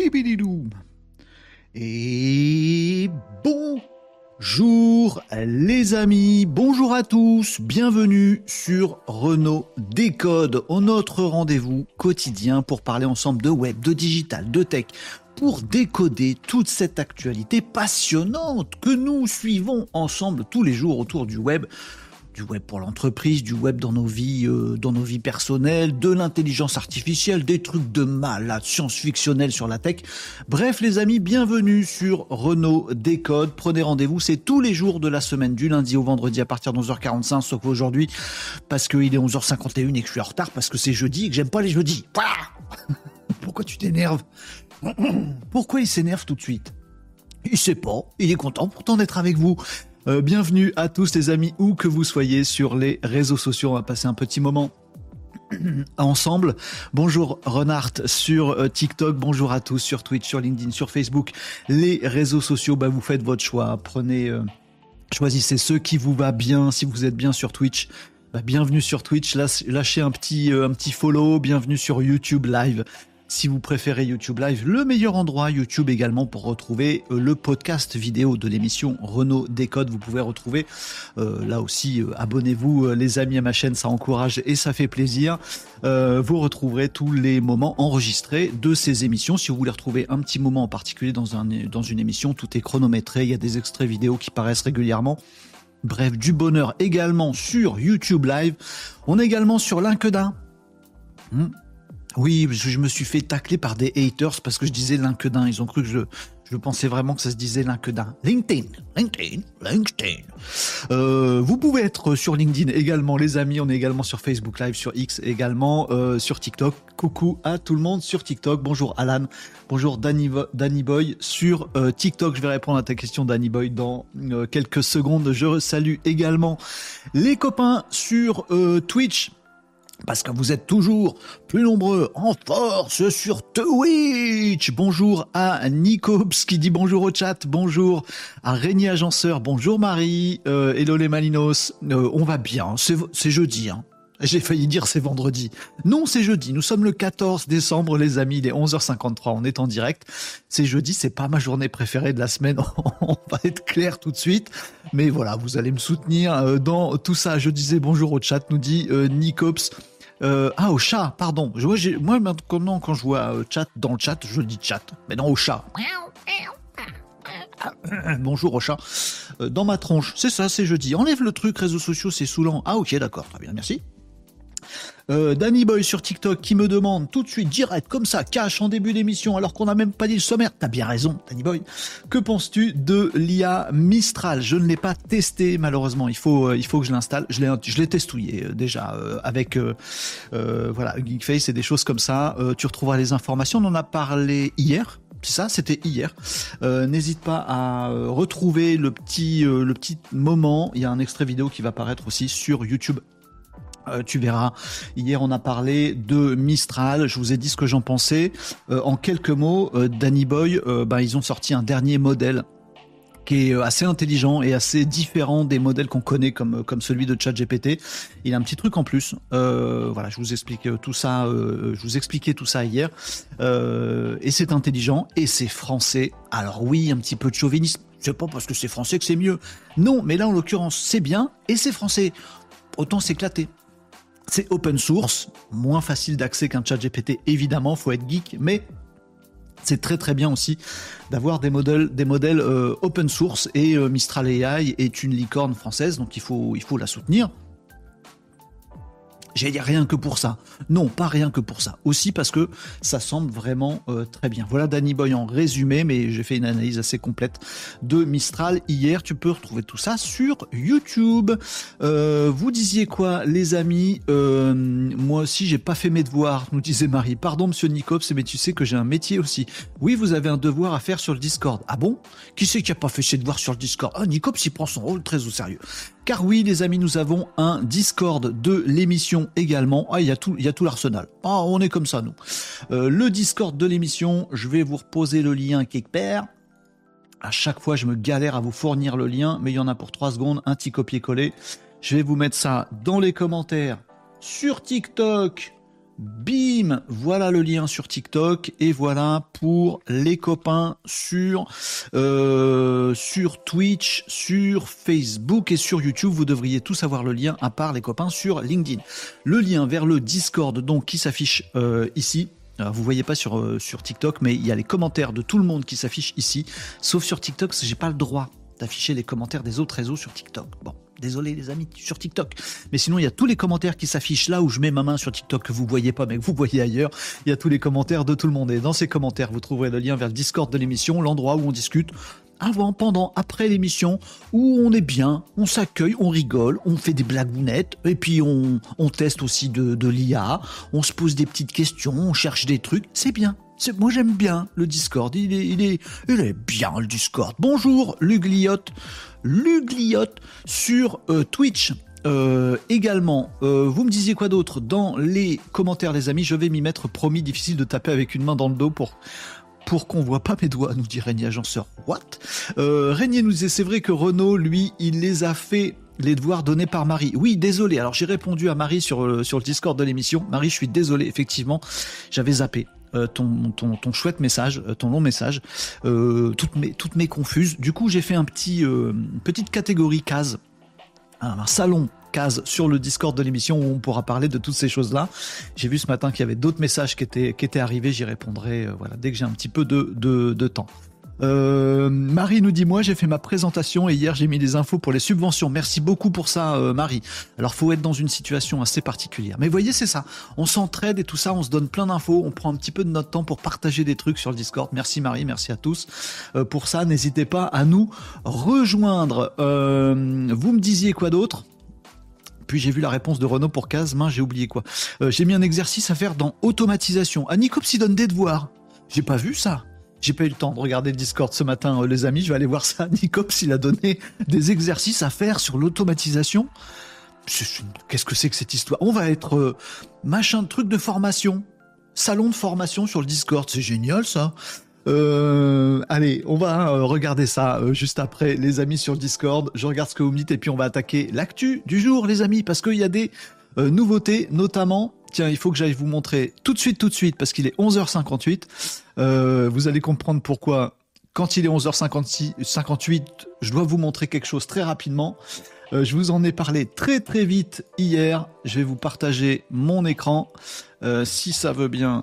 Bidibididoum. Et bonjour les amis, bonjour à tous, bienvenue sur Renaud Décode, notre rendez-vous quotidien pour parler ensemble de web, de digital, de tech, pour décoder toute cette actualité passionnante que nous suivons ensemble tous les jours autour du web pour l'entreprise, du web dans nos vies personnelles, de l'intelligence artificielle, des trucs de malade, science-fictionnels sur la tech. Bref les amis, bienvenue sur Renaud Décode. Prenez rendez-vous, c'est tous les jours de la semaine, du lundi au vendredi à partir de 11h45, sauf aujourd'hui, parce qu'il est 11h51 et que je suis en retard, parce que c'est jeudi et que j'aime pas les jeudis. Voilà. Pourquoi tu t'énerves ? Pourquoi il s'énerve tout de suite ? Il sait pas, il est content pourtant d'être avec vous. Bienvenue à tous les amis, où que vous soyez sur les réseaux sociaux. On va passer un petit moment ensemble. Bonjour Renard sur TikTok, bonjour à tous sur Twitch, sur LinkedIn, sur Facebook. Les réseaux sociaux, vous faites votre choix. Choisissez ceux qui vous va bien. Si vous êtes bien sur Twitch, bienvenue sur Twitch. Lâchez un petit follow. Bienvenue sur YouTube Live. Si vous préférez YouTube Live, le meilleur endroit, YouTube également, pour retrouver le podcast vidéo de l'émission Renaud Décode. Vous pouvez retrouver, là aussi, abonnez-vous les amis à ma chaîne, ça encourage et ça fait plaisir. Vous retrouverez tous les moments enregistrés de ces émissions. Si vous voulez retrouver un petit moment en particulier dans une émission, tout est chronométré, il y a des extraits vidéo qui paraissent régulièrement. Bref, du bonheur également sur YouTube Live. On est également sur LinkedIn. Oui, je me suis fait tacler par des haters parce que je disais LinkedIn. Ils ont cru que je pensais vraiment que ça se disait LinkedIn. LinkedIn. Vous pouvez être sur LinkedIn également, les amis. On est également sur Facebook Live, sur X également, sur TikTok. Coucou à tout le monde sur TikTok. Bonjour Alan. Bonjour Danny Boy sur TikTok. Je vais répondre à ta question, Danny Boy, dans quelques secondes. Je salue également les copains sur Twitch. Parce que vous êtes toujours plus nombreux en force sur Twitch. Bonjour à Nicops qui dit bonjour au chat. Bonjour à Régnier Agenceur. Bonjour Marie. Hello les Malinos. On va bien. C'est jeudi. J'ai failli dire c'est vendredi. Non, c'est jeudi. Nous sommes le 14 décembre, les amis. Il est 11h53. On est en direct. C'est jeudi. C'est pas ma journée préférée de la semaine. On va être clair tout de suite. Mais voilà, vous allez me soutenir dans tout ça. Je disais bonjour au chat, nous dit Nicops. Au chat, pardon. Moi, maintenant, quand je vois chat dans le chat, je dis chat. Mais non, au chat. Bonjour au chat. Dans ma tronche. C'est ça, c'est jeudi. Enlève le truc, réseaux sociaux, c'est saoulant. Ah, ok, d'accord. Très bien, merci. Danny Boy sur TikTok qui me demande tout de suite, direct, comme ça, cash en début d'émission, alors qu'on n'a même pas dit le sommaire. T'as bien raison, Danny Boy. Que penses-tu de l'IA Mistral ? Je ne l'ai pas testé, malheureusement. Il faut que je l'installe. Je l'ai testouillé déjà avec Geekface et des choses comme ça. Tu retrouveras les informations. On en a parlé hier. C'est ça, c'était hier. N'hésite pas à retrouver le petit moment. Il y a un extrait vidéo qui va apparaître aussi sur YouTube. Tu verras, hier on a parlé de Mistral, je vous ai dit ce que j'en pensais. En quelques mots, Danny Boy, ils ont sorti un dernier modèle qui est assez intelligent et assez différent des modèles qu'on connaît comme celui de ChatGPT. Il a un petit truc en plus. Je vous explique tout ça. Je vous expliquais tout ça hier. Et c'est intelligent et c'est français. Alors oui, un petit peu de chauvinisme. C'est pas parce que c'est français que c'est mieux. Non, mais là en l'occurrence c'est bien et c'est français. Autant s'éclater. C'est open source, moins facile d'accès qu'un ChatGPT, évidemment, faut être geek, mais c'est très très bien aussi d'avoir des modèles open source et Mistral AI est une licorne française, donc il faut la soutenir. J'allais dire rien que pour ça. Non, pas rien que pour ça. Aussi parce que ça semble vraiment très bien. Voilà Danny Boy en résumé, mais j'ai fait une analyse assez complète de Mistral hier. Tu peux retrouver tout ça sur YouTube. Vous disiez quoi, les amis ? Moi aussi, j'ai pas fait mes devoirs, nous disait Marie. Pardon, monsieur Nicops, mais tu sais que j'ai un métier aussi. Oui, vous avez un devoir à faire sur le Discord. Ah bon ? Qui c'est qui a pas fait ses devoirs sur le Discord ? Ah, Nicops, il prend son rôle très au sérieux. Car oui, les amis, nous avons un Discord de l'émission également. Ah, il y a tout l'arsenal. Ah, on est comme ça, nous. Le Discord de l'émission, je vais vous reposer le lien quelque part. À chaque fois, je me galère à vous fournir le lien, mais il y en a pour 3 secondes, un petit copier-coller. Je vais vous mettre ça dans les commentaires sur TikTok, Bim, voilà le lien sur TikTok et voilà pour les copains sur Twitch, sur Facebook et sur YouTube. Vous devriez tous avoir le lien à part les copains sur LinkedIn. Le lien vers le Discord donc qui s'affiche ici. Alors, vous voyez pas sur TikTok, mais il y a les commentaires de tout le monde qui s'affichent ici, sauf sur TikTok, parce que j'ai pas le droit d'afficher les commentaires des autres réseaux sur TikTok. Bon, désolé les amis, sur TikTok. Mais sinon, il y a tous les commentaires qui s'affichent là où je mets ma main sur TikTok que vous voyez pas, mais que vous voyez ailleurs. Il y a tous les commentaires de tout le monde. Et dans ces commentaires, vous trouverez le lien vers le Discord de l'émission, l'endroit où on discute avant, pendant, après l'émission, où on est bien, on s'accueille, on rigole, on fait des blagounettes, et puis on teste aussi de l'IA, on se pose des petites questions, on cherche des trucs, c'est bien. Moi j'aime bien le Discord, il est bien le Discord. Bonjour Lugliotte sur Twitch. Également, vous me disiez quoi d'autre dans les commentaires les amis, je vais m'y mettre, promis, difficile de taper avec une main dans le dos pour qu'on voit pas mes doigts, nous dit Régnier Agenceur. What Régnier nous disait, c'est vrai que Renaud, lui, il les a fait les devoirs donnés par Marie. Oui, désolé. Alors j'ai répondu à Marie sur le Discord de l'émission. Marie, je suis désolé, effectivement, j'avais zappé ton chouette message, ton long message, toutes mes confuses. Du coup, j'ai fait petite catégorie case, un salon case sur le Discord de l'émission où on pourra parler de toutes ces choses-là. J'ai vu ce matin qu'il y avait d'autres messages qui étaient arrivés. J'y répondrai voilà, dès que j'ai un petit peu de temps. Marie nous dit, moi j'ai fait ma présentation et hier j'ai mis des infos pour les subventions. Merci beaucoup pour ça Marie. Alors faut être dans une situation assez particulière. Mais vous voyez, c'est ça. On s'entraide et tout ça, on se donne plein d'infos, on prend un petit peu de notre temps pour partager des trucs sur le Discord. Merci Marie, merci à tous pour ça. N'hésitez pas à nous rejoindre. Vous me disiez quoi d'autre ? Puis j'ai vu la réponse de Renaud pour case, j'ai oublié quoi. J'ai mis un exercice à faire dans automatisation. Ah, Nicops il donne des devoirs. J'ai pas vu ça. J'ai pas eu le temps de regarder le Discord ce matin, les amis. Je vais aller voir ça. Nicops il a donné des exercices à faire sur l'automatisation. Qu'est-ce que c'est que cette histoire ? On va être machin de truc de formation. Salon de formation sur le Discord. C'est génial ça. Allez, on va regarder ça juste après, les amis, sur le Discord. Je regarde ce que vous me dites et puis on va attaquer l'actu du jour, les amis, parce qu'il y a des nouveautés, notamment. Tiens, il faut que j'aille vous montrer tout de suite, parce qu'il est 11h58. Vous allez comprendre pourquoi, quand il est 11h58, je dois vous montrer quelque chose très rapidement. Je vous en ai parlé très très vite hier. Je vais vous partager mon écran. Si ça veut bien,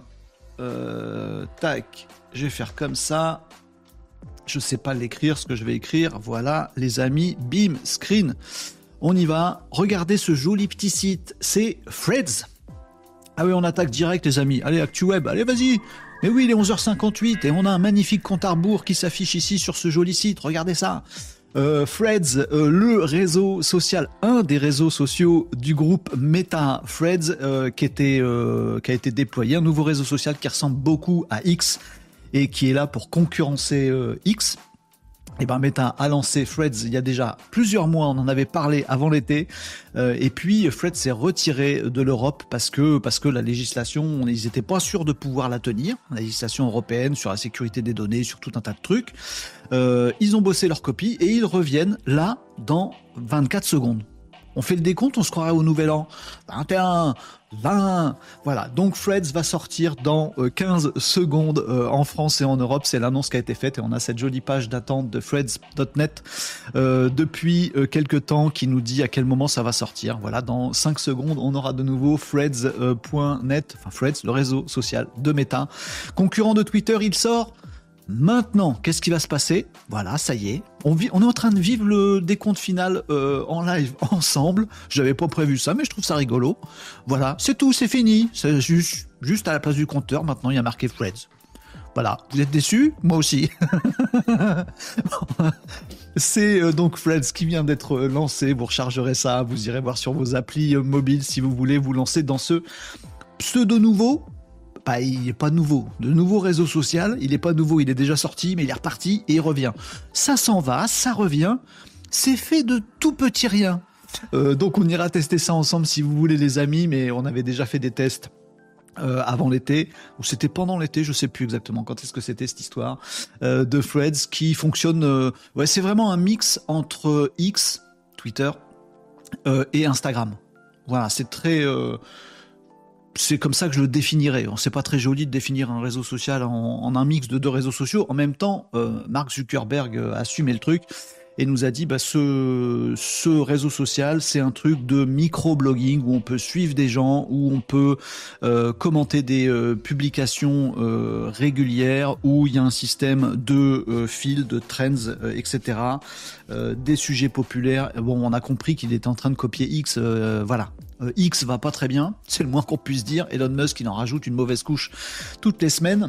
tac. Je vais faire comme ça. Je sais pas l'écrire, ce que je vais écrire. Voilà, les amis, bim, screen. On y va. Regardez ce joli petit site. C'est Threads. Ah oui, on attaque direct, les amis. Allez, ActuWeb, allez, vas-y. Mais oui, il est 11h58 et on a un magnifique compte à rebours qui s'affiche ici sur ce joli site. Regardez ça. Threads, le réseau social, un des réseaux sociaux du groupe Meta, Threads, qui a été déployé. Un nouveau réseau social qui ressemble beaucoup à X et qui est là pour concurrencer X. Et ben Meta a lancé Threads il y a déjà plusieurs mois, on en avait parlé avant l'été, et puis Threads s'est retiré de l'Europe parce que la législation, ils n'étaient pas sûrs de pouvoir la tenir, la législation européenne sur la sécurité des données, sur tout un tas de trucs. Ils ont bossé leur copie et ils reviennent là dans 24 secondes. On fait le décompte, on se croirait au nouvel an. 21, 20, voilà. Donc Threads va sortir dans 15 secondes en France et en Europe. C'est l'annonce qui a été faite et on a cette jolie page d'attente de threads.net depuis quelques temps qui nous dit à quel moment ça va sortir. Voilà, dans 5 secondes, on aura de nouveau threads.net, enfin Threads, le réseau social de Meta. Concurrent de Twitter, il sort maintenant. Qu'est-ce qui va se passer ? Voilà, ça y est. On est en train de vivre le décompte final en live ensemble. J'avais pas prévu ça, mais je trouve ça rigolo. Voilà, c'est tout, c'est fini. C'est juste à la place du compteur, maintenant il y a marqué Threads. Voilà, vous êtes déçus ? Moi aussi. C'est donc Threads qui vient d'être lancé. Vous rechargerez ça, vous irez voir sur vos applis mobiles si vous voulez vous lancer dans ce pseudo nouveau. Bah, il n'est pas nouveau. De nouveau réseau social, il n'est pas nouveau, il est déjà sorti, mais il est reparti et il revient. Ça s'en va, ça revient. C'est fait de tout petit rien. Donc on ira tester ça ensemble si vous voulez, les amis, mais on avait déjà fait des tests avant l'été, ou c'était pendant l'été, je sais plus exactement quand est-ce que c'était cette histoire de Threads qui fonctionne. Ouais, c'est vraiment un mix entre X, Twitter, et Instagram. Voilà, c'est très c'est comme ça que je le définirais. C'est pas très joli de définir un réseau social en un mix de 2 réseaux sociaux. En même temps, Mark Zuckerberg a assumé le truc et nous a dit ce réseau social, c'est un truc de micro-blogging où on peut suivre des gens, où on peut commenter des publications régulières, où il y a un système de fils, de trends, etc. Des sujets populaires. Bon, on a compris qu'il était en train de copier X, voilà. X va pas très bien, c'est le moins qu'on puisse dire. Elon Musk, il en rajoute une mauvaise couche toutes les semaines.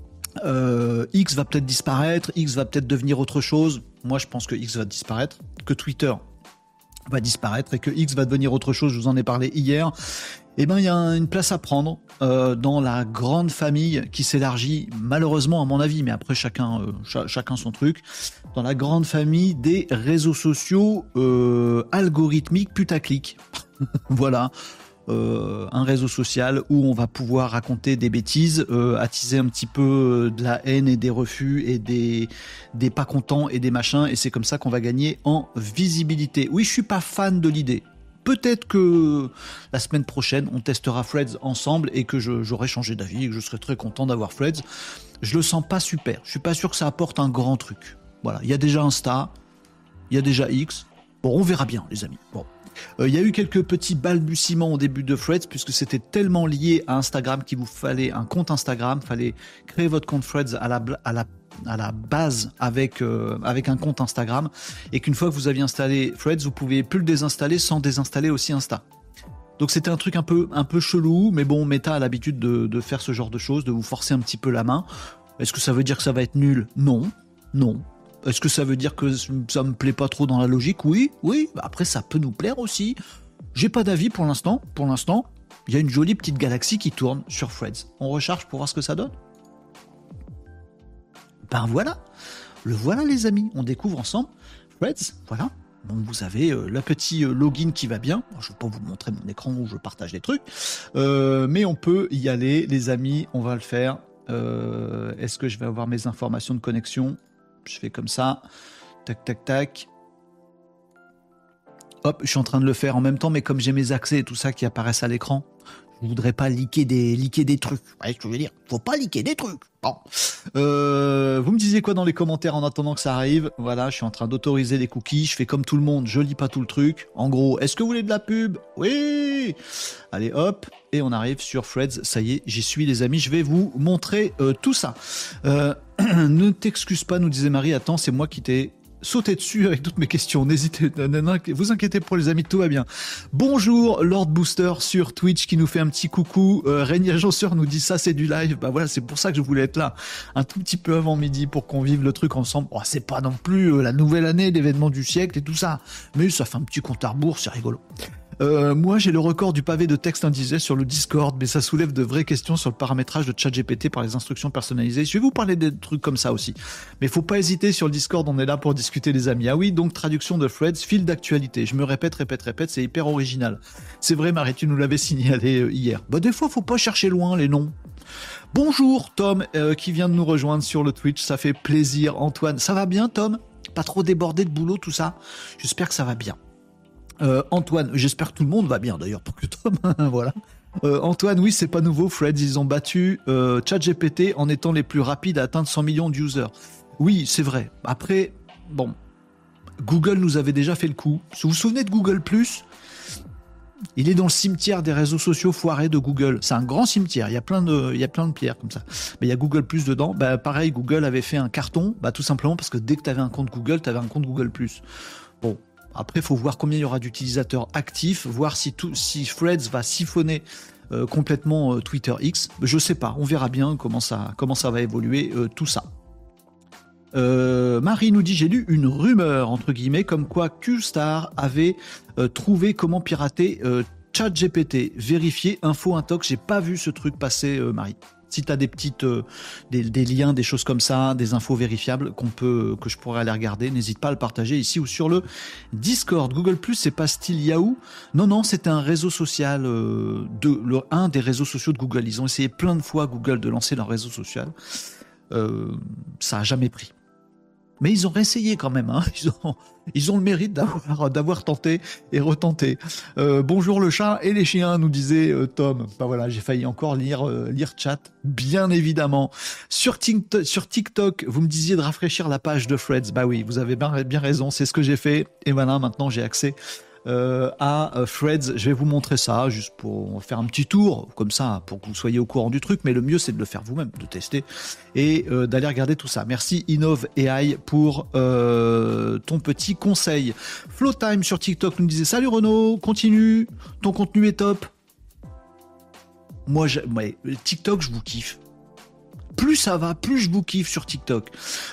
X va peut-être disparaître, X va peut-être devenir autre chose. Moi, je pense que X va disparaître, que Twitter va disparaître et que X va devenir autre chose. Je vous en ai parlé hier. Eh ben, il y a une place à prendre dans la grande famille qui s'élargit, malheureusement à mon avis, mais après chacun son truc, dans la grande famille des réseaux sociaux algorithmiques putaclic. Voilà. Un réseau social où on va pouvoir raconter des bêtises, attiser un petit peu de la haine et des refus et des pas contents et des machins, et c'est comme ça qu'on va gagner en visibilité. Oui, je suis pas fan de l'idée. Peut-être que la semaine prochaine, on testera Threads ensemble et que j'aurai changé d'avis et que je serai très content d'avoir Threads. Je le sens pas super. Je suis pas sûr que ça apporte un grand truc. Voilà, il y a déjà Insta, il y a déjà X. Bon, on verra bien, les amis. Bon. Il y a eu quelques petits balbutiements au début de Threads puisque c'était tellement lié à Instagram qu'il vous fallait un compte Instagram, fallait créer votre compte Threads à la base avec un compte Instagram, et qu'une fois que vous aviez installé Threads, vous pouviez plus le désinstaller sans désinstaller aussi Insta. Donc c'était un truc un peu chelou, mais bon, Meta a l'habitude de faire ce genre de choses, de vous forcer un petit peu la main. Est-ce que ça veut dire que ça va être nul ? Non. Est-ce que ça veut dire que ça me plaît pas trop dans la logique ? Oui. Après, ça peut nous plaire aussi. J'ai pas d'avis pour l'instant. Pour l'instant, il y a une jolie petite galaxie qui tourne sur Threads. On recharge pour voir ce que ça donne. Ben voilà. Le voilà, les amis. On découvre ensemble Threads. Voilà. Donc vous avez le petit login qui va bien. Je ne vais pas vous montrer mon écran où je partage des trucs. Mais on peut y aller, les amis. On va le faire. Est-ce que je vais avoir mes informations de connexion ? Je fais comme ça, tac. Hop, je suis en train de le faire en même temps, mais comme j'ai mes accès et tout ça qui apparaissent à l'écran, je voudrais pas liker des trucs. Vous voyez ce que je veux dire ? Faut pas liker des trucs. Bon. Vous me disiez quoi dans les commentaires en attendant que ça arrive ? Voilà, je suis en train d'autoriser les cookies. Je fais comme tout le monde, je lis pas tout le truc. En gros, est-ce que vous voulez de la pub ? Oui ! Allez, hop, et on arrive sur Threads. Ça y est, j'y suis, les amis. Je vais vous montrer tout ça. Ne t'excuse pas, nous disait Marie. Attends, c'est moi qui t'ai sauté dessus avec toutes mes questions. N'hésitez, vous inquiétez pas, les amis, tout va bien. Bonjour, Lord Booster sur Twitch qui nous fait un petit coucou. Régnier Agenceur nous dit ça, c'est du live. Bah voilà, c'est pour ça que je voulais être là un tout petit peu avant midi pour qu'on vive le truc ensemble. Oh, c'est pas non plus la nouvelle année, l'événement du siècle et tout ça, mais ça fait un petit compte à rebours, c'est rigolo. Moi, j'ai le record du pavé de texte indigeste sur le Discord, mais ça soulève de vraies questions sur le paramétrage de ChatGPT par les instructions personnalisées. Je vais vous parler des trucs comme ça aussi. Mais faut pas hésiter, sur le Discord, on est là pour discuter, les amis. Ah oui, donc traduction de Threads, fil d'actualité. Je me répète, c'est hyper original. C'est vrai, Marie, tu nous l'avais signalé hier. Bah, des fois, faut pas chercher loin les noms. Bonjour, Tom, qui vient de nous rejoindre sur le Twitch. Ça fait plaisir. Antoine, ça va bien, Tom ? Pas trop débordé de boulot, tout ça ? J'espère que ça va bien. Antoine, j'espère que tout le monde va bien d'ailleurs pour que Tom, voilà. Antoine, oui, c'est pas nouveau, Threads, ils ont battu ChatGPT en étant les plus rapides à atteindre 100 millions d'users. Oui, c'est vrai. Après, bon, Google nous avait déjà fait le coup. Vous vous souvenez de Google+, il est dans le cimetière des réseaux sociaux foirés de Google. C'est un grand cimetière, il y a plein de pierres comme ça. Mais il y a Google+ dedans. Bah, pareil, Google avait fait un carton, tout simplement parce que dès que tu avais un compte Google, tu avais un compte Google+. Bon. Après, il faut voir combien il y aura d'utilisateurs actifs, voir si Threads va siphonner complètement Twitter X. Je sais pas, on verra bien comment ça va évoluer tout ça. Marie nous dit, j'ai lu une rumeur, entre guillemets, comme quoi Qstar avait trouvé comment pirater ChatGPT. Vérifier, info intox, j'ai pas vu ce truc passer, Marie. Si tu as des petites des liens, des choses comme ça, des infos vérifiables que je pourrais aller regarder, n'hésite pas à le partager ici ou sur le Discord. Google+, c'est pas style Yahoo. Non, c'était un réseau social un des réseaux sociaux de Google. Ils ont essayé plein de fois Google de lancer leur réseau social. Ça a jamais pris. Mais ils ont réessayé quand même, hein. Ils ont le mérite d'avoir tenté et retenté. Bonjour le chat et les chiens, nous disait Tom. Bah voilà, j'ai failli encore lire chat, bien évidemment. Sur TikTok, vous me disiez de rafraîchir la page de Threads. Bah oui, vous avez bien raison, c'est ce que j'ai fait. Et voilà, maintenant j'ai accès à Threads. Je vais vous montrer ça juste pour faire un petit tour comme ça pour que vous soyez au courant du truc, mais le mieux c'est de le faire vous-même, de tester et d'aller regarder tout ça. Merci Innov AI pour ton petit conseil. Flowtime sur TikTok nous disait salut Renaud, continue, ton contenu est top. Moi TikTok je vous kiffe. Plus ça va, plus je vous kiffe sur TikTok.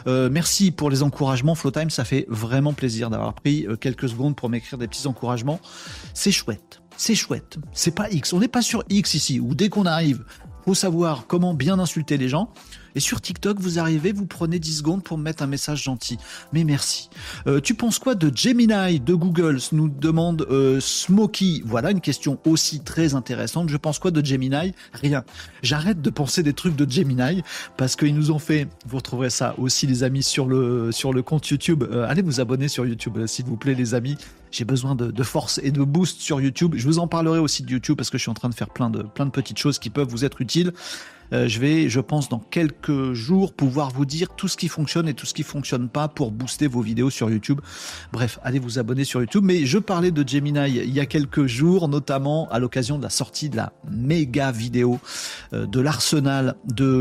Merci pour les encouragements, Flowtime, ça fait vraiment plaisir d'avoir pris quelques secondes pour m'écrire des petits encouragements. C'est chouette, c'est chouette. C'est pas X, on n'est pas sur X ici, où dès qu'on arrive, faut savoir comment bien insulter les gens. Et sur TikTok, vous arrivez, vous prenez 10 secondes pour me mettre un message gentil. Mais merci. Tu penses quoi de Gemini de Google, nous demande Smokey. Voilà une question aussi très intéressante. Je pense quoi de Gemini? Rien. J'arrête de penser des trucs de Gemini parce qu'ils nous ont fait, vous retrouverez ça aussi les amis sur le compte YouTube. Allez vous abonner sur YouTube s'il vous plaît les amis. J'ai besoin de force et de boost sur YouTube. Je vous en parlerai aussi de YouTube parce que je suis en train de faire plein de petites choses qui peuvent vous être utiles. Je vais, je pense, dans quelques jours, pouvoir vous dire tout ce qui fonctionne et tout ce qui fonctionne pas pour booster vos vidéos sur YouTube. Bref, allez vous abonner sur YouTube. Mais je parlais de Gemini il y a quelques jours, notamment à l'occasion de la sortie de la méga vidéo de l'arsenal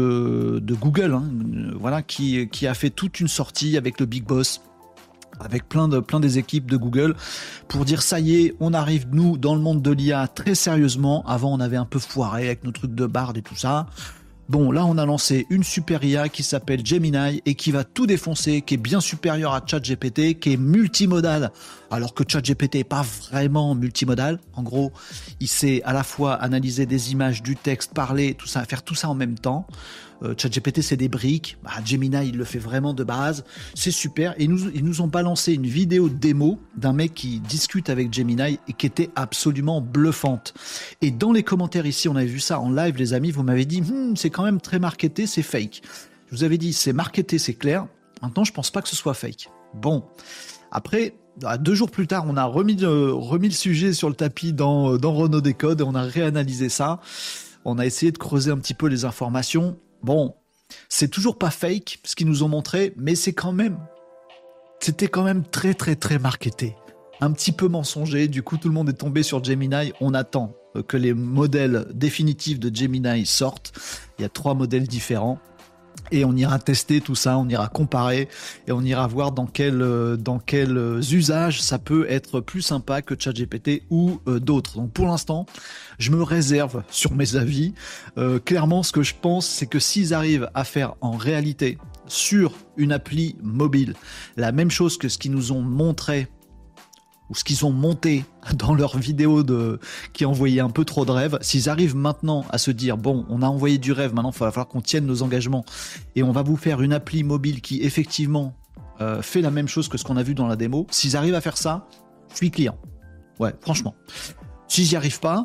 de Google, hein, voilà, qui a fait toute une sortie avec le Big Boss, avec plein des équipes de Google pour dire ça y est, on arrive nous dans le monde de l'IA très sérieusement. Avant on avait un peu foiré avec nos trucs de Bard et tout ça. Bon, là on a lancé une super IA qui s'appelle Gemini et qui va tout défoncer, qui est bien supérieure à ChatGPT, qui est multimodal, alors que ChatGPT n'est pas vraiment multimodal. En gros, il sait à la fois analyser des images, du texte, parler, tout ça, faire tout ça en même temps. ChatGPT c'est des briques, Gemini il le fait vraiment de base, c'est super. Et ils nous ont balancé une vidéo démo d'un mec qui discute avec Gemini et qui était absolument bluffante. Et dans les commentaires ici, on avait vu ça en live les amis, vous m'avez dit c'est quand même très marketé, c'est fake. Je vous avais dit c'est marketé, c'est clair. Maintenant je pense pas que ce soit fake. Bon, après 2 jours plus tard, on a remis le sujet sur le tapis dans Renaud Décode et on a réanalysé ça. On a essayé de creuser un petit peu les informations. Bon, c'est toujours pas fake ce qu'ils nous ont montré, mais c'était quand même très très très marketé, un petit peu mensonger. Du coup, tout le monde est tombé sur Gemini. On attend que les modèles définitifs de Gemini sortent. Il y a 3 modèles différents. Et on ira tester tout ça, on ira comparer et on ira voir dans quels usages ça peut être plus sympa que ChatGPT ou d'autres. Donc pour l'instant, je me réserve sur mes avis. Clairement, ce que je pense, c'est que s'ils arrivent à faire en réalité sur une appli mobile la même chose que ce qu'ils nous ont montré ou ce qu'ils ont monté dans leur vidéo qui envoyait un peu trop de rêves, s'ils arrivent maintenant à se dire bon, on a envoyé du rêve, maintenant il va falloir qu'on tienne nos engagements et on va vous faire une appli mobile qui effectivement fait la même chose que ce qu'on a vu dans la démo, s'ils arrivent à faire ça, je suis client. Ouais, franchement. S'ils n'y arrivent pas,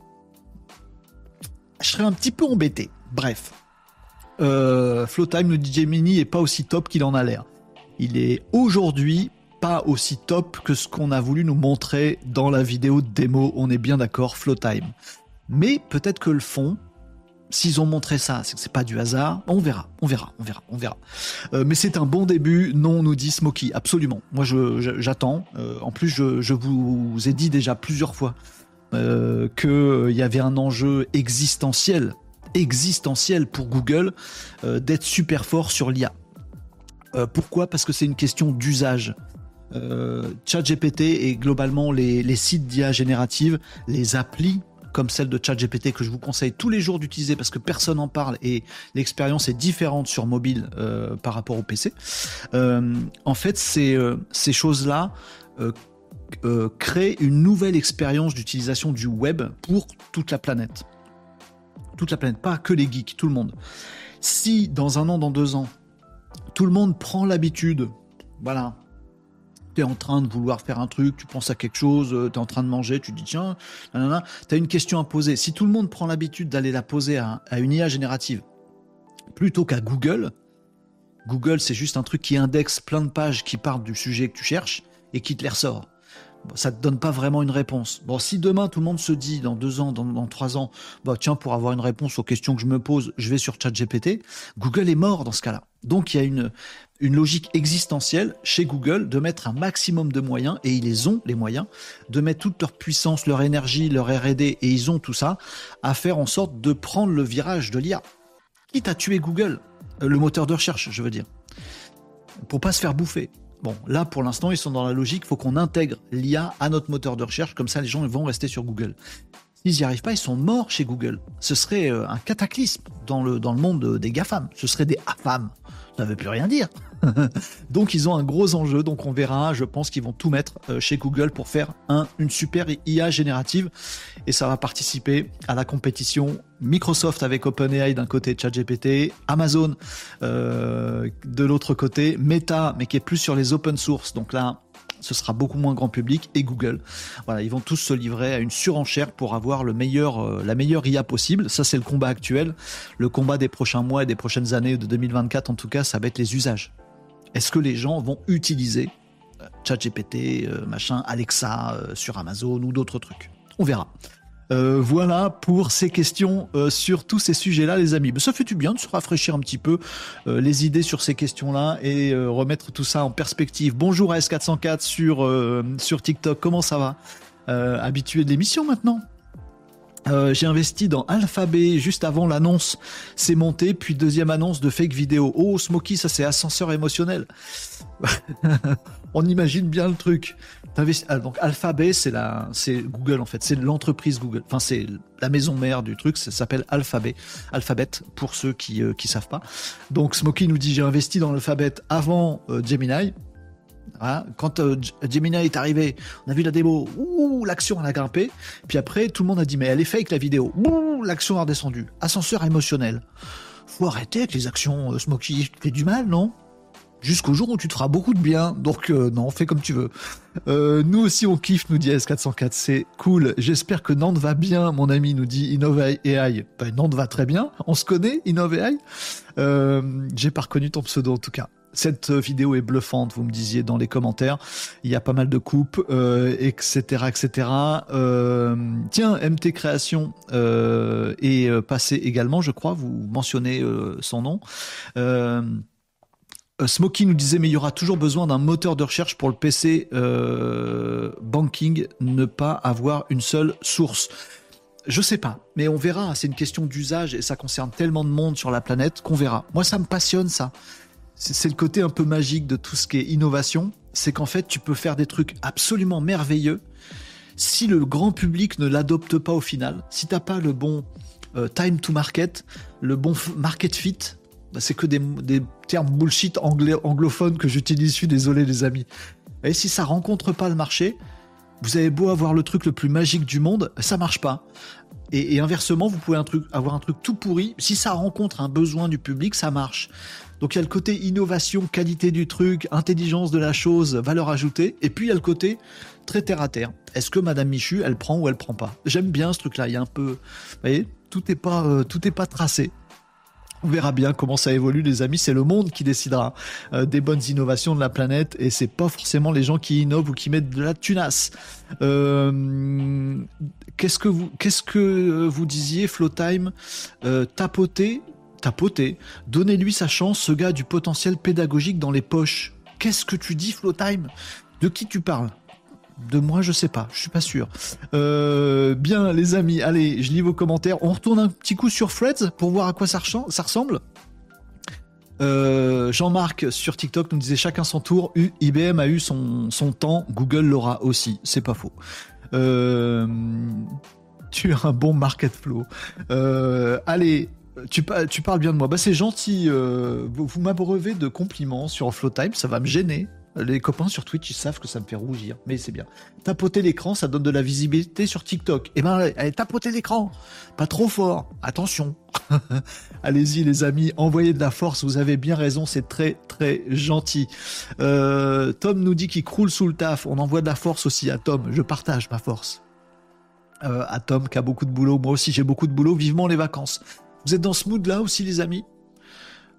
je serais un petit peu embêté. Bref. Flowtime nous dit Gemini est pas aussi top qu'il en a l'air. Il est aujourd'hui pas aussi top que ce qu'on a voulu nous montrer dans la vidéo de démo, on est bien d'accord, Flowtime. Mais peut-être que le fond, s'ils ont montré ça, c'est que c'est pas du hasard, on verra. Mais c'est un bon début, non, nous dit Smokey, absolument. Moi j'attends, en plus je vous ai dit déjà plusieurs fois qu'il y avait un enjeu existentiel pour Google d'être super fort sur l'IA. Pourquoi ? Parce que c'est une question d'usage. ChatGPT et globalement les sites d'IA générative, les applis comme celle de ChatGPT que je vous conseille tous les jours d'utiliser parce que personne n'en parle et l'expérience est différente sur mobile par rapport au PC. En fait, ces choses-là créent une nouvelle expérience d'utilisation du web pour toute la planète. Toute la planète, pas que les geeks, tout le monde. Si dans 1 an, dans 2 ans, tout le monde prend l'habitude, voilà, tu es en train de vouloir faire un truc, tu penses à quelque chose, tu es en train de manger, tu dis tiens, tu as une question à poser. Si tout le monde prend l'habitude d'aller la poser à une IA générative plutôt qu'à Google, Google, c'est juste un truc qui indexe plein de pages qui parlent du sujet que tu cherches et qui te les ressort. Ça te donne pas vraiment une réponse. Bon, si demain tout le monde se dit, dans 2 ans, dans 3 ans, bah tiens, pour avoir une réponse aux questions que je me pose, je vais sur ChatGPT, Google est mort dans ce cas-là. Donc il y a une logique existentielle chez Google de mettre un maximum de moyens, et ils ont les moyens, de mettre toute leur puissance, leur énergie, leur R&D, et ils ont tout ça, à faire en sorte de prendre le virage de l'IA. Quitte à tuer Google, le moteur de recherche, je veux dire, pour pas se faire bouffer. Bon, là, pour l'instant, ils sont dans la logique, il faut qu'on intègre l'IA à notre moteur de recherche, comme ça, les gens vont rester sur Google. S'ils n'y arrivent pas, ils sont morts chez Google. Ce serait un cataclysme dans le monde des GAFAM. Ce serait des AFAM. Ça ne veut plus rien dire. Donc, ils ont un gros enjeu. Donc, on verra. Je pense qu'ils vont tout mettre chez Google pour faire une super IA générative. Et ça va participer à la compétition Microsoft avec OpenAI d'un côté, ChatGPT, Amazon de l'autre côté, Meta, mais qui est plus sur les open source. Donc là, ce sera beaucoup moins grand public, et Google. Voilà, ils vont tous se livrer à une surenchère pour avoir la meilleure IA possible. Ça, c'est le combat actuel. Le combat des prochains mois et des prochaines années, de 2024 en tout cas, ça va être les usages. Est-ce que les gens vont utiliser ChatGPT, Alexa sur Amazon ou d'autres trucs? On verra. Voilà pour ces questions sur tous ces sujets-là, les amis. Mais ça fait du bien de se rafraîchir un petit peu les idées sur ces questions-là et remettre tout ça en perspective. Bonjour à S404 sur TikTok, comment ça va? Habitué de l'émission maintenant. J'ai investi dans Alphabet juste avant l'annonce, c'est monté, puis deuxième annonce de fake vidéo. Oh, Smokey, ça c'est ascenseur émotionnel. On imagine bien le truc. Donc Alphabet, c'est Google en fait, c'est l'entreprise Google. Enfin, c'est la maison mère du truc, ça s'appelle Alphabet pour ceux qui savent pas. Donc Smokey nous dit, j'ai investi dans Alphabet avant Gemini. Voilà. Quand Gemini est arrivé, on a vu la démo, l'action elle a grimpé, puis après tout le monde a dit mais elle est fake la vidéo, l'action a redescendu, ascenseur émotionnel. Faut arrêter avec les actions, Smokey, tu fais du mal, non? Jusqu'au jour où tu te feras beaucoup de bien, donc non, fais comme tu veux. Nous aussi on kiffe, nous dit S404, c'est cool, j'espère que Nantes va bien, mon ami, nous dit InnovAI. Ben, Nantes va très bien, on se connaît, InnovAI. J'ai pas reconnu ton pseudo en tout cas. Cette vidéo est bluffante, vous me disiez dans les commentaires. Il y a pas mal de coupes, etc., etc. Tiens, MT Création est passé également, je crois. Vous mentionnez son nom. Smokey nous disait, mais il y aura toujours besoin d'un moteur de recherche pour le PC banking, ne pas avoir une seule source. Je sais pas, mais on verra. C'est une question d'usage et ça concerne tellement de monde sur la planète qu'on verra. Moi, ça me passionne, ça. C'est le côté un peu magique de tout ce qui est innovation, c'est qu'en fait, tu peux faire des trucs absolument merveilleux si le grand public ne l'adopte pas au final. Si t'as pas le bon time to market, le bon market fit, bah c'est que des termes bullshit anglophones que j'utilise, je suis désolé les amis. Et si ça rencontre pas le marché, vous avez beau avoir le truc le plus magique du monde, ça marche pas. Et inversement, vous pouvez avoir un truc tout pourri, si ça rencontre un besoin du public, ça marche. Donc il y a le côté innovation, qualité du truc, intelligence de la chose, valeur ajoutée, et puis il y a le côté très terre à terre. Est-ce que Madame Michu, elle prend ou elle prend pas? J'aime bien ce truc-là, il y a un peu, vous voyez, tout est pas tracé. On verra bien comment ça évolue, les amis. C'est le monde qui décidera des bonnes innovations de la planète, et c'est pas forcément les gens qui innovent ou qui mettent de la tunasse. Qu'est-ce que vous disiez, Flowtime? Tapoter. Donnez-lui sa chance, ce gars a du potentiel pédagogique dans les poches. Qu'est-ce que tu dis, Flowtime? De qui tu parles? De moi, je sais pas, je suis pas sûr. Bien, les amis, allez, je lis vos commentaires. On retourne un petit coup sur Threads pour voir à quoi ça ressemble. Jean-Marc sur TikTok nous disait chacun son tour. IBM a eu son temps, Google l'aura aussi. C'est pas faux. Tu as un bon market flow. Allez. Tu parles bien de moi. Bah c'est gentil. Vous m'abreuvez de compliments sur Flowtime, ça va me gêner. Les copains sur Twitch, ils savent que ça me fait rougir, mais c'est bien. Tapoter l'écran, ça donne de la visibilité sur TikTok. Eh ben, allez, tapotez l'écran. Pas trop fort. Attention. Allez-y, les amis. Envoyez de la force. Vous avez bien raison. C'est très, très gentil. Tom nous dit qu'il croule sous le taf. On envoie de la force aussi à Tom. Je partage ma force. À Tom qui a beaucoup de boulot. Moi aussi, j'ai beaucoup de boulot. Vivement les vacances. Vous êtes dans ce mood-là aussi, les amis?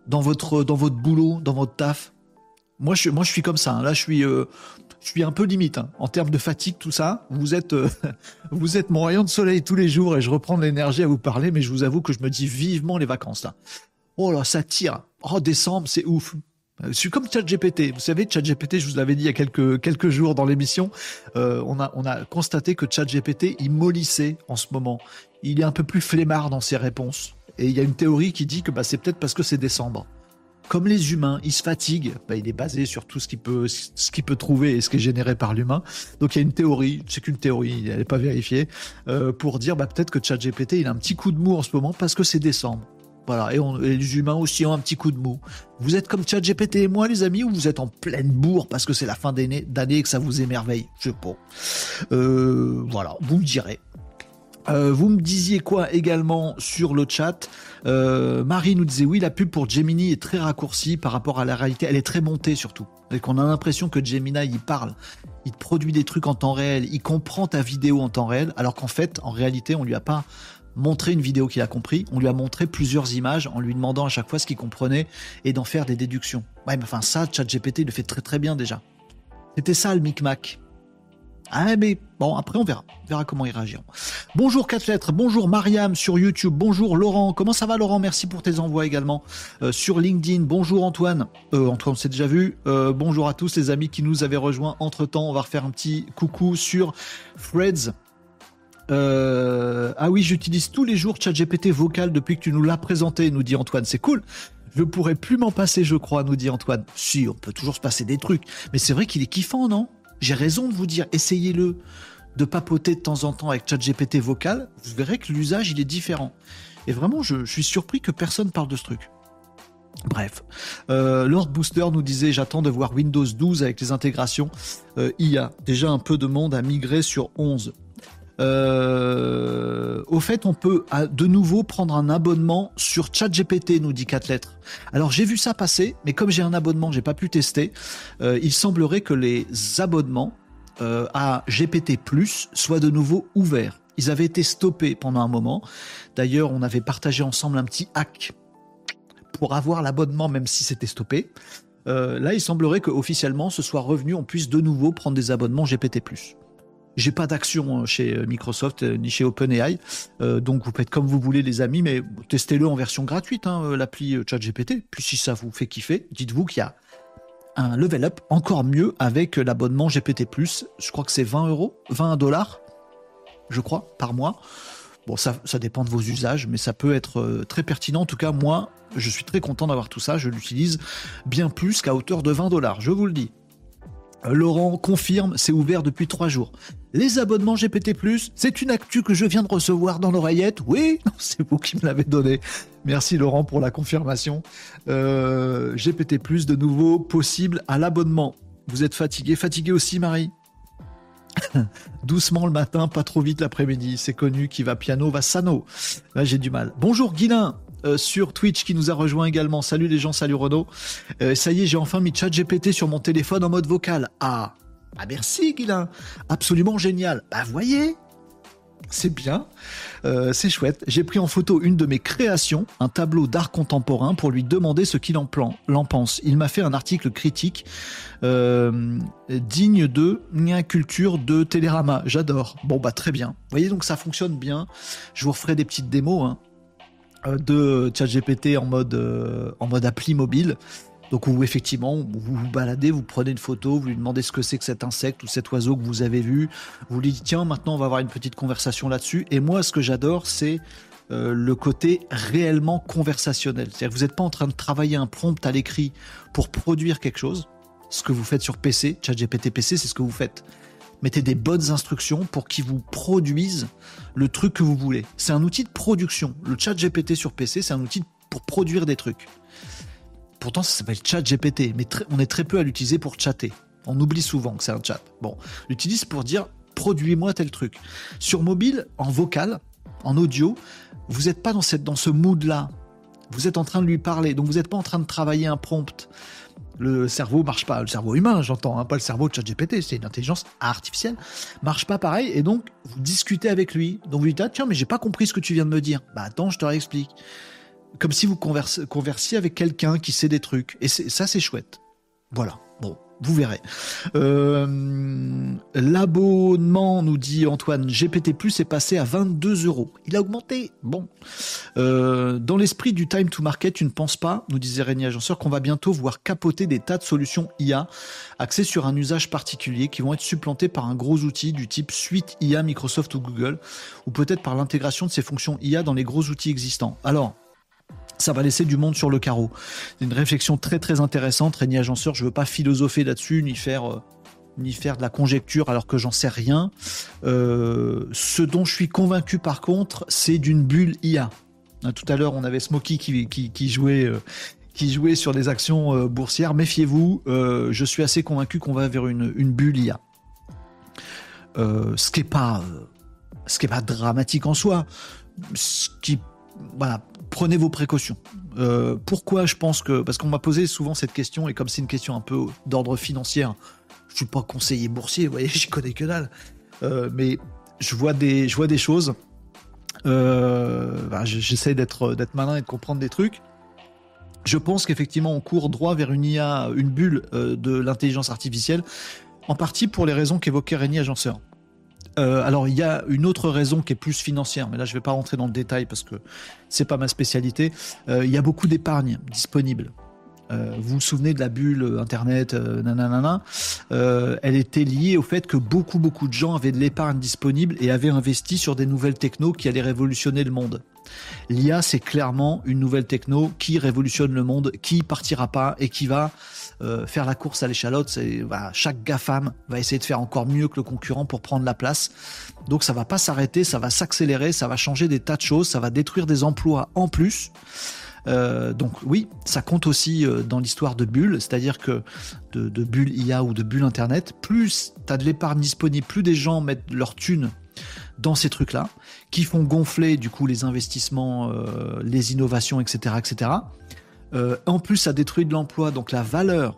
dans votre boulot, dans votre taf? Moi, je suis comme ça. Hein. Là, je suis un peu limite hein. En termes de fatigue, tout ça. Vous êtes mon rayon de soleil tous les jours et je reprends de l'énergie à vous parler, mais je vous avoue que je me dis vivement les vacances là. Oh là, ça tire. Oh, décembre, c'est ouf. Je suis comme ChatGPT. Vous savez, ChatGPT, je vous l'avais dit il y a quelques jours dans l'émission, on a constaté que ChatGPT, il mollissait en ce moment. Il est un peu plus flemmard dans ses réponses. Et il y a une théorie qui dit que c'est peut-être parce que c'est décembre. Comme les humains, il se fatigue. Il est basé sur tout ce qu'il peut trouver et ce qui est généré par l'humain. Donc il y a une théorie, c'est qu'une théorie, elle n'est pas vérifiée, pour dire peut-être que ChatGPT, il a un petit coup de mou en ce moment parce que c'est décembre. Voilà, et les humains aussi ont un petit coup de mou. Vous êtes comme ChatGPT et moi, les amis, ou vous êtes en pleine bourre parce que c'est la fin d'année et que ça vous émerveille? Je sais pas. Voilà, vous me direz. Vous me disiez quoi également sur le chat? Marie nous disait oui, la pub pour Gemini est très raccourcie par rapport à la réalité. Elle est très montée surtout. Et qu'on a l'impression que Gemini, il parle, il te produit des trucs en temps réel, il comprend ta vidéo en temps réel, alors qu'en fait, en réalité, on lui a pas montré une vidéo qu'il a compris, on lui a montré plusieurs images en lui demandant à chaque fois ce qu'il comprenait et d'en faire des déductions. Ouais, mais enfin ça, ChatGPT le fait très très bien déjà. C'était ça le micmac. Ah mais bon, après on verra comment ils réagiront. Bonjour 4 lettres, bonjour Mariam sur YouTube, bonjour Laurent, comment ça va Laurent? Merci pour tes envois également sur LinkedIn, bonjour Antoine, Antoine on s'est déjà vu, bonjour à tous les amis qui nous avaient rejoints entre temps, on va refaire un petit coucou sur Threads. Ah oui, j'utilise tous les jours ChatGPT vocal depuis que tu nous l'as présenté, nous dit Antoine, c'est cool. Je pourrais plus m'en passer, je crois, nous dit Antoine. Si, on peut toujours se passer des trucs, mais c'est vrai qu'il est kiffant, non? J'ai raison de vous dire, essayez-le, de papoter de temps en temps avec ChatGPT vocal, vous verrez que l'usage, il est différent. Et vraiment, je suis surpris que personne parle de ce truc. Bref, Lord Booster nous disait, j'attends de voir Windows 12 avec les intégrations IA. Déjà un peu de monde à migrer sur 11. Au fait, on peut de nouveau prendre un abonnement sur ChatGPT, nous dit 4 lettres. Alors j'ai vu ça passer, mais comme j'ai un abonnement, j'ai pas pu tester. Il semblerait que les abonnements à GPT+ soient de nouveau ouverts. Ils avaient été stoppés pendant un moment. D'ailleurs, on avait partagé ensemble un petit hack pour avoir l'abonnement, même si c'était stoppé. Là, il semblerait qu'officiellement, ce soit revenu, on puisse de nouveau prendre des abonnements GPT+. J'ai pas d'action chez Microsoft ni chez OpenAI, donc vous faites comme vous voulez les amis, mais testez-le en version gratuite, hein, l'appli ChatGPT. Puis si ça vous fait kiffer, dites-vous qu'il y a un level up encore mieux avec l'abonnement GPT+. Je crois que c'est 20 $, je crois, par mois. Bon, ça dépend de vos usages, mais ça peut être très pertinent. En tout cas, moi, je suis très content d'avoir tout ça. Je l'utilise bien plus qu'à hauteur de 20 $, je vous le dis. Laurent confirme, c'est ouvert depuis 3 jours. Les abonnements GPT+, c'est une actu que je viens de recevoir dans l'oreillette. Oui, c'est vous qui me l'avez donné. Merci Laurent pour la confirmation. GPT+, de nouveau possible à l'abonnement. Vous êtes fatigué aussi Marie? Doucement le matin, pas trop vite l'après-midi. C'est connu, qui va piano va sano. Là j'ai du mal. Bonjour Guilain. Sur Twitch qui nous a rejoint également. Salut les gens, salut Renaud. Ça y est, j'ai enfin mis ChatGPT sur mon téléphone en mode vocal. Ah merci Guilain. Absolument génial. Voyez, c'est bien, c'est chouette. J'ai pris en photo une de mes créations, un tableau d'art contemporain, pour lui demander ce qu'il en pense. Il m'a fait un article critique digne de culture de Télérama. J'adore. Bon très bien. Vous voyez, donc ça fonctionne bien. Je vous referai des petites démos de ChatGPT en mode appli mobile. Donc où effectivement vous vous baladez, vous prenez une photo, vous lui demandez ce que c'est que cet insecte ou cet oiseau que vous avez vu, vous lui dites tiens maintenant on va avoir une petite conversation là-dessus. Et moi ce que j'adore c'est le côté réellement conversationnel. C'est-à-dire que vous n'êtes pas en train de travailler un prompt à l'écrit pour produire quelque chose, ce que vous faites sur PC, ChatGPT PC c'est ce que vous faites. Mettez des bonnes instructions pour qu'il vous produise le truc que vous voulez. C'est un outil de production. Le ChatGPT sur PC, c'est un outil pour produire des trucs. Pourtant, ça s'appelle ChatGPT, mais on est très peu à l'utiliser pour chatter. On oublie souvent que c'est un chat. Bon, l'utilise pour dire « produis-moi tel truc ». Sur mobile, en vocal, en audio, vous n'êtes pas dans ce mood-là. Vous êtes en train de lui parler, donc vous n'êtes pas en train de travailler un prompt. Le cerveau marche pas, le cerveau humain, j'entends, pas le cerveau de ChatGPT, c'est une intelligence artificielle, marche pas pareil, et donc vous discutez avec lui. Donc vous lui dites, tiens, mais j'ai pas compris ce que tu viens de me dire. Attends, je te réexplique. comme si vous conversiez avec quelqu'un qui sait des trucs. Et ça, c'est chouette. Voilà, bon, vous verrez. L'abonnement, nous dit Antoine, GPT+, est passé à 22 €. Il a augmenté. Bon. Dans l'esprit du time to market, tu ne penses pas, nous disait Régnier Agenceur, qu'on va bientôt voir capoter des tas de solutions IA axées sur un usage particulier qui vont être supplantés par un gros outil du type Suite IA Microsoft ou Google, ou peut-être par l'intégration de ces fonctions IA dans les gros outils existants. Alors, ça va laisser du monde sur le carreau. C'est une réflexion très très intéressante. Régnier Agenceur, je ne veux pas philosopher là-dessus, ni faire de la conjecture alors que j'en sais rien. Ce dont je suis convaincu par contre, c'est d'une bulle IA. Tout à l'heure, on avait Smokey qui jouait sur les actions boursières. Méfiez-vous, je suis assez convaincu qu'on va vers une bulle IA. Ce qui est pas dramatique en soi. Voilà, prenez vos précautions. Pourquoi je pense que... Parce qu'on m'a posé souvent cette question, et comme c'est une question un peu d'ordre financier, je suis pas conseiller boursier, vous voyez, je connais que dalle. Mais je vois des choses. J'essaie d'être malin et de comprendre des trucs. Je pense qu'effectivement, on court droit vers une IA, une bulle de l'intelligence artificielle, en partie pour les raisons qu'évoquait Régnier Agenceur. Alors, il y a une autre raison qui est plus financière, mais là, je ne vais pas rentrer dans le détail parce que c'est pas ma spécialité. Il y a beaucoup d'épargne disponible. Vous vous souvenez de la bulle Internet, elle était liée au fait que beaucoup de gens avaient de l'épargne disponible et avaient investi sur des nouvelles technos qui allaient révolutionner le monde. L'IA, c'est clairement une nouvelle techno qui révolutionne le monde, qui partira pas et qui va faire la course à l'échalote. Voilà, chaque GAFAM va essayer de faire encore mieux que le concurrent pour prendre la place. Donc ça va pas s'arrêter, ça va s'accélérer, ça va changer des tas de choses, ça va détruire des emplois en plus. Donc oui, ça compte aussi dans l'histoire de bulles, c'est-à-dire que de bulles IA ou de bulles Internet, plus tu as de l'épargne disponible, plus des gens mettent leur thune dans ces trucs-là, qui font gonfler du coup les investissements, les innovations, etc. etc. En plus, ça détruit de l'emploi, donc la valeur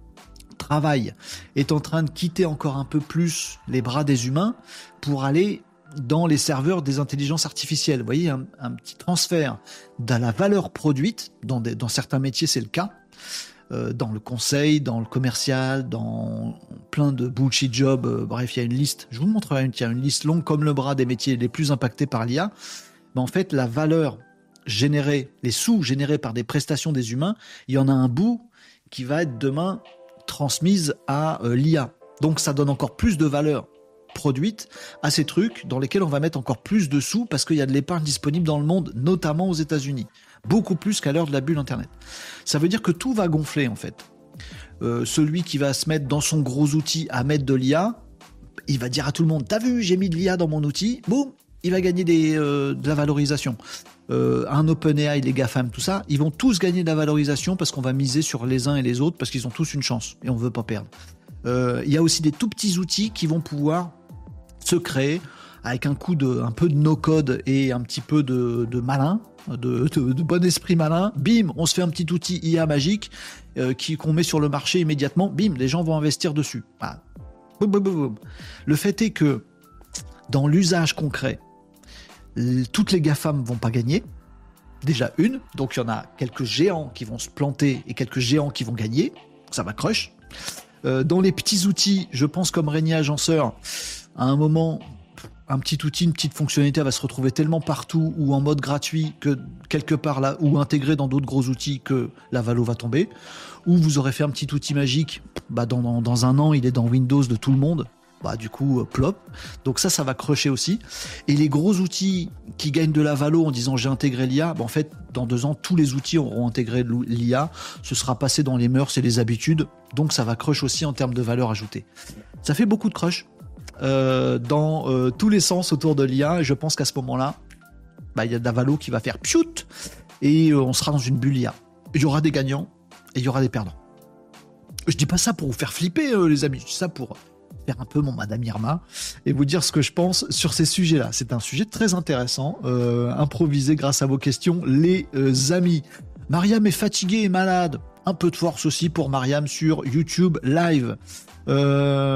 travail est en train de quitter encore un peu plus les bras des humains pour aller dans les serveurs des intelligences artificielles. Vous voyez, un petit transfert de la valeur produite, dans certains métiers c'est le cas, dans le conseil, dans le commercial, dans plein de bullshit jobs, bref, il y a une liste, je vous montrerai il y a une liste longue comme le bras des métiers les plus impactés par l'IA, mais en fait la valeur générée, les sous générés par des prestations des humains, il y en a un bout qui va être demain transmise à l'IA. Donc ça donne encore plus de valeur produite à ces trucs dans lesquels on va mettre encore plus de sous parce qu'il y a de l'épargne disponible dans le monde, notamment aux États-Unis. Beaucoup plus qu'à l'heure de la bulle Internet. Ça veut dire que tout va gonfler en fait. Celui qui va se mettre dans son gros outil à mettre de l'IA, il va dire à tout le monde, t'as vu, j'ai mis de l'IA dans mon outil, boum, il va gagner de la valorisation. Un OpenAI, les GAFAM, tout ça, ils vont tous gagner de la valorisation parce qu'on va miser sur les uns et les autres parce qu'ils ont tous une chance et on veut pas perdre. Il y a aussi des tout petits outils qui vont pouvoir se créer avec un peu de no-code et un petit peu de malin, de bon esprit malin. Bim, on se fait un petit outil IA magique qu'on met sur le marché immédiatement. Bim, les gens vont investir dessus. Voilà. Boum, boum, boum, boum. Le fait est que dans l'usage concret, toutes les GAFAM vont pas gagner. Déjà une, donc il y en a quelques géants qui vont se planter et quelques géants qui vont gagner. Ça va crush. Dans les petits outils, je pense comme Régnier Agenceur, à un moment, un petit outil, une petite fonctionnalité va se retrouver tellement partout ou en mode gratuit que quelque part là, ou intégré dans d'autres gros outils que la valo va tomber. Ou vous aurez fait un petit outil magique, dans un an, il est dans Windows de tout le monde. Du coup, plop. Donc ça va crusher aussi. Et les gros outils qui gagnent de la valo en disant j'ai intégré l'IA, en fait, dans 2 ans, tous les outils auront intégré l'IA. Ce sera passé dans les mœurs et les habitudes. Donc ça va crush aussi en termes de valeur ajoutée. Ça fait beaucoup de crush dans tous les sens autour de l'IA. Et je pense qu'à ce moment-là, il y a de la valo qui va faire piout et on sera dans une bulle IA. Il y aura des gagnants et il y aura des perdants. Je dis pas ça pour vous faire flipper, les amis. Je dis ça pour faire un peu mon Madame Irma et vous dire ce que je pense sur ces sujets-là. C'est un sujet très intéressant, improvisé grâce à vos questions, les amis. Mariam est fatiguée et malade. Un peu de force aussi pour Mariam sur YouTube Live.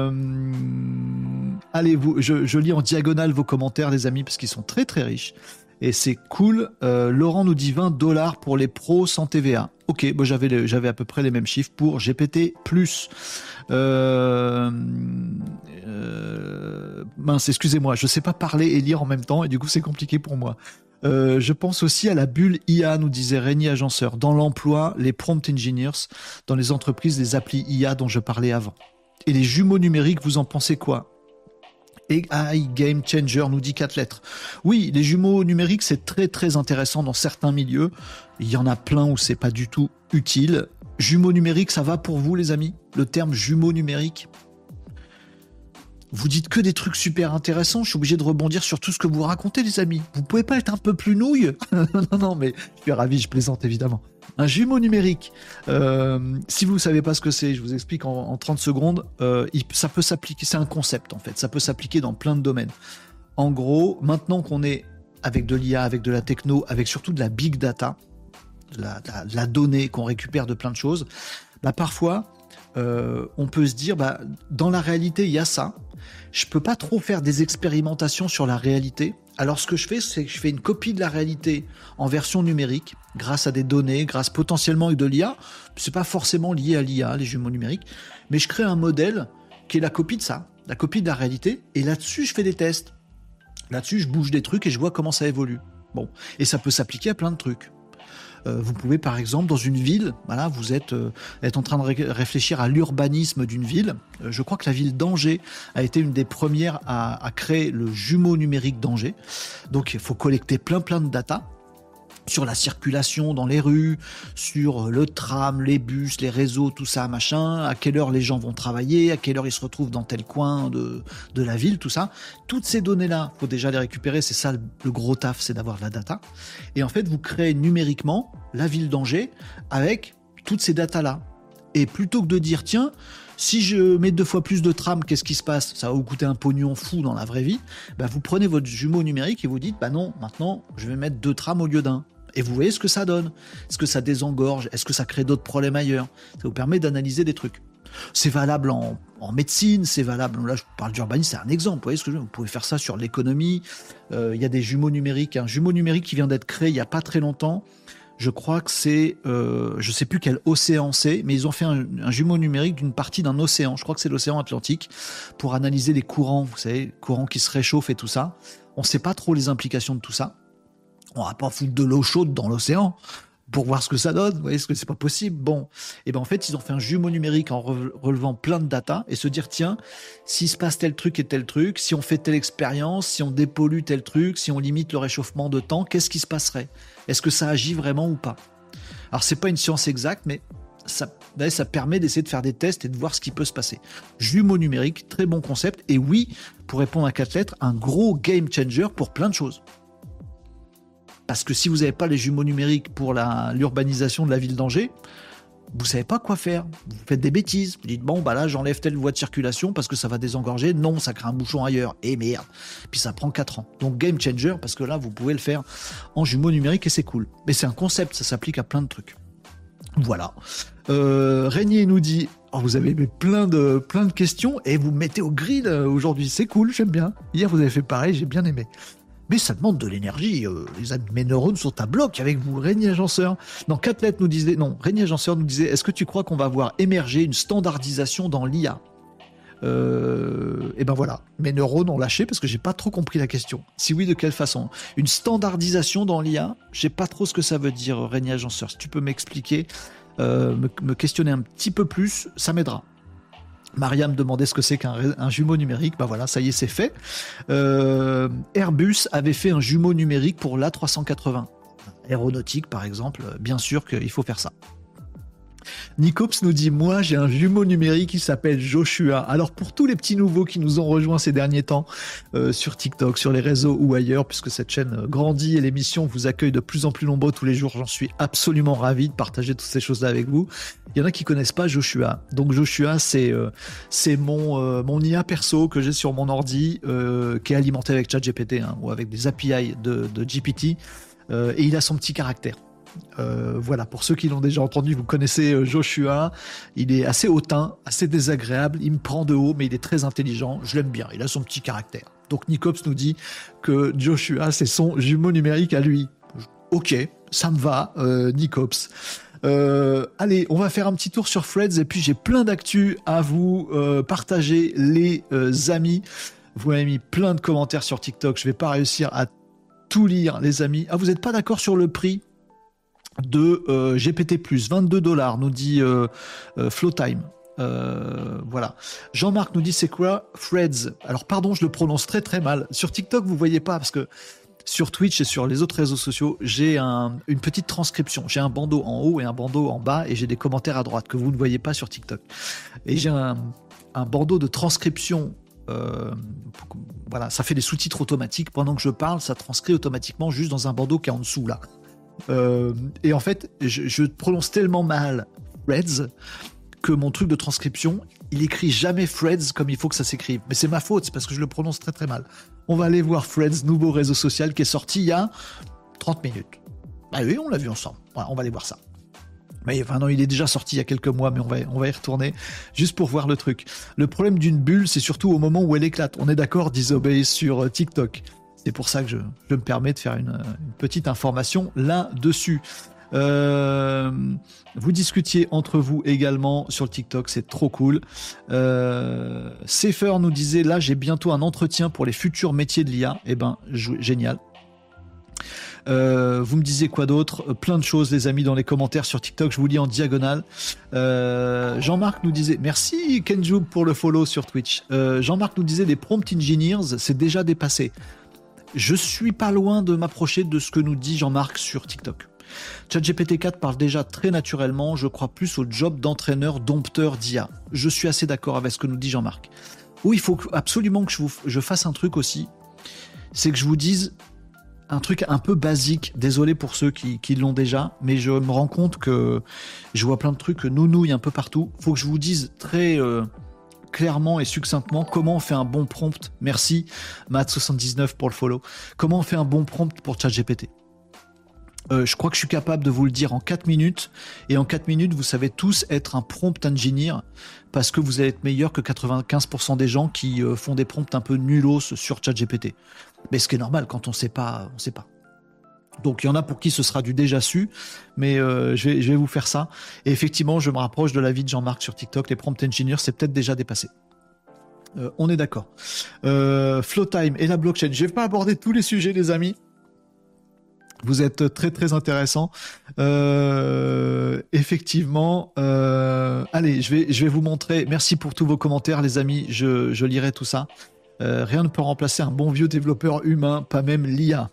Allez, je lis en diagonale vos commentaires, les amis, parce qu'ils sont très très riches. Et c'est cool. Laurent nous dit $20 pour les pros sans TVA. Ok, bon, j'avais à peu près les mêmes chiffres pour GPT+. Mince, excusez-moi, je sais pas parler et lire en même temps et du coup c'est compliqué pour moi. Je pense aussi à la bulle IA, nous disait Régnier Agenceur. Dans l'emploi, les prompt engineers, dans les entreprises, les applis IA dont je parlais avant. Et les jumeaux numériques, vous en pensez quoi? AI Game Changer, nous dit 4 lettres. Oui, les jumeaux numériques, c'est très très intéressant dans certains milieux. Il y en a plein où c'est pas du tout utile. Jumeaux numériques, ça va pour vous les amis? Le terme jumeaux numériques? Vous dites que des trucs super intéressants, je suis obligé de rebondir sur tout ce que vous racontez les amis. Vous pouvez pas être un peu plus nouille? Non, mais je suis ravi, je plaisante évidemment. Un jumeau numérique, si vous ne savez pas ce que c'est, je vous explique en 30 secondes, ça peut s'appliquer, c'est un concept en fait, ça peut s'appliquer dans plein de domaines. En gros, maintenant qu'on est avec de l'IA, avec de la techno, avec surtout de la big data, la donnée qu'on récupère de plein de choses, bah parfois, on peut se dire, bah, dans la réalité, il y a ça. Je peux pas trop faire des expérimentations sur la réalité. Alors, ce que je fais, c'est que je fais une copie de la réalité en version numérique, grâce à des données, grâce potentiellement de l'IA. C'est pas forcément lié à l'IA, les jumeaux numériques, mais je crée un modèle qui est la copie de ça, la copie de la réalité. Et là-dessus, je fais des tests. Là-dessus, je bouge des trucs et je vois comment ça évolue. Bon, et ça peut s'appliquer à plein de trucs. Vous pouvez par exemple dans une ville, voilà, vous êtes en train de réfléchir à l'urbanisme d'une ville. Je crois que la ville d'Angers a été une des premières à créer le jumeau numérique d'Angers. Donc il faut collecter plein de data sur la circulation dans les rues, sur le tram, les bus, les réseaux, tout ça, machin, à quelle heure les gens vont travailler, à quelle heure ils se retrouvent dans tel coin de la ville, tout ça. Toutes ces données-là, faut déjà les récupérer, c'est ça le gros taf, c'est d'avoir de la data. Et en fait, vous créez numériquement la ville d'Angers avec toutes ces datas-là. Et plutôt que de dire, tiens, si je mets 2 fois plus de trams, qu'est-ce qui se passe? Ça va vous coûter un pognon fou dans la vraie vie. Bah, vous prenez votre jumeau numérique et vous dites, bah non, maintenant, je vais mettre 2 trams au lieu d'un. Et vous voyez ce que ça donne. Est-ce que ça désengorge? Est-ce que ça crée d'autres problèmes ailleurs? Ça vous permet d'analyser des trucs. C'est valable en médecine, c'est valable. Là, je parle d'urbanisme, c'est un exemple. Vous voyez ce que je veux dire? Vous pouvez faire ça sur l'économie. Il y a des jumeaux numériques. Un jumeau numérique qui vient d'être créé il n'y a pas très longtemps. Je crois que c'est, je sais plus quel océan c'est, mais ils ont fait un jumeau numérique d'une partie d'un océan. Je crois que c'est l'océan Atlantique pour analyser les courants. Vous savez, courants qui se réchauffent et tout ça. On ne sait pas trop les implications de tout ça. On va pas foutre de l'eau chaude dans l'océan pour voir ce que ça donne. Vous voyez, ce que c'est pas possible. Bon, et ben en fait, ils ont fait un jumeau numérique en relevant plein de data et se dire tiens, s'il se passe tel truc et tel truc, si on fait telle expérience, si on dépollue tel truc, si on limite le réchauffement de temps, qu'est-ce qui se passerait? Est-ce que ça agit vraiment ou pas? Alors c'est pas une science exacte, mais ça permet d'essayer de faire des tests et de voir ce qui peut se passer. Jumeau numérique, très bon concept. Et oui, pour répondre à 4 lettres, un gros game changer pour plein de choses. Parce que si vous n'avez pas les jumeaux numériques pour l'urbanisation de la ville d'Angers, vous ne savez pas quoi faire. Vous faites des bêtises. Vous dites, bon, bah là, j'enlève telle voie de circulation parce que ça va désengorger. Non, ça crée un bouchon ailleurs. Et merde. Puis ça prend 4 ans. Donc, game changer, parce que là, vous pouvez le faire en jumeaux numériques et c'est cool. Mais c'est un concept, ça s'applique à plein de trucs. Voilà. Régnier nous dit, oh, vous avez plein de questions et vous mettez au grill aujourd'hui. C'est cool, j'aime bien. Hier, vous avez fait pareil, j'ai bien aimé. Mais ça demande de l'énergie, les amis. Mes neurones sont à bloc avec vous, Régnier Agenceur. Non, 4 lettres nous disait, non, Régnier Agenceur nous disait, est-ce que tu crois qu'on va voir émerger une standardisation dans l'IA? Et ben voilà, mes neurones ont lâché parce que j'ai pas trop compris la question. Si oui, de quelle façon? Une standardisation dans l'IA? Je sais pas trop ce que ça veut dire, Régnier Agenceur. Si tu peux m'expliquer, me questionner un petit peu plus, ça m'aidera. Maria me demandait ce que c'est qu'un jumeau numérique. Ben voilà, ça y est, c'est fait. Airbus avait fait un jumeau numérique pour l'A380. Aéronautique, par exemple, bien sûr qu'il faut faire ça. Nicops nous dit, moi j'ai un jumeau numérique qui s'appelle Joshua. Alors pour tous les petits nouveaux qui nous ont rejoints ces derniers temps sur TikTok, sur les réseaux ou ailleurs, puisque cette chaîne grandit et l'émission vous accueille de plus en plus nombreux tous les jours, j'en suis absolument ravi de partager toutes ces choses-là avec vous. Il y en a qui connaissent pas Joshua. Donc Joshua, c'est mon IA perso que j'ai sur mon ordi, qui est alimenté avec ChatGPT ou avec des API de GPT, et il a son petit caractère. Voilà, pour ceux qui l'ont déjà entendu, vous connaissez Joshua. Il est assez hautain, assez désagréable, il me prend de haut, mais il est très intelligent, je l'aime bien, il a son petit caractère. Donc Nicops nous dit que Joshua, c'est son jumeau numérique à lui. Ok, ça me va, Nicops. Allez, on va faire un petit tour sur Threads et puis j'ai plein d'actu à vous partager, les amis. Vous m'avez mis plein de commentaires sur TikTok, je vais pas réussir à tout lire, les amis. Ah, vous n'êtes pas d'accord sur le prix de GPT+, $22, nous dit Flowtime. Voilà. Jean-Marc nous dit c'est quoi Threads? Alors pardon, je le prononce très très mal. Sur TikTok, vous voyez pas parce que sur Twitch et sur les autres réseaux sociaux, j'ai une petite transcription. J'ai un bandeau en haut et un bandeau en bas et j'ai des commentaires à droite que vous ne voyez pas sur TikTok. Et j'ai un bandeau de transcription. Voilà, ça fait des sous-titres automatiques. Pendant que je parle, ça transcrit automatiquement juste dans un bandeau qui est en dessous là. Et en fait, je prononce tellement mal Threads que mon truc de transcription, il écrit jamais Threads comme il faut que ça s'écrive. Mais c'est ma faute, c'est parce que je le prononce très très mal. On va aller voir Threads, nouveau réseau social qui est sorti il y a 30 minutes. Ah oui, on l'a vu ensemble. Voilà, on va aller voir ça. Mais enfin non, il est déjà sorti il y a quelques mois, mais on va y retourner juste pour voir le truc. Le problème d'une bulle, c'est surtout au moment où elle éclate. On est d'accord, Disobey sur TikTok. C'est pour ça que je me permets de faire une petite information là-dessus. Vous discutiez entre vous également sur le TikTok, c'est trop cool. Safer nous disait là j'ai bientôt un entretien pour les futurs métiers de l'IA. Eh ben génial. Vous me disiez quoi d'autre? Plein de choses les amis dans les commentaires sur TikTok, je vous lis en diagonale. Jean-Marc nous disait merci Kenju pour le follow sur Twitch. Jean-Marc nous disait les prompt engineers c'est déjà dépassé. Je suis pas loin de m'approcher de ce que nous dit Jean-Marc sur TikTok. ChatGPT 4 parle déjà très naturellement, je crois plus au job d'entraîneur dompteur d'IA. Je suis assez d'accord avec ce que nous dit Jean-Marc. Oui, il faut absolument que je fasse un truc aussi, c'est que je vous dise un truc un peu basique, désolé pour ceux qui l'ont déjà, mais je me rends compte que je vois plein de trucs nounouilles un peu partout. Faut que je vous dise très clairement et succinctement comment on fait un bon prompt. Merci Matt79 pour le follow. Comment on fait un bon prompt pour ChatGPT. Je crois que je suis capable de vous le dire en 4 minutes, et en 4 minutes, vous savez tous être un prompt engineer, parce que vous allez être meilleur que 95% des gens qui font des prompts un peu nullos sur ChatGPT. Mais ce qui est normal, quand on sait pas, on sait pas. Donc il y en a pour qui ce sera du déjà su, mais je vais vous faire ça. Et effectivement, je me rapproche de l'avis de Jean-Marc sur TikTok, les prompt engineers, c'est peut-être déjà dépassé. On est d'accord. Flowtime et la blockchain, je vais pas aborder tous les sujets, les amis. Vous êtes très très intéressant. Effectivement. Allez, je vais vous montrer. Merci pour tous vos commentaires, les amis. Je lirai tout ça. Rien ne peut remplacer un bon vieux développeur humain, pas même l'IA.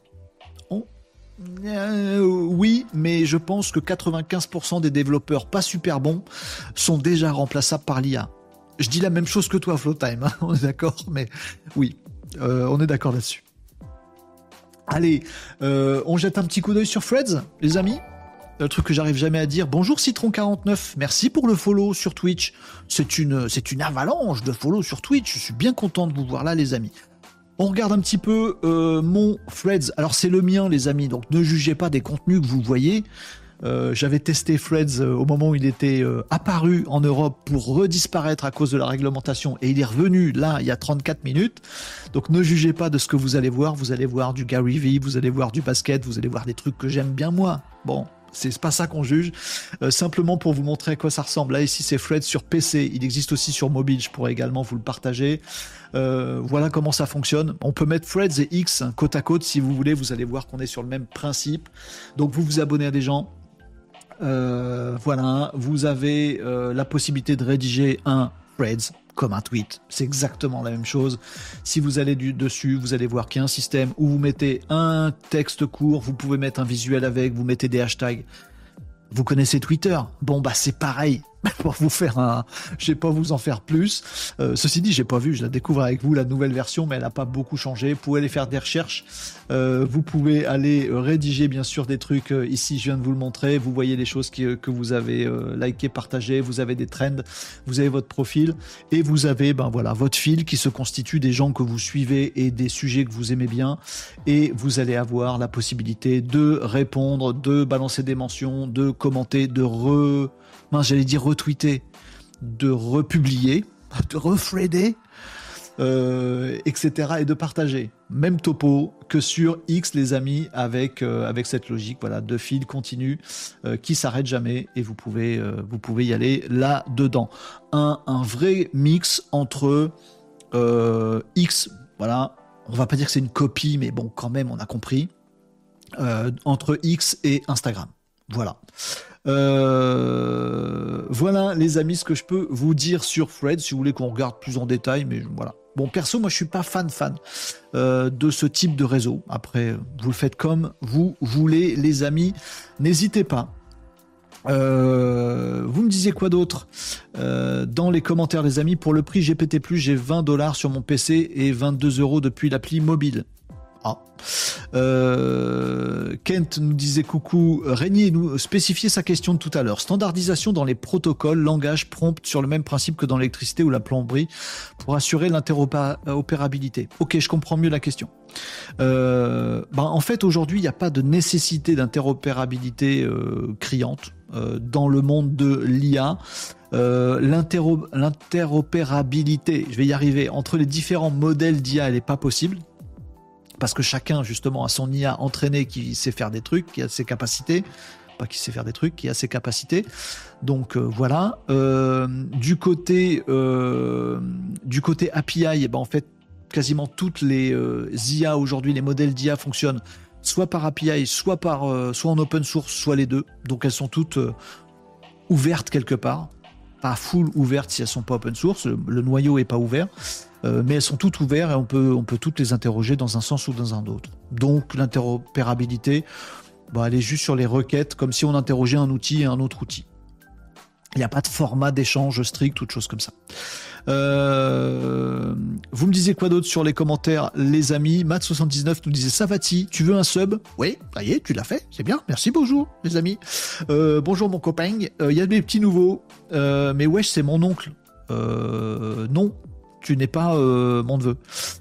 Oui, mais je pense que 95% des développeurs pas super bons sont déjà remplaçables par l'IA. Je dis la même chose que toi, Flowtime. Hein, on est d'accord, mais oui, on est d'accord là-dessus. Allez, on jette un petit coup d'œil sur Threads, les amis. Le truc que j'arrive jamais à dire. Bonjour Citron49, merci pour le follow sur Twitch. C'est une avalanche de follow sur Twitch. Je suis bien content de vous voir là, les amis. On regarde un petit peu mon Threads. Alors c'est le mien, les amis, donc ne jugez pas des contenus que vous voyez. J'avais testé Threads au moment où il était apparu en Europe pour redisparaître à cause de la réglementation, et il est revenu là il y a 34 minutes. Donc ne jugez pas de ce que vous allez voir du Gary Vee, vous allez voir du basket, vous allez voir des trucs que j'aime bien moi. Bon, c'est pas ça qu'on juge, simplement pour vous montrer à quoi ça ressemble. Là ici c'est Threads sur PC, il existe aussi sur mobile, je pourrais également vous le partager. Voilà comment ça fonctionne. On peut mettre Threads et X côte à côte si vous voulez, vous allez voir qu'on est sur le même principe. Donc vous vous abonnez à des gens. Voilà, vous avez la possibilité de rédiger un Threads comme un tweet, c'est exactement la même chose. Si vous allez dessus, vous allez voir qu'il y a un système où vous mettez un texte court, vous pouvez mettre un visuel avec, vous mettez des hashtags. Vous connaissez Twitter? Bon bah c'est pareil. Pour vous faire je vais pas vous en faire plus. Ceci dit, j'ai pas vu, je la découvre avec vous, la nouvelle version, mais elle a pas beaucoup changé. Vous pouvez aller faire des recherches. Vous pouvez aller rédiger bien sûr des trucs. Ici, je viens de vous le montrer. Vous voyez les choses que vous avez likées, partagées. Vous avez des trends. Vous avez votre profil et vous avez votre fil qui se constitue des gens que vous suivez et des sujets que vous aimez bien. Et vous allez avoir la possibilité de répondre, de balancer des mentions, de commenter, j'allais dire retweeter, de republier, de refreader. etc. et de partager. Même topo que sur X, les amis, avec cette logique, voilà, de fil continu qui s'arrête jamais et vous pouvez y aller là-dedans. Un vrai mix entre X, voilà, on va pas dire que c'est une copie, mais bon, quand même, on a compris, entre X et Instagram. Voilà. Voilà les amis ce que je peux vous dire sur Threads si vous voulez qu'on regarde plus en détail, mais voilà. Bon, perso moi je suis pas fan de ce type de réseau. Après vous le faites comme vous voulez les amis, n'hésitez pas. Vous me disiez quoi d'autre dans les commentaires les amis? Pour le prix GPT+, j'ai $20 sur mon PC et 22 € depuis l'appli mobile. Ah. Kent nous disait coucou. Régnier nous spécifiait sa question de tout à l'heure. Standardisation dans les protocoles, langage prompt sur le même principe que dans l'électricité ou la plomberie pour assurer l'interopérabilité. Ok, je comprends mieux la question. En fait, aujourd'hui, il n'y a pas de nécessité d'interopérabilité criante dans le monde de l'IA. L'interopérabilité, je vais y arriver, entre les différents modèles d'IA, elle n'est pas possible. Parce que chacun, justement, a son IA entraîné qui sait faire des trucs, qui a ses capacités. Pas qui sait faire des trucs, qui a ses capacités. Donc voilà. Du côté API, en fait, quasiment toutes les IA aujourd'hui, les modèles d'IA fonctionnent soit par API, soit en open source, soit les deux. Donc elles sont toutes ouvertes quelque part. Pas full ouvertes si elles sont pas open source. Le noyau est pas ouvert. Mais elles sont toutes ouvertes et on peut toutes les interroger dans un sens ou dans un autre. Donc l'interopérabilité, elle est juste sur les requêtes, comme si on interrogeait un outil et un autre outil. Il n'y a pas de format d'échange strict ou de choses comme ça. Vous me disiez quoi d'autre sur les commentaires, les amis? Matt79 nous disait Savati, tu veux un sub? Oui, ça y est, tu l'as fait, c'est bien. Merci, bonjour, les amis. Bonjour, mon copain. Il y a des petits nouveaux. Mais wesh, c'est mon oncle. Non. Tu n'es pas mon neveu.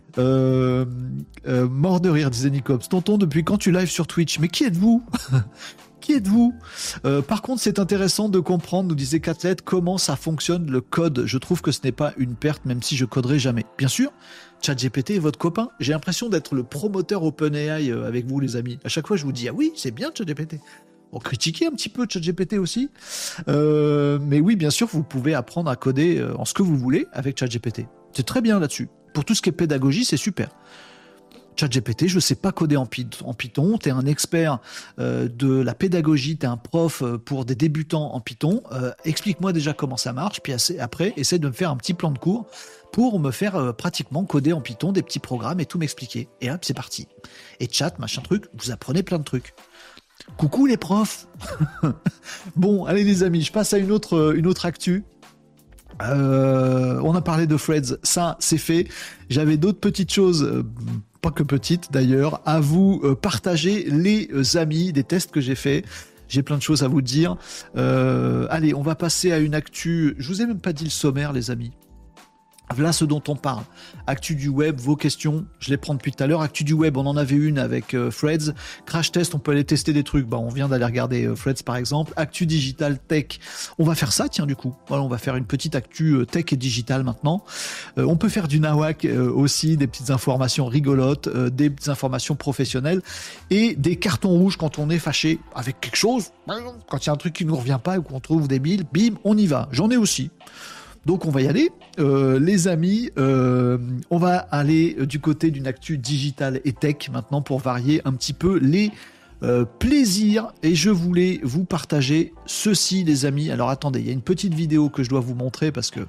Mort de rire, disait Nicops. Tonton, depuis quand tu live sur Twitch? Mais qui êtes-vous? Qui êtes-vous? Par contre, c'est intéressant de comprendre, nous disait Catlette, comment ça fonctionne le code. Je trouve que ce n'est pas une perte, même si je coderai jamais. Bien sûr, ChatGPT est votre copain. J'ai l'impression d'être le promoteur OpenAI avec vous, les amis. À chaque fois, je vous dis, ah oui, c'est bien ChatGPT. On critiquer un petit peu ChatGPT aussi. Mais oui, bien sûr, vous pouvez apprendre à coder en ce que vous voulez avec ChatGPT. C'est très bien là-dessus. Pour tout ce qui est pédagogie, c'est super. ChatGPT, je ne sais pas coder en Python. Tu es un expert de la pédagogie, tu es un prof pour des débutants en Python. Explique-moi déjà comment ça marche, puis après, essaie de me faire un petit plan de cours pour me faire pratiquement coder en Python des petits programmes et tout m'expliquer. Et hop, c'est parti. Et chat, machin truc, vous apprenez plein de trucs. Coucou les profs. Bon, allez les amis, je passe à une autre actu. On a parlé de Threads, ça c'est fait. J'avais d'autres petites choses, pas que petites d'ailleurs, à vous partager, les amis, des tests que j'ai fait. J'ai plein de choses à vous dire. Allez, on va passer à une actu. Je vous ai même pas dit le sommaire, les amis. Voilà ce dont on parle. Actu du web, vos questions, je les prends depuis tout à l'heure. Actu du web, on en avait une avec Threads. Crash test, on peut aller tester des trucs. On vient d'aller regarder Threads par exemple. Actu digital tech, on va faire ça, tiens du coup. Voilà, on va faire une petite actu tech et digital maintenant. On peut faire du nawak aussi, des petites informations rigolotes, des petites informations professionnelles et des cartons rouges quand on est fâché avec quelque chose. Quand il y a un truc qui nous revient pas ou qu'on trouve débile, bim, on y va. J'en ai aussi. Donc on va y aller, les amis, on va aller du côté d'une actu digitale et tech maintenant pour varier un petit peu les plaisirs, et je voulais vous partager ceci les amis. Alors attendez, il y a une petite vidéo que je dois vous montrer parce que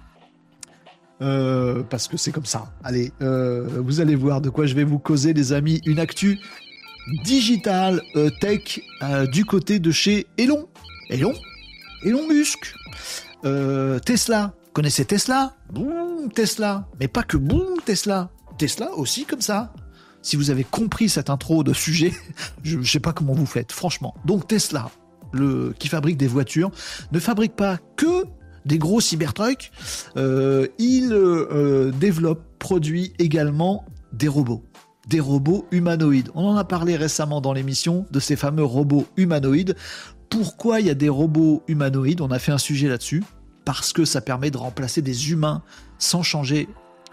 c'est comme ça. Allez, vous allez voir de quoi je vais vous causer les amis, une actu digitale tech du côté de chez Elon Musk. Tesla, connaissez Tesla? Boum, Tesla, mais pas que boum, Tesla aussi comme ça. Si vous avez compris cette intro de sujet, je sais pas comment vous faites, franchement. Donc Tesla, qui fabrique des voitures, ne fabrique pas que des gros Cybertrucks, il développe, produit également des robots humanoïdes. On en a parlé récemment dans l'émission de ces fameux robots humanoïdes. Pourquoi il y a des robots humanoïdes? On a fait un sujet là-dessus. Parce que ça permet de remplacer des humains sans changer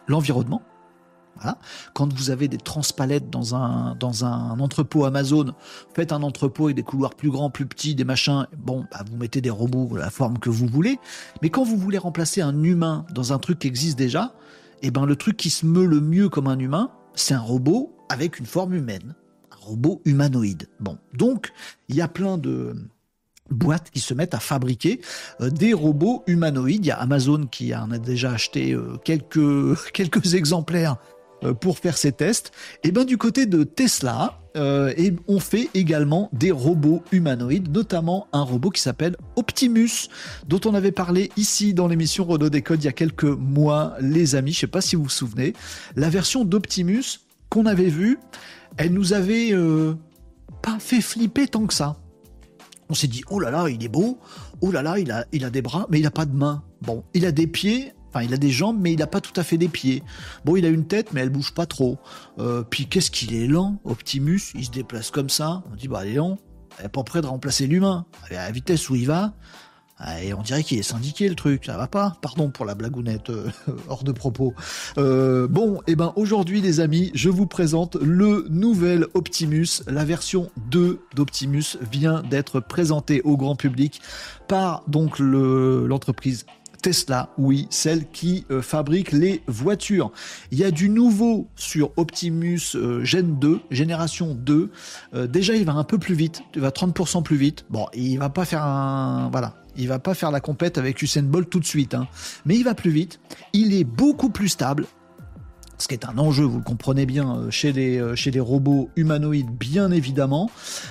l'environnement. Voilà. Quand vous avez des transpalettes dans un entrepôt Amazon, faites un entrepôt avec des couloirs plus grands, plus petits, des machins, bon, bah, vous mettez des robots de la forme que vous voulez, mais quand vous voulez remplacer un humain dans un truc qui existe déjà, eh ben, le truc qui se meut le mieux comme un humain, c'est un robot avec une forme humaine, un robot humanoïde. Bon, donc, il y a plein de boîtes qui se mettent à fabriquer des robots humanoïdes. Il y a Amazon qui en a déjà acheté quelques exemplaires pour faire ses tests. Et bien du côté de Tesla, on fait également des robots humanoïdes, notamment un robot qui s'appelle Optimus, dont on avait parlé ici dans l'émission Renault Décode il y a quelques mois, les amis. Je ne sais pas si vous vous souvenez. La version d'Optimus qu'on avait vue, elle nous avait pas fait flipper tant que ça. On s'est dit, oh là là, il est beau, oh là là, il a des bras, mais il n'a pas de mains. Bon, il a des pieds, enfin, il a des jambes, mais il n'a pas tout à fait des pieds. Bon, il a une tête, mais elle bouge pas trop. Puis qu'est-ce qu'il est lent, Optimus, il se déplace comme ça. On dit, bah, il est lent, il n'est pas prêt de remplacer l'humain. À la vitesse où il va, et on dirait qu'il est syndiqué, le truc, ça va pas. Pardon pour la blagounette hors de propos. Bon, et ben aujourd'hui, les amis, je vous présente le nouvel Optimus. La version 2 d'Optimus vient d'être présentée au grand public par donc l'entreprise Tesla, oui, celle qui fabrique les voitures. Il y a du nouveau sur Optimus Gen 2, génération 2. Déjà, il va un peu plus vite, il va 30% plus vite. Bon, il va pas faire il va pas faire la compète avec Usain Bolt tout de suite, hein. Mais il va plus vite. Il est beaucoup plus stable. Ce qui est un enjeu, vous le comprenez bien, chez les robots humanoïdes, bien évidemment.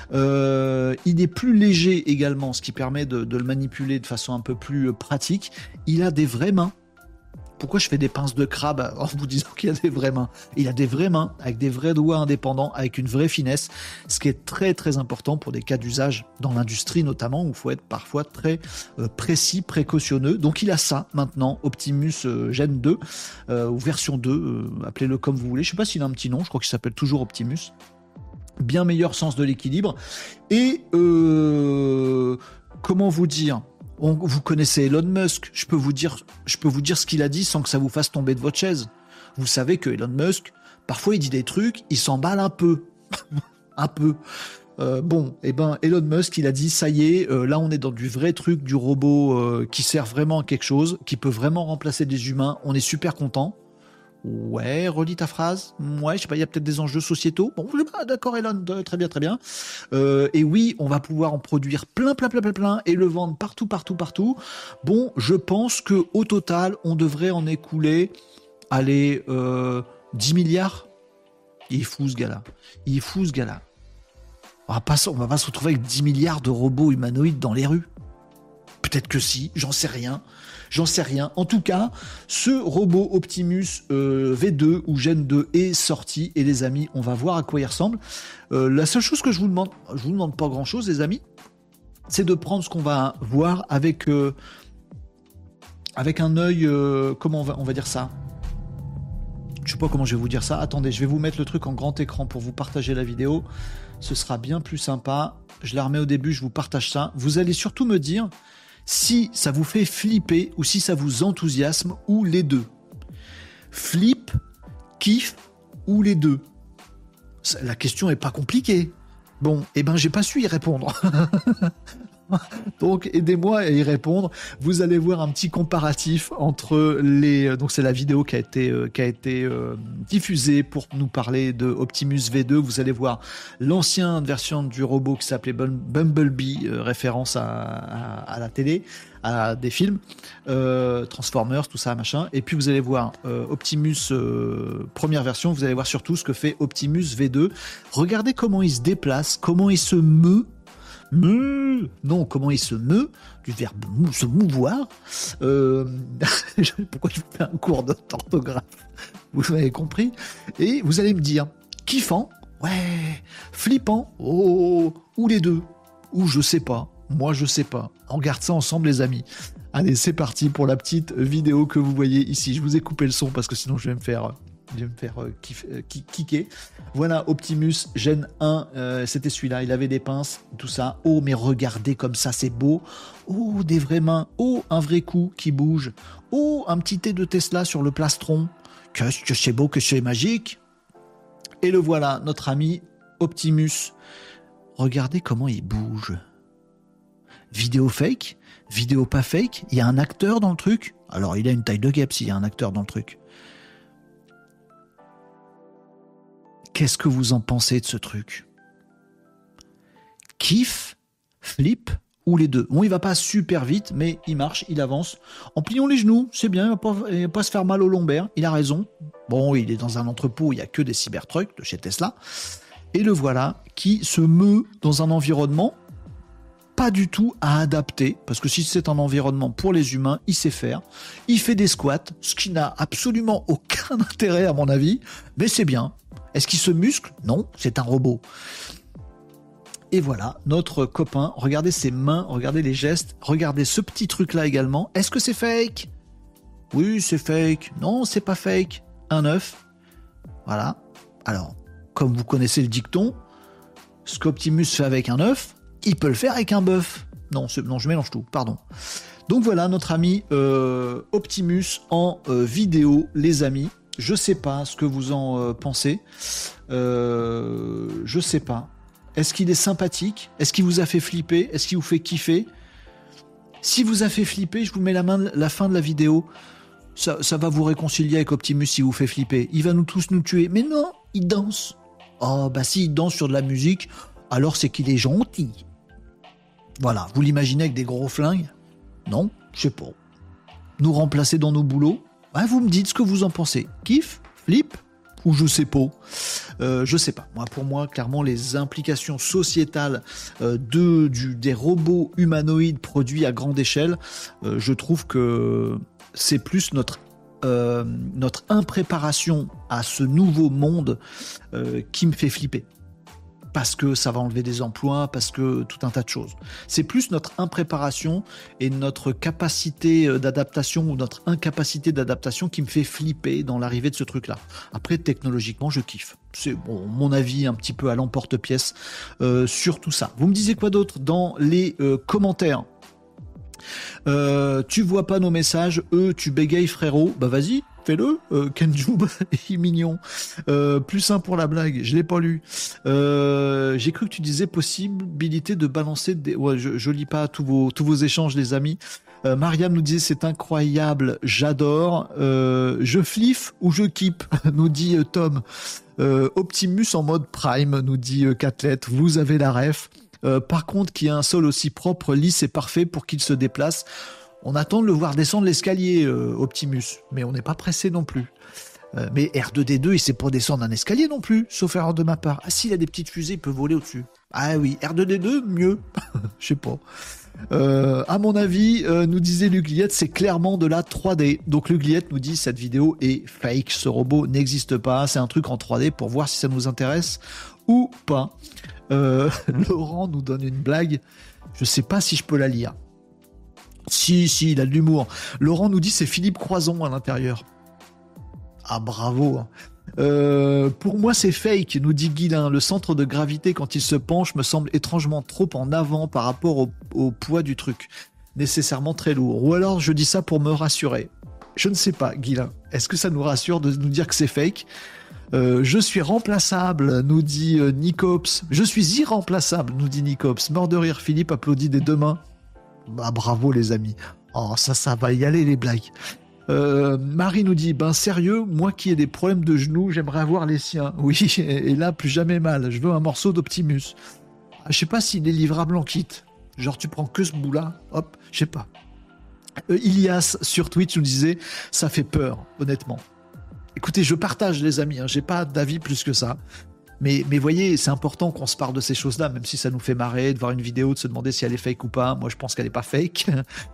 Il est plus léger également, ce qui permet de le manipuler de façon un peu plus pratique. Il a des vraies mains. Pourquoi je fais des pinces de crabe en vous disant qu'il a des vraies mains? Il a des vraies mains, avec des vrais doigts indépendants, avec une vraie finesse, ce qui est très très important pour des cas d'usage dans l'industrie notamment, où il faut être parfois très précis, précautionneux. Donc il a ça maintenant, Optimus Gen 2, ou version 2, appelez-le comme vous voulez. Je ne sais pas s'il a un petit nom, je crois qu'il s'appelle toujours Optimus. Bien meilleur sens de l'équilibre. Et comment vous dire, vous connaissez Elon Musk, je peux vous dire ce qu'il a dit sans que ça vous fasse tomber de votre chaise. Vous savez que Elon Musk, parfois il dit des trucs, il s'emballe un peu. Un peu. Bon, et ben Elon Musk, il a dit, ça y est, là on est dans du vrai truc, du robot qui sert vraiment à quelque chose, qui peut vraiment remplacer des humains, on est super content. Ouais, relis ta phrase. Ouais, je sais pas, il y a peut-être des enjeux sociétaux. Bon, d'accord Elon, très bien, très bien. Et oui, on va pouvoir en produire plein, et le vendre partout. Bon, je pense que au total, on devrait en écouler, 10 milliards. Il est fou ce gars-là. On va pas se retrouver avec 10 milliards de robots humanoïdes dans les rues. Peut-être que si, j'en sais rien. En tout cas, ce robot Optimus V2 ou Gen 2 est sorti et les amis, on va voir à quoi il ressemble. La seule chose que je vous demande pas grand-chose, les amis, c'est de prendre ce qu'on va voir avec un œil, comment on va dire ça? Je sais pas comment je vais vous dire ça. Attendez, je vais vous mettre le truc en grand écran pour vous partager la vidéo. Ce sera bien plus sympa. Je la remets au début, je vous partage ça. Vous allez surtout me dire si ça vous fait flipper ou si ça vous enthousiasme ou les deux. Flip, kiff ou les deux. La question est pas compliquée. Bon, eh ben j'ai pas su y répondre. Donc aidez-moi à y répondre. Vous allez voir un petit comparatif entre les. Donc c'est la vidéo qui a été diffusée pour nous parler de Optimus V2. Vous allez voir l'ancienne version du robot qui s'appelait Bumblebee, référence à la télé, à des films, Transformers, tout ça, machin. Et puis vous allez voir Optimus première version. Vous allez voir surtout ce que fait Optimus V2. Regardez comment il se déplace, comment il se meut. Comment il se meut, du verbe se mouvoir. Pourquoi je vous fais un cours d'orthographe? Vous m'avez compris. Et vous allez me dire, kiffant, ouais, flippant, oh, ou les deux, ou je sais pas. Moi, je sais pas. On regarde ça ensemble, les amis. Allez, c'est parti pour la petite vidéo que vous voyez ici. Je vous ai coupé le son parce que sinon je vais me faire kicker. Voilà Optimus Gen 1, c'était celui-là, il avait des pinces, tout ça. Oh, mais regardez comme ça, c'est beau. Oh, des vraies mains. Oh, un vrai cou qui bouge. Oh, un petit T de Tesla sur le plastron. Qu'est-ce que c'est beau, que c'est magique. Et le voilà, notre ami Optimus. Regardez comment il bouge. Vidéo fake, vidéo pas fake, il y a un acteur dans le truc. Alors, il a une taille de guêpe s'il y a un acteur dans le truc. Qu'est-ce que vous en pensez de ce truc? Kiff, flip ou les deux? Bon, il va pas super vite, mais il marche, il avance. En pliant les genoux, c'est bien, il va pas se faire mal au lombaire, il a raison. Bon, il est dans un entrepôt où il n'y a que des Cybertrucks de chez Tesla. Et le voilà qui se meut dans un environnement pas du tout à adapter, parce que si c'est un environnement pour les humains, il sait faire. Il fait des squats, ce qui n'a absolument aucun intérêt à mon avis, mais c'est bien. Est-ce qu'il se muscle? Non, c'est un robot. Et voilà, notre copain, regardez ses mains, regardez les gestes, regardez ce petit truc-là également. Est-ce que c'est fake? Oui, c'est fake. Non, c'est pas fake. Un œuf. Voilà. Alors, comme vous connaissez le dicton, ce qu'Optimus fait avec un œuf, il peut le faire avec un bœuf. Non, je mélange tout, pardon. Donc voilà, notre ami Optimus en vidéo, les amis. Je sais pas ce que vous en pensez. Je sais pas. Est-ce qu'il est sympathique? Est-ce qu'il vous a fait flipper? Est-ce qu'il vous fait kiffer? Si vous a fait flipper, je vous mets la fin de la vidéo. Ça va vous réconcilier avec Optimus si vous fait flipper. Il va nous tous nous tuer. Mais non, il danse. Oh, bah si, il danse sur de la musique, alors c'est qu'il est gentil. Voilà, vous l'imaginez avec des gros flingues? Non, je sais pas. Nous remplacer dans nos boulots? Ouais, vous me dites ce que vous en pensez. Kiff? Flip? Ou je sais pas. Je sais pas. Pour moi, clairement, les implications sociétales des robots humanoïdes produits à grande échelle, je trouve que c'est plus notre impréparation à ce nouveau monde qui me fait flipper. Parce que ça va enlever des emplois, parce que tout un tas de choses. C'est plus notre impréparation et notre capacité d'adaptation ou notre incapacité d'adaptation qui me fait flipper dans l'arrivée de ce truc-là. Après, technologiquement, je kiffe. C'est mon avis un petit peu à l'emporte-pièce sur tout ça. Vous me disiez quoi d'autre dans les commentaires? Tu vois pas nos messages, tu bégayes frérot, bah vas-y, fais-le, Kenjoub est mignon. Plus simple pour la blague, je l'ai pas lu. J'ai cru que tu disais possibilité de balancer des... Ouais, je lis pas tous vos échanges les amis. Mariam nous disait c'est incroyable, j'adore. Je fliffe ou je kippe, nous dit Tom. Optimus en mode prime, nous dit Catlette, vous avez la ref. Par contre, qu'il y ait un sol aussi propre, lisse et parfait pour qu'il se déplace. On attend de le voir descendre l'escalier, Optimus, mais on n'est pas pressé non plus. Mais R2D2, il sait pas descendre un escalier non plus, sauf erreur de ma part. Ah, s'il a des petites fusées, il peut voler au-dessus. Ah oui, R2D2, mieux. Je sais pas. À mon avis, nous disait Lugliette, c'est clairement de la 3D. Donc Lugliette nous dit, cette vidéo est fake, ce robot n'existe pas, c'est un truc en 3D pour voir si ça nous intéresse ou pas. Laurent nous donne une blague, je sais pas si je peux la lire. Si, il a de l'humour. Laurent nous dit c'est Philippe Croison à l'intérieur. Ah bravo. Pour moi c'est fake, nous dit Guilain. Le centre de gravité quand il se penche me semble étrangement trop en avant par rapport au poids du truc. Nécessairement très lourd. Ou alors je dis ça pour me rassurer. Je ne sais pas, Guilain. Est-ce que ça nous rassure de nous dire que c'est fake? Je suis remplaçable, nous dit Nicops. Je suis irremplaçable, nous dit Nicops. Mort de rire, Philippe applaudit des deux mains. Bah bravo les amis. Oh ça va y aller les blagues. Marie nous dit, ben sérieux, moi qui ai des problèmes de genoux, j'aimerais avoir les siens. Oui, et là plus jamais mal. Je veux un morceau d'Optimus. Je sais pas s'il est livrable en kit. Genre tu prends que ce bout-là, hop, je sais pas. Ilias sur Twitch nous disait, ça fait peur, honnêtement. Écoutez, je partage les amis, hein, j'ai pas d'avis plus que ça. Mais voyez, c'est important qu'on se parle de ces choses-là, même si ça nous fait marrer de voir une vidéo, de se demander si elle est fake ou pas. Moi, je pense qu'elle est pas fake,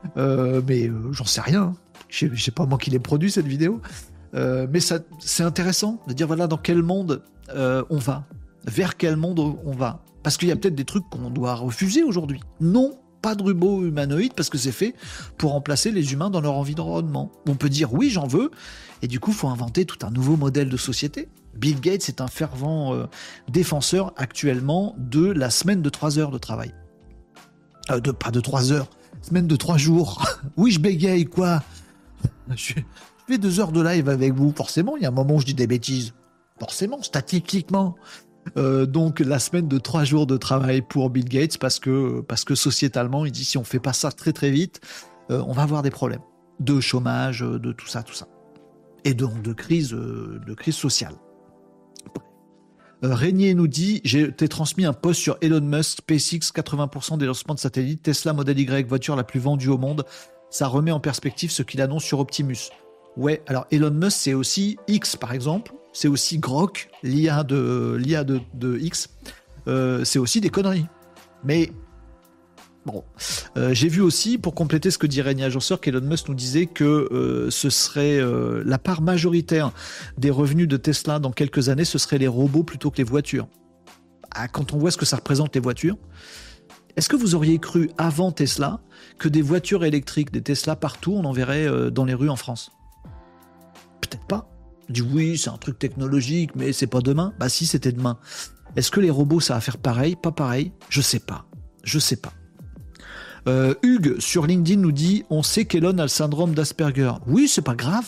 mais j'en sais rien. Je sais pas moi qui l'ai produit cette vidéo, mais ça, c'est intéressant de dire voilà dans quel monde on va, vers quel monde on va. Parce qu'il y a peut-être des trucs qu'on doit refuser aujourd'hui. Non, pas de robot humanoïde parce que c'est fait pour remplacer les humains dans leur environnement. On peut dire oui, j'en veux, et du coup, il faut inventer tout un nouveau modèle de société. Bill Gates est un fervent défenseur actuellement de la semaine de 3 heures de travail. Pas de 3 heures, semaine de 3 jours. Oui, je bégaye, quoi. Je fais 2 heures de live avec vous, forcément, il y a un moment où je dis des bêtises. Forcément, statistiquement. Donc la semaine de 3 jours de travail pour Bill Gates parce que sociétalement il dit si on fait pas ça très très vite on va avoir des problèmes de chômage, de tout ça et de crise sociale. Régnier nous dit j'ai transmis un post sur Elon Musk, SpaceX, 80% des lancements de satellites, Tesla Model Y, voiture la plus vendue au monde, ça remet en perspective ce qu'il annonce sur Optimus. Ouais, alors Elon Musk c'est aussi X par exemple. C'est aussi Grok, l'IA de X. C'est aussi des conneries. Mais bon, j'ai vu aussi, pour compléter ce que dit Régnier Agenceur, qu'Elon Musk nous disait que ce serait la part majoritaire des revenus de Tesla dans quelques années, ce serait les robots plutôt que les voitures. Ah, quand on voit ce que ça représente les voitures, est-ce que vous auriez cru avant Tesla que des voitures électriques, des Tesla partout, on en verrait dans les rues en France? Peut-être pas. On dit oui, c'est un truc technologique, mais c'est pas demain. Bah si, c'était demain. Est-ce que les robots, ça va faire pareil? Pas pareil? Je sais pas. Hugues, sur LinkedIn, nous dit on sait qu'Elon a le syndrome d'Asperger. Oui, c'est pas grave.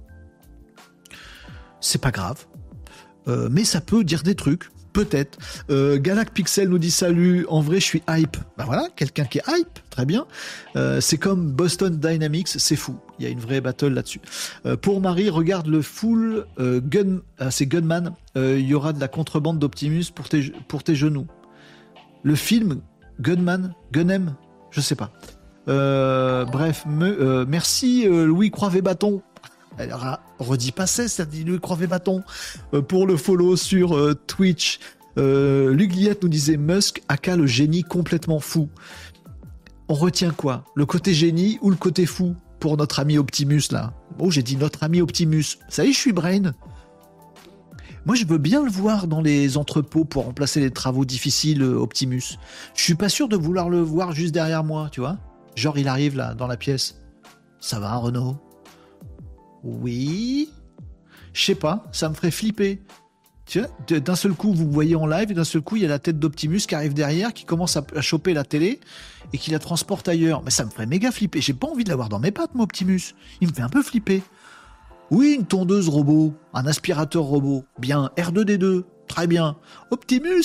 Mais ça peut dire des trucs. Peut-être. Galac Pixel nous dit salut, en vrai je suis hype. Ben voilà, quelqu'un qui est hype, très bien. C'est comme Boston Dynamics, c'est fou. Il y a une vraie battle là-dessus. Pour Marie, regarde le full gun, c'est Gunman. Il y aura de la contrebande d'Optimus pour tes genoux. Le film Gunman, Gunem, je sais pas. Bref, merci Louis Croivet-Bâton. Elle redit pas ça dit Louis Croivet-Bâton pour le follow sur Twitch. Lugliette nous disait Musk aka le génie complètement fou. On retient quoi? Le côté génie ou le côté fou pour notre ami Optimus là? Oh, j'ai dit notre ami Optimus. Ça y est, je suis brain. Moi, je veux bien le voir dans les entrepôts pour remplacer les travaux difficiles Optimus. Je suis pas sûr de vouloir le voir juste derrière moi, tu vois? Genre, il arrive là, dans la pièce. Ça va, Renaud? Oui. Je sais pas, ça me ferait flipper. Tu vois, d'un seul coup, vous me voyez en live, et d'un seul coup, il y a la tête d'Optimus qui arrive derrière, qui commence à choper la télé, et qui la transporte ailleurs. Mais ça me ferait méga flipper. J'ai pas envie de l'avoir dans mes pattes, moi, Optimus. Il me fait un peu flipper. Oui, une tondeuse robot, un aspirateur robot. Bien, R2D2, très bien. Optimus,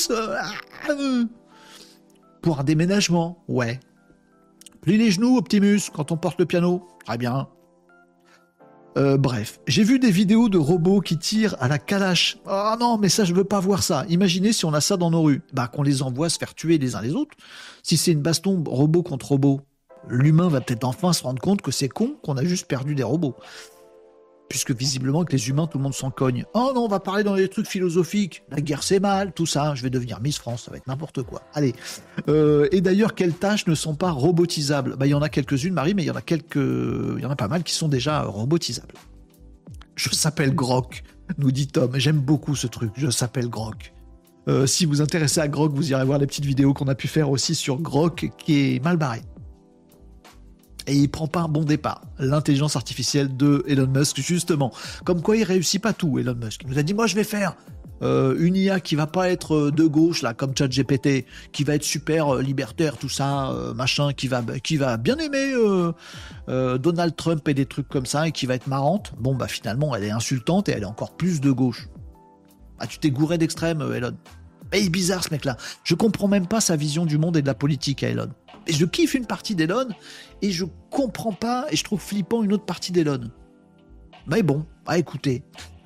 pour un déménagement, ouais. Plie les genoux, Optimus, quand on porte le piano, très bien. Bref, j'ai vu des vidéos de robots qui tirent à la calache. Ah non, mais ça, je veux pas voir ça. Imaginez si on a ça dans nos rues. Bah, qu'on les envoie se faire tuer les uns les autres. Si c'est une baston robot contre robot, l'humain va peut-être enfin se rendre compte que c'est con, qu'on a juste perdu des robots. Puisque visiblement, avec les humains, tout le monde s'en cogne. Oh non, on va parler dans des trucs philosophiques. La guerre, c'est mal, tout ça. Je vais devenir Miss France, ça va être n'importe quoi. Allez. Et d'ailleurs, quelles tâches ne sont pas robotisables? Bah, il y en a quelques-unes, Marie, mais il y en a pas mal qui sont déjà robotisables. Je s'appelle Grok, nous dit Tom. J'aime beaucoup ce truc. Je s'appelle Grok. Si vous vous intéressez à Grok, vous irez voir les petites vidéos qu'on a pu faire aussi sur Grok, qui est mal barré. Et il prend pas un bon départ. L'intelligence artificielle de Elon Musk, justement. Comme quoi il réussit pas tout, Elon Musk. Il nous a dit, moi je vais faire une IA qui va pas être de gauche, là, comme ChatGPT, qui va être super libertaire, tout ça, machin, qui va bien aimer Donald Trump et des trucs comme ça, et qui va être marrante. Bon, bah finalement, elle est insultante et elle est encore plus de gauche. Ah, tu t'es gouré d'extrême, Elon. Mais il est bizarre, ce mec-là. Je comprends même pas sa vision du monde et de la politique à Elon. Et je kiffe une partie d'Elon, et je comprends pas, et je trouve flippant une autre partie d'Elon. Mais bon, écoutez.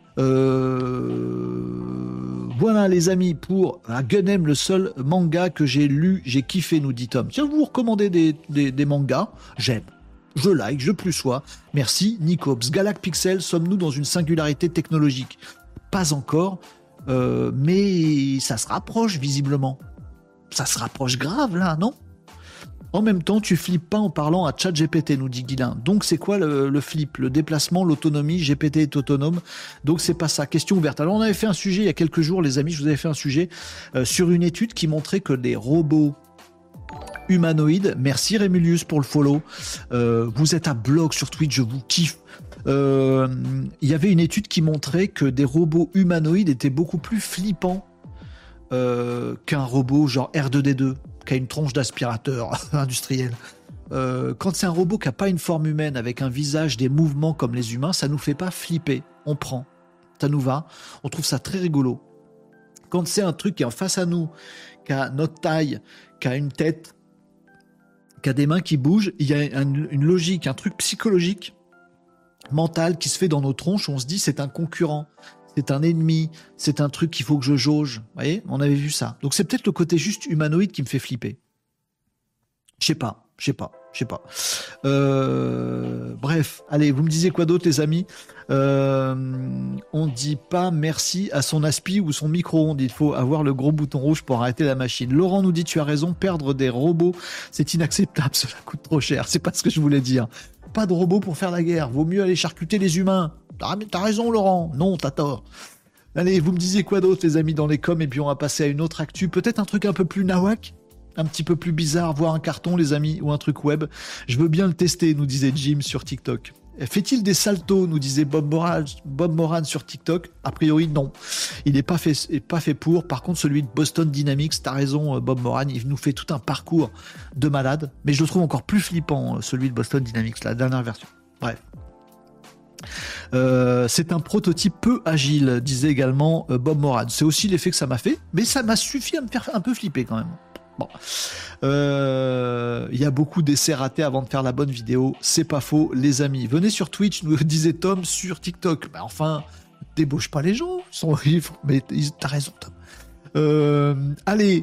Voilà les amis, pour Gunem, le seul manga que j'ai lu, j'ai kiffé, nous dit Tom. Tiens, vous recommandez des mangas? J'aime. Je like, je plus sois. Merci, Nicops. Galac Pixel, sommes-nous dans une singularité technologique? Pas encore, mais ça se rapproche visiblement. Ça se rapproche grave là, non? En même temps, tu flippes pas en parlant à ChatGPT, nous dit Guilain. Donc c'est quoi le flip? Le déplacement, l'autonomie, GPT est autonome. Donc c'est pas ça. Question ouverte. Alors on avait fait un sujet il y a quelques jours, les amis, je vous avais fait un sujet sur une étude qui montrait que des robots humanoïdes, merci Rémulius pour le follow, vous êtes à bloc sur Twitch, je vous kiffe. Il y avait une étude qui montrait que des robots humanoïdes étaient beaucoup plus flippants qu'un robot genre R2D2 qui a une tronche d'aspirateur industriel. quand c'est un robot qui n'a pas une forme humaine, avec un visage, des mouvements comme les humains, ça nous fait pas flipper. On prend. Ça nous va. On trouve ça très rigolo. Quand c'est un truc qui est en face à nous, qui a notre taille, qui a une tête, qui a des mains qui bougent, il y a une logique, un truc psychologique, mental qui se fait dans nos tronches. On se dit c'est un concurrent, c'est un ennemi, c'est un truc qu'il faut que je jauge. Vous voyez, on avait vu ça. Donc c'est peut-être le côté juste humanoïde qui me fait flipper. Je sais pas. Bref, allez, vous me disiez quoi d'autre, les amis? On dit pas merci à son aspi ou son micro-ondes. Il faut avoir le gros bouton rouge pour arrêter la machine. Laurent nous dit, tu as raison, perdre des robots, c'est inacceptable, cela coûte trop cher. C'est pas ce que je voulais dire. Pas de robots pour faire la guerre. Vaut mieux aller charcuter les humains. T'as raison, Laurent. Non, t'as tort. Allez, vous me disiez quoi d'autre, les amis, dans les coms, et puis on va passer à une autre actu. Peut-être un truc un peu plus nawak, un petit peu plus bizarre, voir un carton, les amis, ou un truc web. Je veux bien le tester, nous disait Jim sur TikTok. Fait-il des saltos, nous disait Bob Moran sur TikTok? A priori, non. Il n'est pas fait pour. Par contre, celui de Boston Dynamics, t'as raison, Bob Moran, il nous fait tout un parcours de malade. Mais je le trouve encore plus flippant, celui de Boston Dynamics, la dernière version. Bref. C'est un prototype peu agile, disait également Bob Moran. C'est aussi l'effet que ça m'a fait, mais ça m'a suffi à me faire un peu flipper quand même. Bon, y a beaucoup d'essais ratés avant de faire la bonne vidéo, c'est pas faux, les amis. Venez sur Twitch, nous disait Tom sur TikTok. Bah enfin, débauche pas les gens, mais t'as raison, Tom. Allez,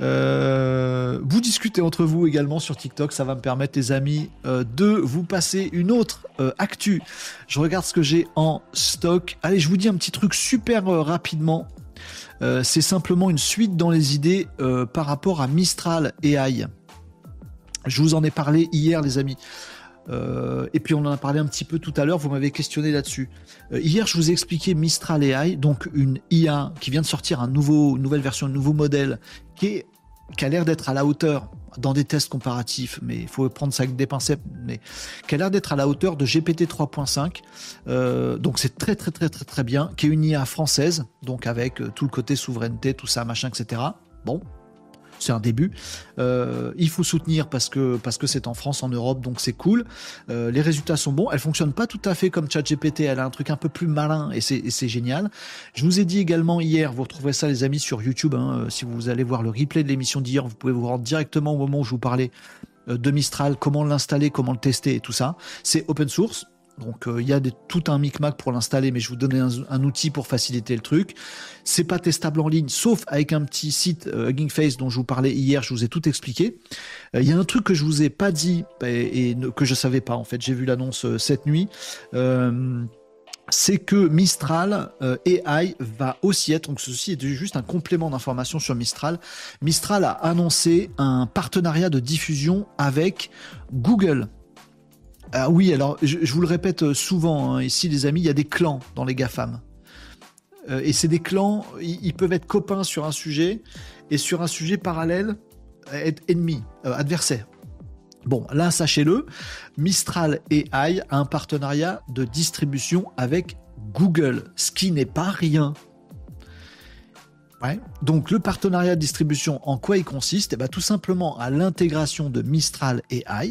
vous discutez entre vous également sur TikTok, ça va me permettre, les amis, de vous passer une autre actu. Je regarde ce que j'ai en stock. Allez, je vous dis un petit truc super rapidement. C'est simplement une suite dans les idées par rapport à Mistral AI. Je vous en ai parlé hier, les amis. Et puis on en a parlé un petit peu tout à l'heure, vous m'avez questionné là-dessus. Hier, je vous ai expliqué Mistral AI, donc une IA qui vient de sortir une nouvelle version, un nouveau modèle qui a l'air d'être à la hauteur dans des tests comparatifs, mais il faut prendre ça avec des pincettes, mais qui a l'air d'être à la hauteur de GPT 3.5. Donc c'est très très très très très bien, qui est une IA française, donc avec tout le côté souveraineté, tout ça, machin, etc. Bon, c'est un début. Il faut soutenir parce que c'est en France, en Europe, donc c'est cool. Les résultats sont bons. Elle fonctionne pas tout à fait comme ChatGPT. Elle a un truc un peu plus malin et c'est génial. Je vous ai dit également hier, vous retrouverez ça, les amis, sur YouTube. Si vous allez voir le replay de l'émission d'hier, vous pouvez vous rendre directement au moment où je vous parlais de Mistral, comment l'installer, comment le tester et tout ça. C'est open source. Donc il y a tout un micmac pour l'installer, mais je vous donnais un outil pour faciliter le truc. C'est pas testable en ligne, sauf avec un petit site Hugging Face dont je vous parlais hier, je vous ai tout expliqué. Il y a un truc que je vous ai pas dit et que je savais pas en fait, j'ai vu l'annonce cette nuit. C'est que Mistral AI va aussi être, donc ceci est juste un complément d'information sur Mistral. Mistral a annoncé un partenariat de diffusion avec Google. Ah oui, alors je vous le répète souvent, hein, ici les amis, il y a des clans dans les GAFAM. Et c'est des clans, ils peuvent être copains sur un sujet, et sur un sujet parallèle, être ennemis, adversaires. Bon, là, sachez-le, Mistral AI a un partenariat de distribution avec Google, ce qui n'est pas rien. Ouais. Donc le partenariat de distribution, en quoi il consiste? Tout simplement à l'intégration de Mistral AI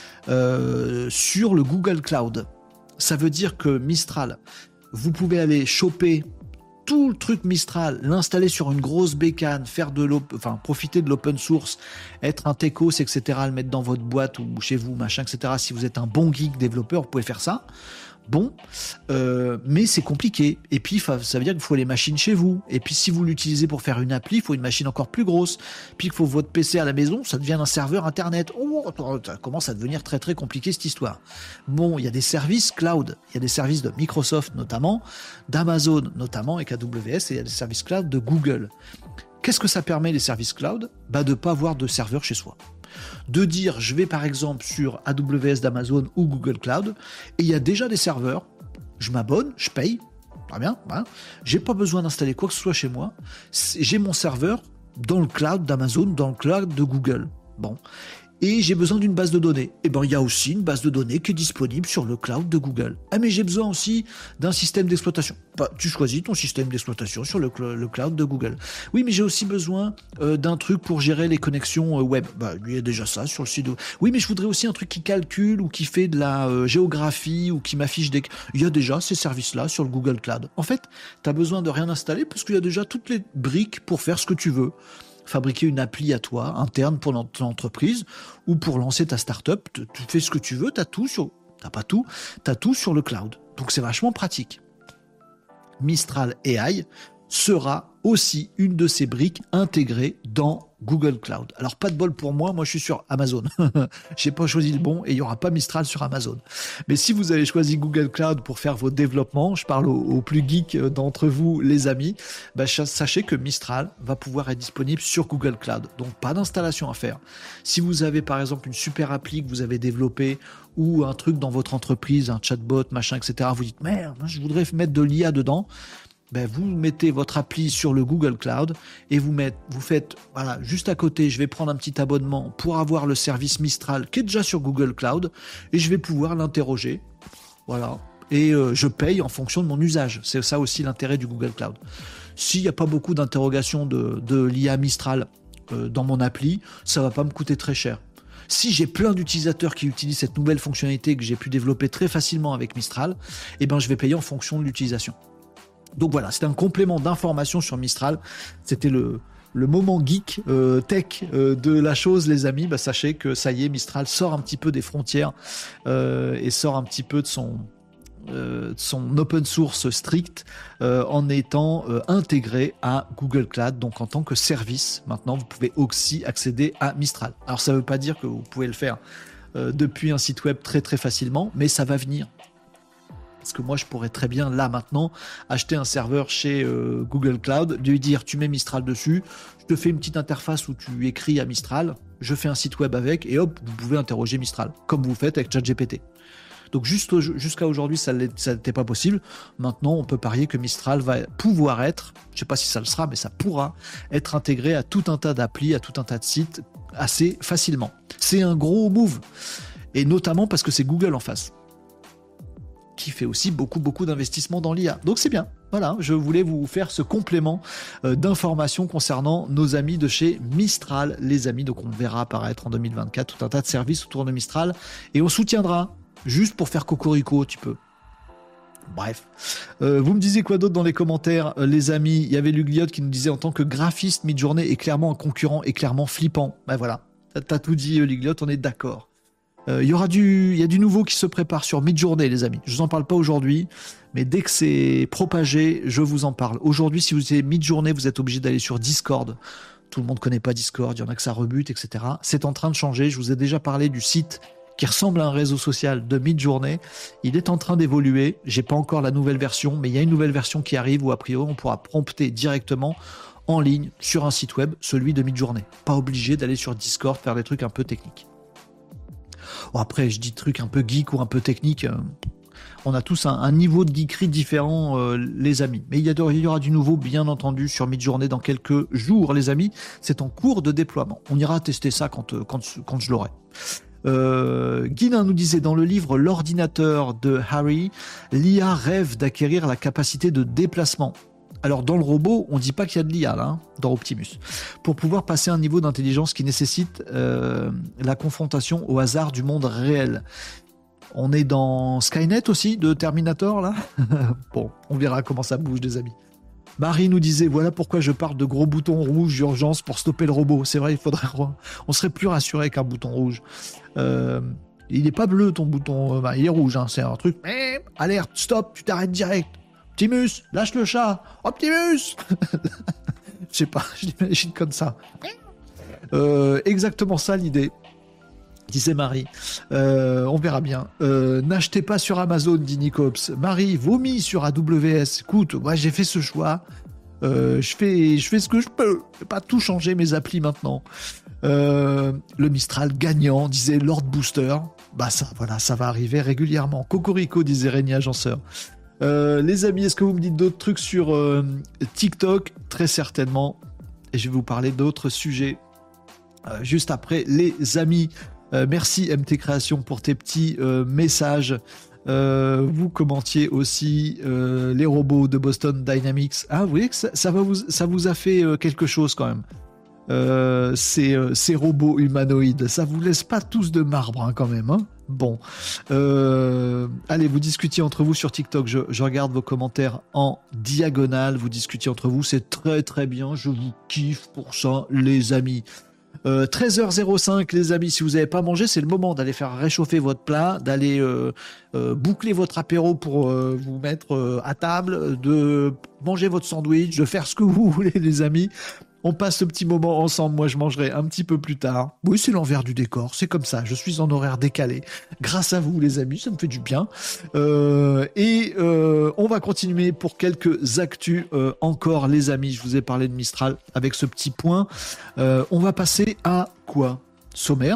sur le Google Cloud. Ça veut dire que Mistral, vous pouvez aller choper tout le truc Mistral, l'installer sur une grosse bécane, profiter de l'open source, être un techos, etc., le mettre dans votre boîte ou chez vous, machin, etc. Si vous êtes un bon geek développeur, vous pouvez faire ça. Bon, mais c'est compliqué. Et puis, ça veut dire qu'il faut les machines chez vous. Et puis, si vous l'utilisez pour faire une appli, il faut une machine encore plus grosse. Puis, il faut votre PC à la maison, ça devient un serveur Internet. Oh, ça commence à devenir très, très compliqué, cette histoire. Bon, il y a des services cloud. Il y a des services de Microsoft, notamment, d'Amazon, notamment, avec AWS, et il y a des services cloud de Google. Qu'est-ce que ça permet, les services cloud? De ne pas avoir de serveur chez soi. De dire, je vais par exemple sur AWS d'Amazon ou Google Cloud, et il y a déjà des serveurs, je m'abonne, je paye, très bien, hein, j'ai pas besoin d'installer quoi que ce soit chez moi, j'ai mon serveur dans le cloud d'Amazon, dans le cloud de Google. Bon, et j'ai besoin d'une base de données. Eh ben, il y a aussi une base de données qui est disponible sur le cloud de Google. Ah, mais j'ai besoin aussi d'un système d'exploitation. Bah, tu choisis ton système d'exploitation sur le cloud de Google. Oui, mais j'ai aussi besoin d'un truc pour gérer les connexions web. Bah, il y a déjà ça sur le site. Oui, mais je voudrais aussi un truc qui calcule ou qui fait de la géographie ou qui m'affiche des... Il y a déjà ces services-là sur le Google Cloud. En fait, tu as besoin de rien installer parce qu'il y a déjà toutes les briques pour faire ce que tu veux. Fabriquer une appli à toi, interne pour ton entreprise, ou pour lancer ta startup, tu fais ce que tu veux, t'as tout sur le cloud. Donc c'est vachement pratique. Mistral AI sera aussi une de ces briques intégrées dans Google Cloud. Alors pas de bol pour moi je suis sur Amazon. J'ai pas choisi le bon et il n'y aura pas Mistral sur Amazon. Mais si vous avez choisi Google Cloud pour faire vos développements, je parle aux plus geeks d'entre vous, les amis, sachez que Mistral va pouvoir être disponible sur Google Cloud. Donc pas d'installation à faire. Si vous avez par exemple une super appli que vous avez développée ou un truc dans votre entreprise, un chatbot, machin, etc., vous dites merde, je voudrais mettre de l'IA dedans. Vous mettez votre appli sur le Google Cloud et vous faites, voilà, juste à côté, je vais prendre un petit abonnement pour avoir le service Mistral qui est déjà sur Google Cloud et je vais pouvoir l'interroger. Voilà. Et je paye en fonction de mon usage. C'est ça aussi l'intérêt du Google Cloud. S'il n'y a pas beaucoup d'interrogations de l'IA Mistral dans mon appli, ça ne va pas me coûter très cher. Si j'ai plein d'utilisateurs qui utilisent cette nouvelle fonctionnalité que j'ai pu développer très facilement avec Mistral, je vais payer en fonction de l'utilisation. Donc voilà, c'était un complément d'information sur Mistral. C'était le moment geek tech de la chose, les amis. Sachez que ça y est, Mistral sort un petit peu des frontières et sort un petit peu de son open source strict en étant intégré à Google Cloud. Donc en tant que service, maintenant, vous pouvez aussi accéder à Mistral. Alors ça ne veut pas dire que vous pouvez le faire depuis un site web très très facilement, mais ça va venir. Parce que moi, je pourrais très bien, là, maintenant, acheter un serveur chez Google Cloud, lui dire, tu mets Mistral dessus, je te fais une petite interface où tu écris à Mistral, je fais un site web avec, et hop, vous pouvez interroger Mistral, comme vous faites avec ChatGPT. Donc jusqu'à aujourd'hui, ça n'était pas possible. Maintenant, on peut parier que Mistral va pouvoir être, je ne sais pas si ça le sera, mais ça pourra être intégré à tout un tas d'applis, à tout un tas de sites, assez facilement. C'est un gros move, et notamment parce que c'est Google en face, qui fait aussi beaucoup d'investissements dans l'IA. Donc c'est bien. Voilà, je voulais vous faire ce complément d'informations concernant nos amis de chez Mistral, les amis. Donc on verra apparaître en 2024 tout un tas de services autour de Mistral et on soutiendra, juste pour faire cocorico un petit peu. Bref. Vous me disiez quoi d'autre dans les commentaires, les amis? Il y avait Lugliot qui nous disait en tant que graphiste, Midjourney est clairement un concurrent et clairement flippant. Voilà, t'as tout dit, Lugliot, on est d'accord. Il y a du nouveau qui se prépare sur Midjourney, les amis. Je vous en parle pas aujourd'hui, mais dès que c'est propagé, je vous en parle. Aujourd'hui, si vous avez Midjourney, vous êtes obligé d'aller sur Discord. Tout le monde connaît pas Discord, il y en a que ça rebute, etc. C'est en train de changer. Je vous ai déjà parlé du site qui ressemble à un réseau social de Midjourney. Il est en train d'évoluer. J'ai pas encore la nouvelle version, mais il y a une nouvelle version qui arrive où a priori on pourra prompter directement en ligne sur un site web, celui de Midjourney. Pas obligé d'aller sur Discord faire des trucs un peu techniques. Bon, après, je dis trucs un peu geek ou un peu technique. On a tous un niveau de geekerie différent, les amis. Mais il y aura du nouveau, bien entendu, sur Midjourney dans quelques jours, les amis. C'est en cours de déploiement. On ira tester ça quand je l'aurai. Guinan nous disait dans le livre L'ordinateur de Harry, l'IA rêve d'acquérir la capacité de déplacement. Alors dans le robot, on ne dit pas qu'il y a de l'IA là, hein, dans Optimus, pour pouvoir passer à un niveau d'intelligence qui nécessite la confrontation au hasard du monde réel. On est dans Skynet aussi, de Terminator là. Bon, on verra comment ça bouge, les amis. Marie nous disait, voilà pourquoi je parle de gros boutons rouges d'urgence pour stopper le robot. C'est vrai, on serait plus rassuré qu'un bouton rouge. Il n'est pas bleu ton bouton, il est rouge, hein, c'est un truc. Alerte, stop, tu t'arrêtes direct. Optimus, lâche le chat. Optimus. Je sais pas, je l'imagine comme ça. Exactement ça l'idée, disait Marie. On verra bien. N'achetez pas sur Amazon, dit Nicops. Marie, vomis sur AWS. Écoute, moi j'ai fait ce choix. Je fais ce que je peux. Je vais pas tout changer mes applis maintenant. Le Mistral gagnant, disait Lord Booster. Ça va arriver régulièrement. Cocorico, disait Régnier Agenceur. Les amis, est-ce que vous me dites d'autres trucs sur TikTok? Très certainement. Et je vais vous parler d'autres sujets juste après les amis. Merci MT Création pour tes petits messages. Vous commentiez aussi les robots de Boston Dynamics. Ah, vous voyez que ça vous a fait quelque chose quand même. Ces robots humanoïdes, ça vous laisse pas tous de marbre hein, quand même. Hein, bon, allez, vous discutiez entre vous sur TikTok. Je regarde vos commentaires en diagonale. Vous discutiez entre vous, c'est très très bien. Je vous kiffe pour ça, les amis. 13h05 les amis, si vous n'avez pas mangé, c'est le moment d'aller faire réchauffer votre plat, d'aller boucler votre apéro pour vous mettre à table, de manger votre sandwich, de faire ce que vous voulez les amis. On passe ce petit moment ensemble, moi je mangerai un petit peu plus tard. Oui, c'est l'envers du décor, c'est comme ça, je suis en horaire décalé. Grâce à vous les amis, ça me fait du bien. On va continuer pour quelques actus encore les amis. Je vous ai parlé de Mistral avec ce petit point. On va passer à quoi ? Sommaire.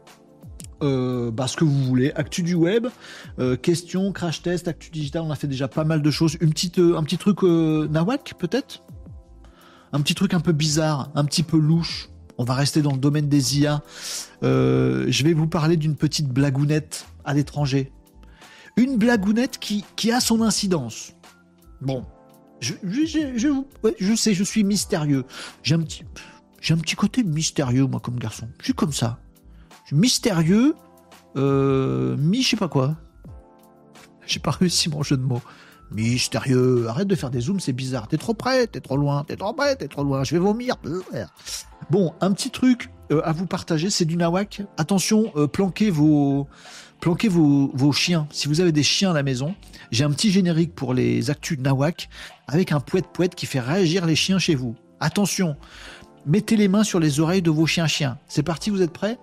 Ce que vous voulez, actu du web, questions, crash test, actu digital, on a fait déjà pas mal de choses. Un petit truc nawak peut-être ? Un petit truc un peu bizarre, un petit peu louche. On va rester dans le domaine des IA. Je vais vous parler d'une petite blagounette à l'étranger. Une blagounette qui a son incidence. Bon, je sais, je suis mystérieux. J'ai un petit côté mystérieux, moi, comme garçon. Je suis comme ça. Je suis mystérieux, je sais pas quoi. J'ai pas réussi mon jeu de mots. Mystérieux, arrête de faire des zooms, c'est bizarre. T'es trop près, t'es trop loin, t'es trop près, t'es trop loin, je vais vomir. Bon, un petit truc à vous partager, c'est du nawak. Attention, planquez vos chiens. Si vous avez des chiens à la maison, j'ai un petit générique pour les actus nawak avec un poète qui fait réagir les chiens chez vous. Attention, mettez les mains sur les oreilles de vos chiens. C'est parti, vous êtes prêts ?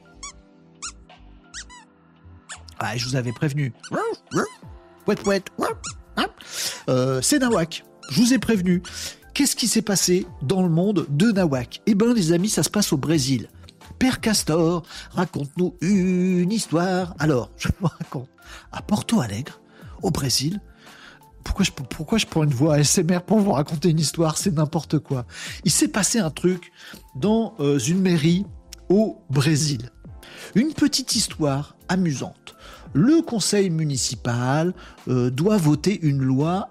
Ah, je vous avais prévenu. Poète. C'est nawak, je vous ai prévenu. Qu'est-ce qui s'est passé dans le monde de nawak ? Eh ben les amis, ça se passe au Brésil. Père Castor, raconte-nous une histoire. Alors, je vous raconte. À Porto Alegre, au Brésil, pourquoi je prends une voix ASMR pour vous raconter une histoire ? C'est n'importe quoi. Il s'est passé un truc dans une mairie au Brésil. Une petite histoire amusante. Le conseil municipal doit voter une loi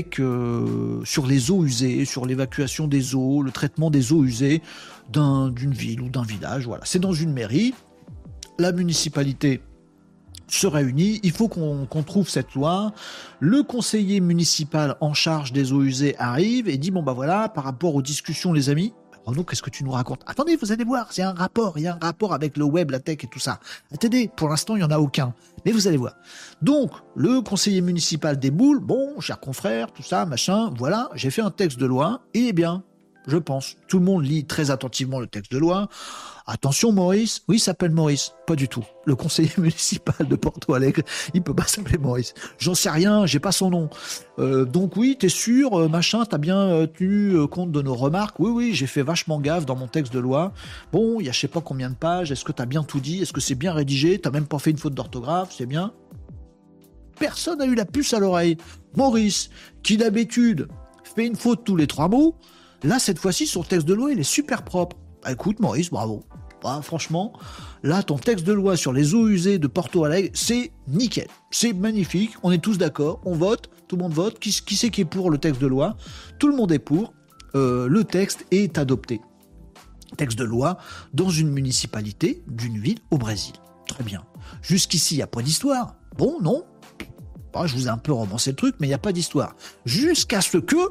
sur les eaux usées, sur l'évacuation des eaux, le traitement des eaux usées d'une ville ou d'un village. Voilà, c'est dans une mairie. La municipalité se réunit, il faut qu'on trouve cette loi. Le conseiller municipal en charge des eaux usées arrive et dit, bon bah voilà, par rapport aux discussions les amis, Renaud, qu'est-ce que tu nous racontes ? Attendez, vous allez voir, il y a un rapport avec le web, la tech et tout ça. Attendez, pour l'instant, il n'y en a aucun. Mais vous allez voir. Donc, le conseiller municipal déboule, bon, cher confrère, tout ça, machin, voilà, j'ai fait un texte de loi, et eh bien, je pense, tout le monde lit très attentivement le texte de loi. Attention Maurice, oui il s'appelle Maurice, pas du tout. Le conseiller municipal de Porto Alegre, il peut pas s'appeler Maurice. J'en sais rien, j'ai pas son nom. Donc oui, t'es sûr, machin, t'as bien tenu compte de nos remarques. Oui, j'ai fait vachement gaffe dans mon texte de loi. Bon, il y a je sais pas combien de pages, est-ce que t'as bien tout dit, est-ce que c'est bien rédigé, t'as même pas fait une faute d'orthographe, c'est bien. Personne n'a eu la puce à l'oreille. Maurice, qui d'habitude fait une faute tous les 3 mots, là cette fois-ci son texte de loi il est super propre. Bah, écoute Maurice, bravo. Bah, franchement, là ton texte de loi sur les eaux usées de Porto Alegre, c'est nickel, c'est magnifique, on est tous d'accord, on vote, tout le monde vote, qui c'est qui est pour le texte de loi ? Tout le monde est pour, le texte est adopté. Texte de loi dans une municipalité d'une ville au Brésil. Très bien. Jusqu'ici, il n'y a pas d'histoire. Bon, non. Bah, je vous ai un peu romancé le truc, mais il n'y a pas d'histoire. Jusqu'à ce que...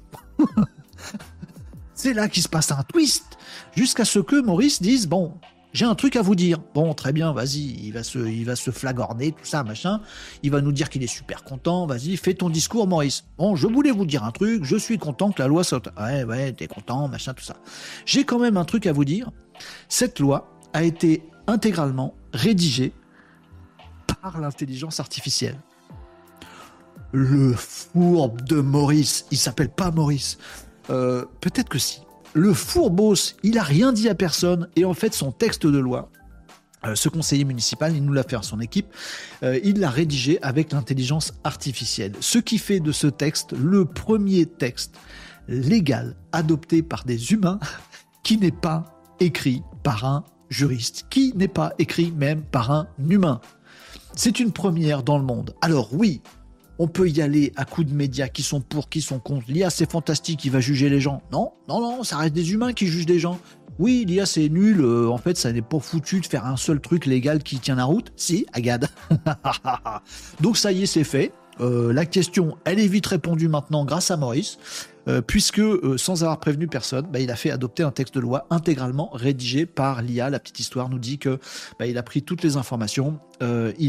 C'est là qu'il se passe un twist. Jusqu'à ce que Maurice dise, bon, j'ai un truc à vous dire. Bon, très bien, vas-y, il va se flagorner, tout ça, machin. Il va nous dire qu'il est super content. Vas-y, fais ton discours, Maurice. Bon, je voulais vous dire un truc. Je suis content que la loi saute. Ouais, t'es content, machin, tout ça. J'ai quand même un truc à vous dire. Cette loi a été intégralement rédigée par l'intelligence artificielle. Le fourbe de Maurice, il s'appelle pas Maurice. Peut-être que si. Le fourbos, il a rien dit à personne et en fait son texte de loi, ce conseiller municipal, il nous l'a fait à son équipe, il l'a rédigé avec l'intelligence artificielle. Ce qui fait de ce texte le premier texte légal adopté par des humains qui n'est pas écrit par un juriste, qui n'est pas écrit même par un humain. C'est une première dans le monde. Alors oui, on peut y aller à coups de médias qui sont pour, qui sont contre. L'IA, c'est fantastique, il va juger les gens. Non, non, non, ça reste des humains qui jugent des gens. Oui, l'IA, c'est nul. En fait, ça n'est pas foutu de faire un seul truc légal qui tient la route. Si, agade. Donc ça y est, c'est fait. La question, elle est vite répondue maintenant grâce à Maurice, puisque sans avoir prévenu personne, il a fait adopter un texte de loi intégralement rédigé par l'IA. La petite histoire nous dit que il a pris toutes les informations, il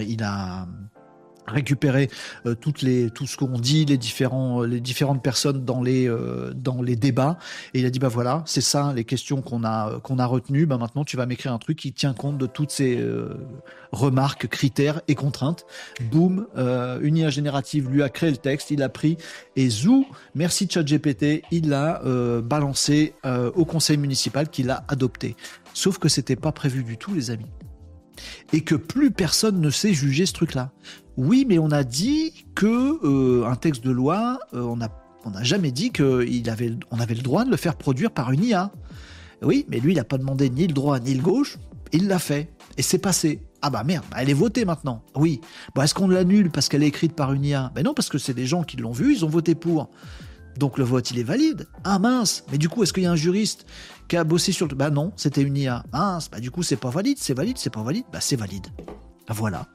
a récupérer tout ce qu'on dit, les différentes personnes dans les débats, et il a dit voilà, c'est ça les questions qu'on a retenues. Maintenant tu vas m'écrire un truc qui tient compte de toutes ces remarques, critères et contraintes. Boum, une IA générative lui a créé le texte, il a pris et zou, merci ChatGPT, il l'a balancé au conseil municipal qui l'a adopté. Sauf que c'était pas prévu du tout, les amis. Et que plus personne ne sait juger ce truc-là. Oui, mais on a dit que un texte de loi, on n'a jamais dit qu'on avait le droit de le faire produire par une IA. Oui, mais lui, il n'a pas demandé ni le droit ni le gauche, il l'a fait. Et c'est passé. Ah bah merde, elle est votée maintenant. Oui. Est-ce qu'on l'annule parce qu'elle est écrite par une IA ? Non, parce que c'est des gens qui l'ont vu, ils ont voté pour. Donc le vote, il est valide. Ah mince, mais du coup, est-ce qu'il y a un juriste qui a bossé sur le... non, c'était une IA. Mince, du coup, c'est pas valide, c'est valide, c'est pas valide. C'est valide. Voilà.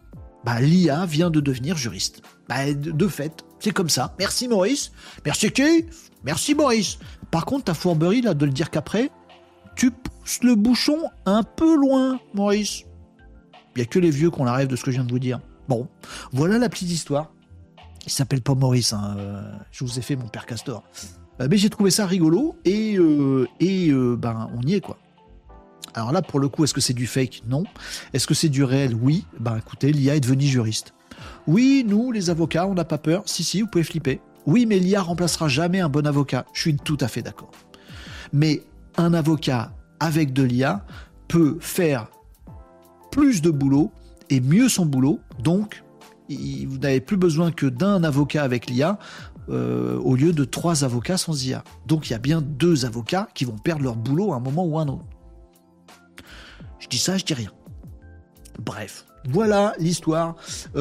L'IA vient de devenir juriste. De fait, c'est comme ça. Merci Maurice. Merci qui ? Merci Maurice. Par contre, ta fourberie, là, de le dire qu'après, tu pousses le bouchon un peu loin, Maurice. Il n'y a que les vieux qui ont la rêve de ce que je viens de vous dire. Bon, voilà la petite histoire. Il s'appelle pas Maurice, je vous ai fait mon père Castor. Mais j'ai trouvé ça rigolo et on y est quoi. Alors là, pour le coup, est-ce que c'est du fake ? Non. Est-ce que c'est du réel ? Oui. Écoutez, l'IA est devenue juriste. Oui, nous, les avocats, on n'a pas peur. Si, vous pouvez flipper. Oui, mais l'IA remplacera jamais un bon avocat. Je suis tout à fait d'accord. Mais un avocat avec de l'IA peut faire plus de boulot et mieux son boulot, donc vous n'avez plus besoin que d'un avocat avec l'IA au lieu de 3 avocats sans IA. Donc il y a bien 2 avocats qui vont perdre leur boulot à un moment ou à un autre. Je dis ça, je dis rien. Bref, voilà l'histoire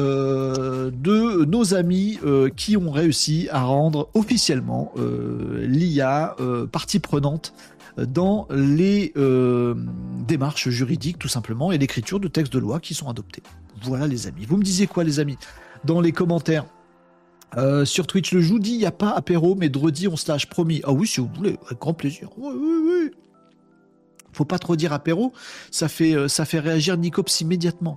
de nos amis qui ont réussi à rendre officiellement l'IA partie prenante dans les démarches juridiques tout simplement et l'écriture de textes de loi qui sont adoptés. Voilà les amis. Vous me disiez quoi les amis dans les commentaires sur Twitch le jeudi, il n'y a pas apéro, mais dredi on se lâche, promis. Ah oui, si vous voulez, avec grand plaisir. Oui. Faut pas trop dire apéro, ça fait réagir Nicops immédiatement.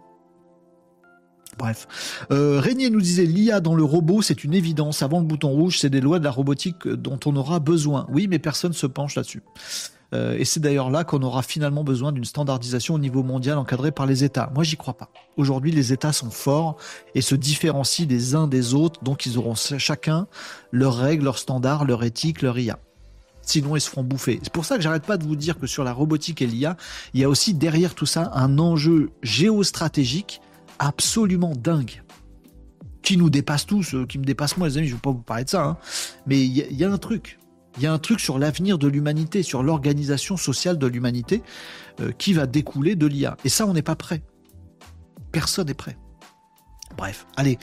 Bref. Régnier nous disait l'IA dans le robot, c'est une évidence. Avant le bouton rouge, c'est des lois de la robotique dont on aura besoin. Oui, mais personne se penche là-dessus. Et c'est d'ailleurs là qu'on aura finalement besoin d'une standardisation au niveau mondial encadrée par les États. Moi, j'y crois pas. Aujourd'hui, les États sont forts et se différencient des uns des autres, donc ils auront chacun leurs règles, leurs standards, leur éthique, leur IA. Sinon, ils se feront bouffer. C'est pour ça que j'arrête pas de vous dire que sur la robotique et l'IA, il y a aussi derrière tout ça un enjeu géostratégique absolument dingue, qui nous dépasse tous, qui me dépasse moi, les amis, je ne vais pas vous parler de ça, mais il y a un truc. Il y a un truc sur l'avenir de l'humanité, sur l'organisation sociale de l'humanité qui va découler de l'IA. Et ça, on n'est pas prêt. Personne n'est prêt. Bref, allez.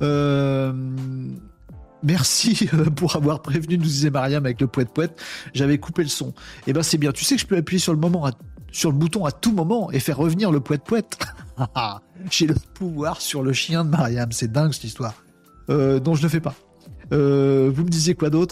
Merci pour avoir prévenu, nous disait Mariam avec le poète-poète. J'avais coupé le son. Eh ben c'est bien. Tu sais que je peux appuyer sur le bouton à tout moment et faire revenir le poète-poète. J'ai le pouvoir sur le chien de Mariam. C'est dingue cette histoire. Donc je ne le fais pas. Vous me disiez quoi d'autre ?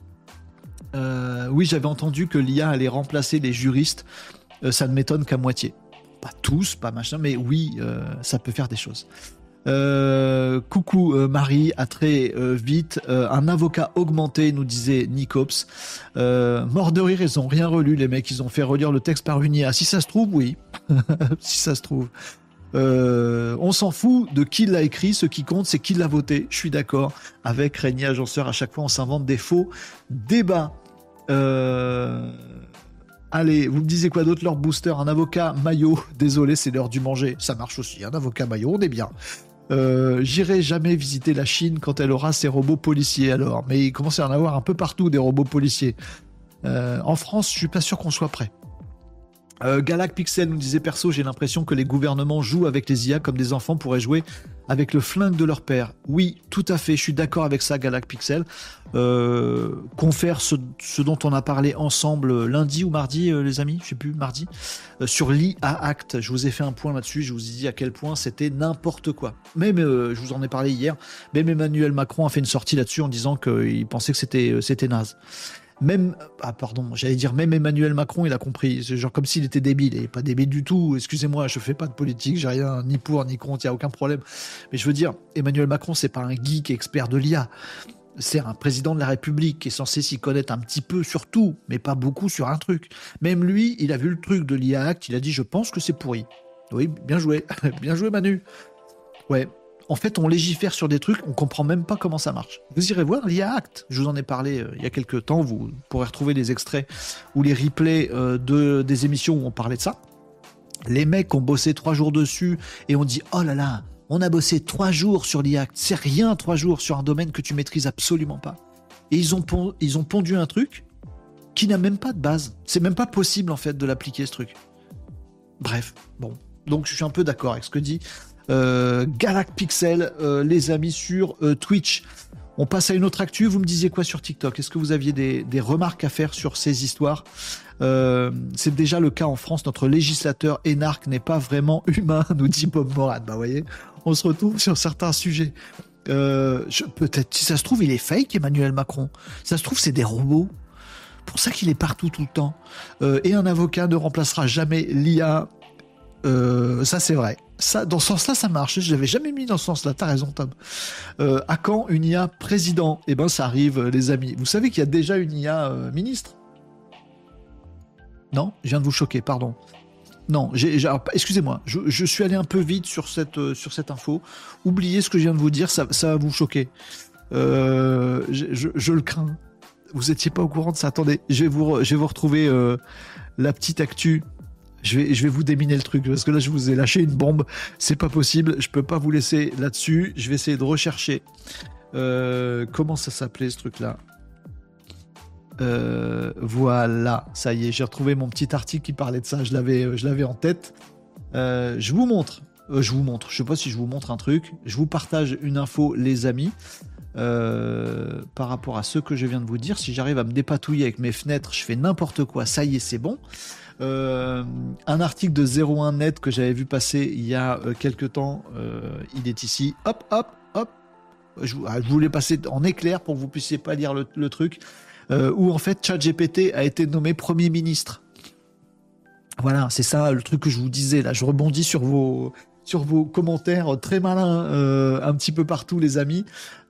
Oui, j'avais entendu que l'IA allait remplacer les juristes. Ça ne m'étonne qu'à moitié. Pas tous, pas machin, mais oui, ça peut faire des choses. Coucou Marie, à très vite. Un avocat augmenté, nous disait Nicops. Mort de rire, ils ont rien relu, les mecs. Ils ont fait relire le texte par une IA. Si ça se trouve, oui. Si ça se trouve. On s'en fout de qui l'a écrit, ce qui compte c'est qui l'a voté. Je suis d'accord avec Régnier Agenceur, à chaque fois on s'invente des faux débats. Allez, vous me disiez quoi d'autre, leur booster, un avocat maillot, désolé c'est l'heure du manger, ça marche aussi, un avocat maillot, on est bien. J'irai jamais visiter la Chine quand elle aura ses robots policiers alors, mais il commence à y en avoir un peu partout des robots policiers. En France, je suis pas sûr qu'on soit prêt. Galac Pixel nous disait perso, j'ai l'impression que les gouvernements jouent avec les IA comme des enfants pourraient jouer avec le flingue de leur père. Oui, tout à fait, je suis d'accord avec ça, Galac Pixel. Confère ce dont on a parlé ensemble lundi ou mardi, les amis, je sais plus, mardi, sur l'IA Act. Je vous ai fait un point là-dessus, je vous ai dit à quel point c'était n'importe quoi. Même, je vous en ai parlé hier, même Emmanuel Macron a fait une sortie là-dessus en disant qu'il pensait que c'était naze. Même Emmanuel Macron, il a compris. C'est genre comme s'il était débile. Il n'est pas débile du tout. Excusez-moi, je fais pas de politique, j'ai rien ni pour ni contre, il n'y a aucun problème. Mais je veux dire, Emmanuel Macron, c'est pas un geek expert de l'IA. C'est un président de la République qui est censé s'y connaître un petit peu sur tout, mais pas beaucoup sur un truc. Même lui, il a vu le truc de l'IA Act, il a dit « Je pense que c'est pourri ». Oui, bien joué. Bien joué, Manu. Ouais. En fait, on légifère sur des trucs, on comprend même pas comment ça marche. Vous irez voir l'IA Act. Je vous en ai parlé il y a quelques temps. Vous pourrez retrouver les extraits ou les replays des émissions où on parlait de ça. Les mecs ont bossé 3 jours dessus et on dit « Oh là là, on a bossé 3 jours sur l'IA Act. C'est rien 3 jours sur un domaine que tu maîtrises absolument pas. » Et ils ont pondu un truc qui n'a même pas de base. C'est même pas possible en fait de l'appliquer ce truc. Bref, bon. Donc je suis un peu d'accord avec ce que dit Galac Pixel, les amis, sur Twitch. On passe à une autre actu. Vous me disiez quoi sur TikTok? Est-ce que vous aviez des remarques à faire sur ces histoires? C'est déjà le cas en France. Notre législateur énarque n'est pas vraiment humain, nous dit Bob Moran. Bah, vous voyez, on se retrouve sur certains sujets. Peut-être, si ça se trouve, il est fake, Emmanuel Macron. Si ça se trouve, c'est des robots. Pour ça qu'il est partout tout le temps. Et un avocat ne remplacera jamais l'IA. Ça, c'est vrai. Ça, dans ce sens-là, ça marche. Je l'avais jamais mis dans ce sens-là. T'as raison, Tom. À quand une IA président? Eh ben, ça arrive, les amis. Vous savez qu'il y a déjà une IA ministre? Non, je viens de vous choquer, pardon. Non, excusez-moi, je suis allé un peu vite sur cette info. Oubliez ce que je viens de vous dire, ça va vous choquer. Je le crains. Vous étiez pas au courant de ça. Attendez, je vais vous retrouver la petite actu. Je vais vous déminer le truc, parce que là, je vous ai lâché une bombe. C'est pas possible, je peux pas vous laisser là-dessus. Je vais essayer de rechercher. Comment ça s'appelait, ce truc-là? Voilà, ça y est, j'ai retrouvé mon petit article qui parlait de ça. Je l'avais en tête. Je vous montre. Je sais pas si je vous montre un truc. Je vous partage une info, les amis. Par rapport à ce que je viens de vous dire. Si j'arrive à me dépatouiller avec mes fenêtres, je fais n'importe quoi. Ça y est, c'est bon. Un article de 01net que j'avais vu passer il y a quelques temps, il est ici, hop, je voulais passer en éclair pour que vous puissiez pas lire le truc, où en fait ChatGPT a été nommé Premier ministre. Voilà, c'est ça le truc que je vous disais, là je rebondis sur vos commentaires très malins un petit peu partout, les amis.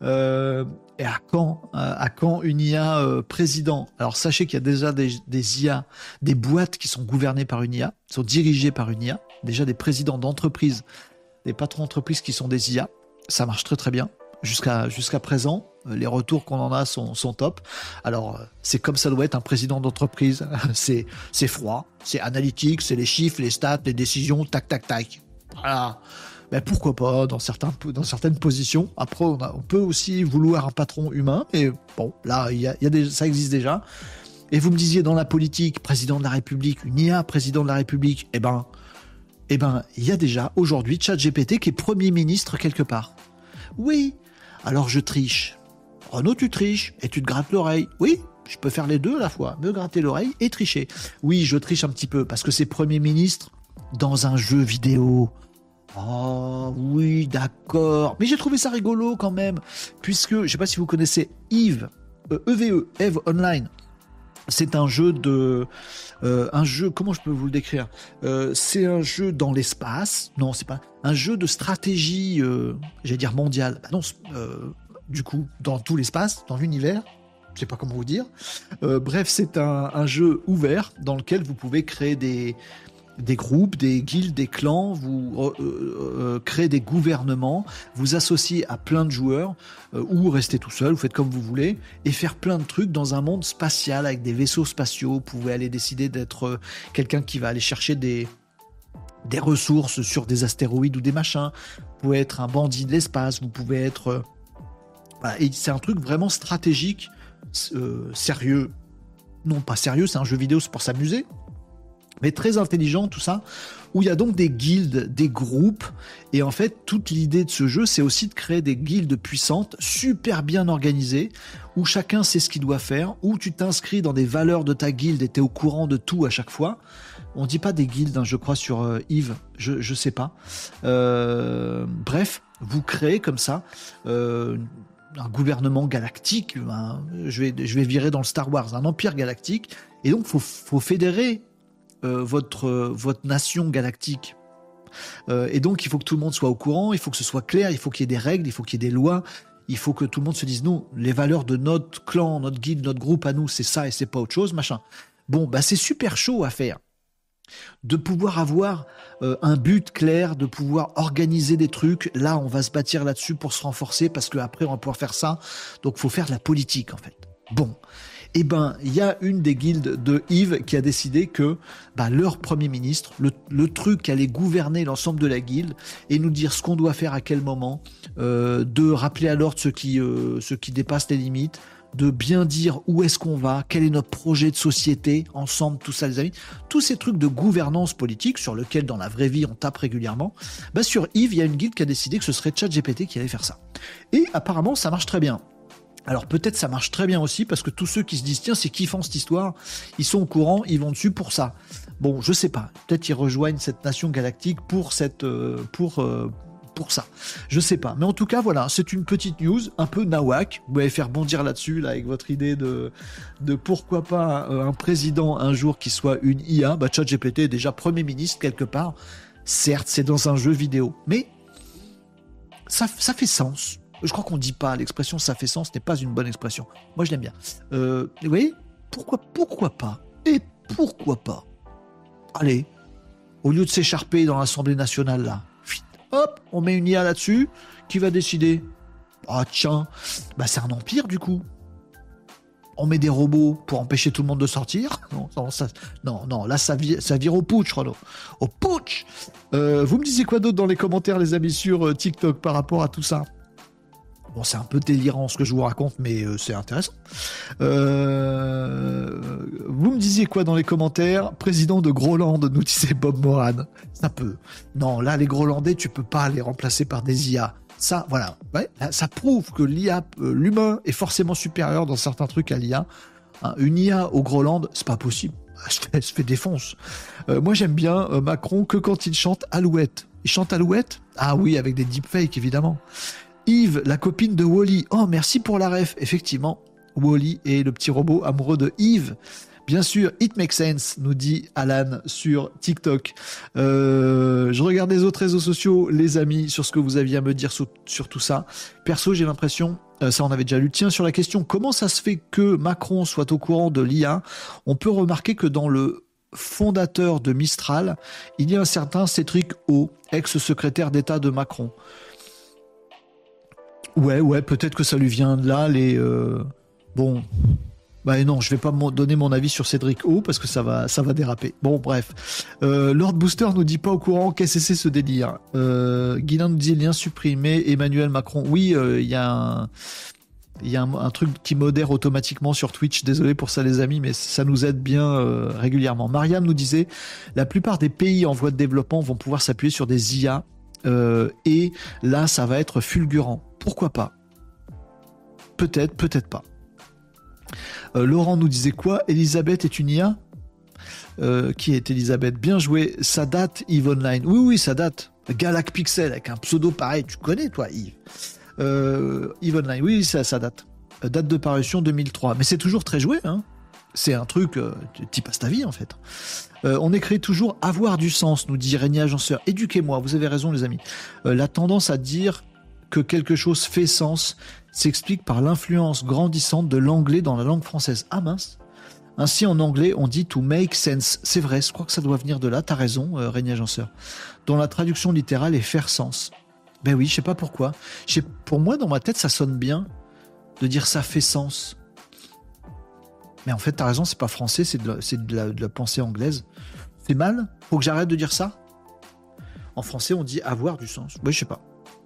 Et à quand une IA président? Alors sachez qu'il y a déjà des IA, des boîtes qui sont gouvernées par une IA, sont dirigées par une IA, déjà des présidents d'entreprises, des patrons d'entreprises qui sont des IA. Ça marche très très bien. Jusqu'à présent, les retours qu'on en a sont top. Alors, c'est comme ça doit être un président d'entreprise. C'est froid, c'est analytique, c'est les chiffres, les stats, les décisions, tac, tac, tac. Voilà. Ben pourquoi pas dans certaines positions. Après, on peut aussi vouloir un patron humain, mais bon, là, ça existe déjà. Et vous me disiez dans la politique, président de la République, une IA président de la République, eh ben, il y a déjà aujourd'hui ChatGPT qui est Premier ministre quelque part. Oui, alors je triche. Renaud, tu triches et tu te grattes l'oreille. Oui, je peux faire les deux à la fois, me gratter l'oreille et tricher. Oui, je triche un petit peu parce que c'est Premier ministre dans un jeu vidéo. Oh oui, d'accord. Mais j'ai trouvé ça rigolo quand même, puisque, je ne sais pas si vous connaissez Eve, Eve Online. C'est un jeu comment je peux vous le décrire? C'est un jeu dans l'espace. Non, c'est pas un jeu de stratégie, j'allais dire mondiale. Bah non, du coup, dans tout l'espace, dans l'univers. Je sais pas comment vous dire. Bref, c'est un jeu ouvert dans lequel vous pouvez créer des groupes, des guildes, des clans, vous créez des gouvernements, vous associez à plein de joueurs, ou restez tout seul, vous faites comme vous voulez, et faire plein de trucs dans un monde spatial avec des vaisseaux spatiaux. Vous pouvez aller décider d'être quelqu'un qui va aller chercher des ressources sur des astéroïdes ou des machins. Vous pouvez être un bandit de l'espace, vous pouvez être... Voilà. Et c'est un truc vraiment stratégique, sérieux. Non, pas sérieux, c'est un jeu vidéo, c'est pour s'amuser. Mais très intelligent tout ça, où il y a donc des guildes, des groupes, et en fait toute l'idée de ce jeu c'est aussi de créer des guildes puissantes, super bien organisées, où chacun sait ce qu'il doit faire, où tu t'inscris dans des valeurs de ta guilde et t'es au courant de tout à chaque fois. On dit pas des guildes, hein, je crois sur Yves, je sais pas. Bref, vous créez comme ça un gouvernement galactique, je vais virer dans le Star Wars, un empire galactique, et donc faut fédérer votre nation galactique. Et donc, il faut que tout le monde soit au courant, il faut que ce soit clair, il faut qu'il y ait des règles, il faut qu'il y ait des lois, il faut que tout le monde se dise, nous, les valeurs de notre clan, notre guilde, notre groupe à nous, c'est ça et c'est pas autre chose, machin. Bon, bah c'est super chaud à faire. De pouvoir avoir un but clair, de pouvoir organiser des trucs. Là, on va se bâtir là-dessus pour se renforcer parce qu'après, on va pouvoir faire ça. Donc, il faut faire de la politique, en fait. Bon. Eh ben, il y a une des guildes de Yves qui a décidé que leur premier ministre, le truc qui allait gouverner l'ensemble de la guilde et nous dire ce qu'on doit faire à quel moment, de rappeler à l'ordre ceux qui dépassent les limites, de bien dire où est-ce qu'on va, quel est notre projet de société, ensemble, tout ça les amis, tous ces trucs de gouvernance politique sur lesquels dans la vraie vie on tape régulièrement, sur Yves, il y a une guilde qui a décidé que ce serait ChatGPT qui allait faire ça. Et apparemment, ça marche très bien. Alors peut-être ça marche très bien aussi parce que tous ceux qui se disent tiens c'est kiffant cette histoire, ils sont au courant, ils vont dessus pour ça. Bon, je sais pas, peut-être ils rejoignent cette nation galactique pour ça. Je sais pas, mais en tout cas voilà, c'est une petite news un peu nawak. Vous m'avez fait rebondir là-dessus là avec votre idée de pourquoi pas un président un jour qui soit une IA. ChatGPT est déjà premier ministre quelque part. Certes, c'est dans un jeu vidéo, mais ça fait sens. Je crois qu'on dit pas l'expression ça fait sens n'est pas une bonne expression. Moi je l'aime bien. Vous voyez, pourquoi pas. Et pourquoi pas. Allez, au lieu de s'écharper dans l'Assemblée nationale là, hop, on met une IA là-dessus qui va décider. Ah tiens, c'est un empire du coup. On met des robots pour empêcher tout le monde de sortir. Non, là ça vire au putsch, Renaud. Au putsch. Vous me disiez quoi d'autre dans les commentaires les amis sur TikTok par rapport à tout ça? Bon, c'est un peu délirant ce que je vous raconte, mais c'est intéressant. Vous me disiez quoi dans les commentaires? Président de Groland, nous disait Bob Moran. Ça peut. Non, là, les Grolandais, tu peux pas les remplacer par des IA. Ça, voilà. Ouais, ça prouve que l'IA, l'humain est forcément supérieur dans certains trucs à l'IA. Une IA au Groland, c'est pas possible. Elle se fait défonce. Moi, j'aime bien Macron que quand il chante Alouette. Il chante Alouette? Ah oui, avec des deepfakes, évidemment. Yves, la copine de Wall-E. Oh, merci pour la ref. Effectivement, Wall-E est le petit robot amoureux de Yves. Bien sûr, it makes sense, nous dit Alan sur TikTok. Je regarde les autres réseaux sociaux, les amis, sur ce que vous aviez à me dire sur tout ça. Perso, j'ai l'impression, ça on avait déjà lu, tiens, sur la question, comment ça se fait que Macron soit au courant de l'IA? On peut remarquer que dans le fondateur de Mistral, il y a un certain Cédric O, ex-secrétaire d'État de Macron. Ouais, peut-être que ça lui vient de là, bon... non, je vais pas donner mon avis sur Cédric O parce que ça va déraper. Bon, bref. Lord Booster nous dit pas au courant qu'est-ce que c'est ce délire. Guilain nous dit lien supprimé, Emmanuel Macron. Oui, il y a un truc qui modère automatiquement sur Twitch. Désolé pour ça les amis, mais ça nous aide bien régulièrement. Mariam nous disait, la plupart des pays en voie de développement vont pouvoir s'appuyer sur des IA et là, ça va être fulgurant. Pourquoi pas? Peut-être pas. Laurent nous disait quoi? Elisabeth est une IA? Qui est Elisabeth? Bien joué. Ça date, Yves Online. Oui, ça date. Galac Pixel avec un pseudo pareil. Tu connais, toi, Yves? Yves Online. Oui, ça date. Date de parution 2003. Mais c'est toujours très joué, hein. C'est un truc, tu passes ta vie, en fait. On écrit toujours avoir du sens, nous dit Régnier Agenceur. Éduquez-moi, vous avez raison, les amis. La tendance à dire que quelque chose fait sens s'explique par l'influence grandissante de l'anglais dans la langue française. Ah mince. Ainsi, en anglais, on dit to make sense. C'est vrai, je crois que ça doit venir de là. T'as raison, Régnier Agenceur. Dont la traduction littérale est faire sens. Ben oui, je sais pas pourquoi. Pour moi, dans ma tête, ça sonne bien de dire ça fait sens. Mais en fait, t'as raison, c'est pas français, c'est de la pensée anglaise. C'est mal? Faut que j'arrête de dire ça? En français, on dit avoir du sens. Oui, je sais pas.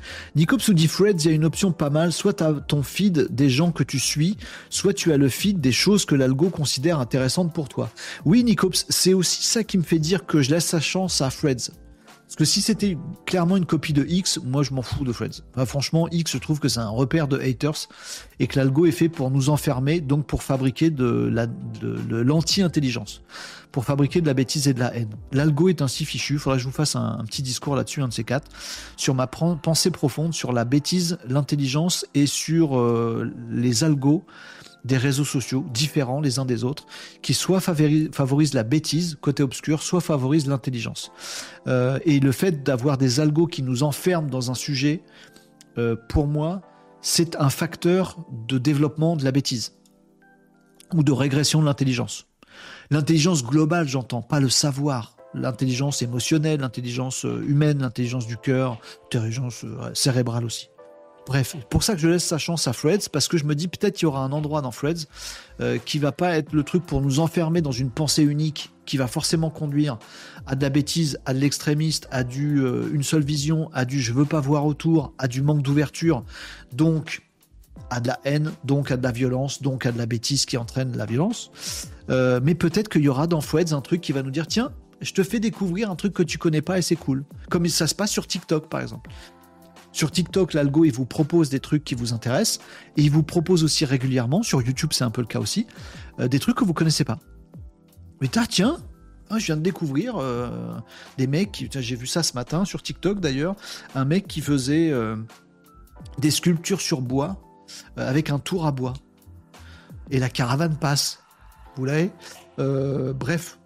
Nicops nous dit Threads, il y a une option pas mal. Soit tu as ton feed des gens que tu suis, soit tu as le feed des choses que l'algo considère intéressantes pour toi. Oui, Nicops, c'est aussi ça qui me fait dire que je laisse sa chance à Threads. Parce que si c'était clairement une copie de X, moi je m'en fous de Threads. Enfin, franchement, X, je trouve que c'est un repère de haters et que l'algo est fait pour nous enfermer, donc pour fabriquer de l'anti-intelligence, pour fabriquer de la bêtise et de la haine. L'algo est ainsi fichu. Il faudra que je vous fasse un petit discours là-dessus, un de ces quatre, sur ma pensée profonde, sur la bêtise, l'intelligence et sur les algos des réseaux sociaux différents les uns des autres, qui soit favorisent la bêtise, côté obscur, soit favorisent l'intelligence. Et le fait d'avoir des algos qui nous enferment dans un sujet, pour moi, c'est un facteur de développement de la bêtise ou de régression de l'intelligence. L'intelligence globale, j'entends, pas le savoir. L'intelligence émotionnelle, l'intelligence humaine, l'intelligence du cœur, l'intelligence cérébrale aussi. Bref, pour ça que je laisse sa chance à Threads, parce que je me dis peut-être qu'il y aura un endroit dans Threads qui va pas être le truc pour nous enfermer dans une pensée unique, qui va forcément conduire à de la bêtise, à de l'extrémiste, à une seule vision, à du je veux pas voir autour, à du manque d'ouverture, donc à de la haine, donc à de la violence, donc à de la bêtise qui entraîne la violence. Mais peut-être qu'il y aura dans Threads un truc qui va nous dire tiens, je te fais découvrir un truc que tu connais pas et c'est cool. Comme ça se passe sur TikTok par exemple. Sur TikTok, l'algo, il vous propose des trucs qui vous intéressent et il vous propose aussi régulièrement, sur YouTube, c'est un peu le cas aussi, des trucs que vous connaissez pas. Mais tiens, je viens de découvrir des mecs, j'ai vu ça ce matin sur TikTok d'ailleurs, un mec qui faisait des sculptures sur bois avec un tour à bois. Et la caravane passe. Vous l'avez bref.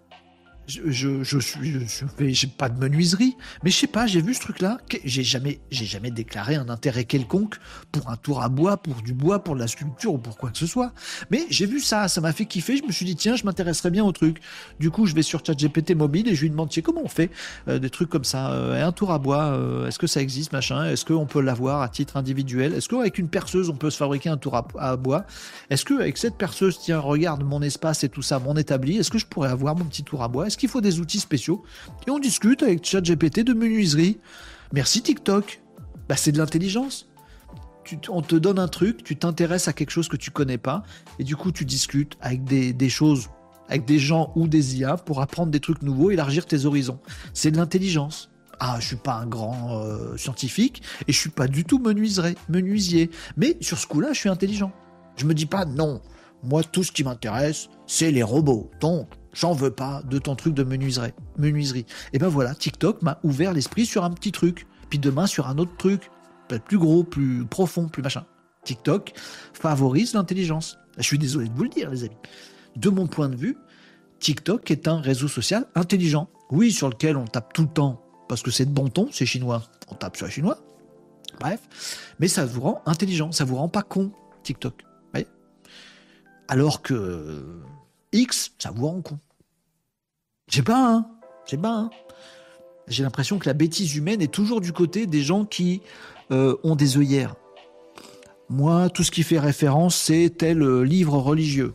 J'ai pas de menuiserie, mais je sais pas, j'ai vu ce truc-là, j'ai jamais déclaré un intérêt quelconque pour un tour à bois, pour du bois, pour de la sculpture ou pour quoi que ce soit. Mais j'ai vu ça m'a fait kiffer, je me suis dit tiens, je m'intéresserais bien au truc. Du coup, je vais sur ChatGPT mobile et je lui demande tiens, comment on fait des trucs comme ça, un tour à bois, est-ce que ça existe, machin, est-ce qu'on peut l'avoir à titre individuel, est-ce qu'avec une perceuse on peut se fabriquer un tour à bois, est-ce qu'avec cette perceuse, tiens, regarde mon espace et tout ça, mon établi, est-ce que je pourrais avoir mon petit tour à bois, est-ce qu'il faut des outils spéciaux, et on discute avec ChatGPT de menuiserie. Merci TikTok. Bah, c'est de l'intelligence. On te donne un truc, tu t'intéresses à quelque chose que tu connais pas, et du coup tu discutes avec des choses, avec des gens ou des IA pour apprendre des trucs nouveaux, élargir tes horizons. C'est de l'intelligence. Ah, je suis pas un grand scientifique et je suis pas du tout menuisier, mais sur ce coup-là, je suis intelligent. Je me dis pas non. Moi, tout ce qui m'intéresse, c'est les robots. Donc, j'en veux pas de ton truc de menuiserie. Et ben voilà, TikTok m'a ouvert l'esprit sur un petit truc. Puis demain, sur un autre truc. Peut-être plus gros, plus profond, plus machin. TikTok favorise l'intelligence. Je suis désolé de vous le dire, les amis. De mon point de vue, TikTok est un réseau social intelligent. Oui, sur lequel on tape tout le temps. Parce que c'est de bon ton, c'est chinois. On tape sur les chinois. Bref. Mais ça vous rend intelligent. Ça vous rend pas con, TikTok. Alors que X, ça vous rend con. Je sais pas. J'ai l'impression que la bêtise humaine est toujours du côté des gens qui ont des œillères. Moi, tout ce qui fait référence, c'est tel livre religieux.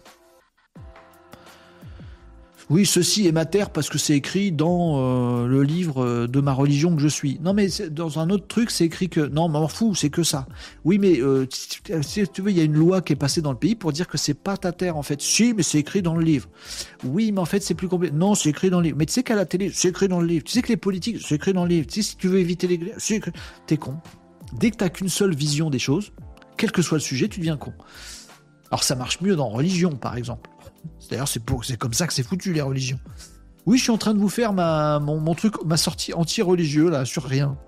Oui, ceci est ma terre parce que c'est écrit dans le livre de ma religion que je suis. Non, mais dans un autre truc, c'est écrit que... Non, m'en fous, c'est que ça. Oui, mais si tu veux, il y a une loi qui est passée dans le pays pour dire que c'est pas ta terre, en fait. Si, mais c'est écrit dans le livre. Oui, mais en fait, c'est plus compliqué. Non, c'est écrit dans le livre. Mais tu sais qu'à la télé, c'est écrit dans le livre. Tu sais que les politiques, c'est écrit dans le livre. Tu sais, si tu veux éviter les... C'est écrit... T'es con. Dès que t'as qu'une seule vision des choses, quel que soit le sujet, tu deviens con. Alors, ça marche mieux dans religion, par exemple. D'ailleurs, c'est comme ça que c'est foutu, les religions. Oui, je suis en train de vous faire mon truc, ma sortie anti-religieux, là, sur rien.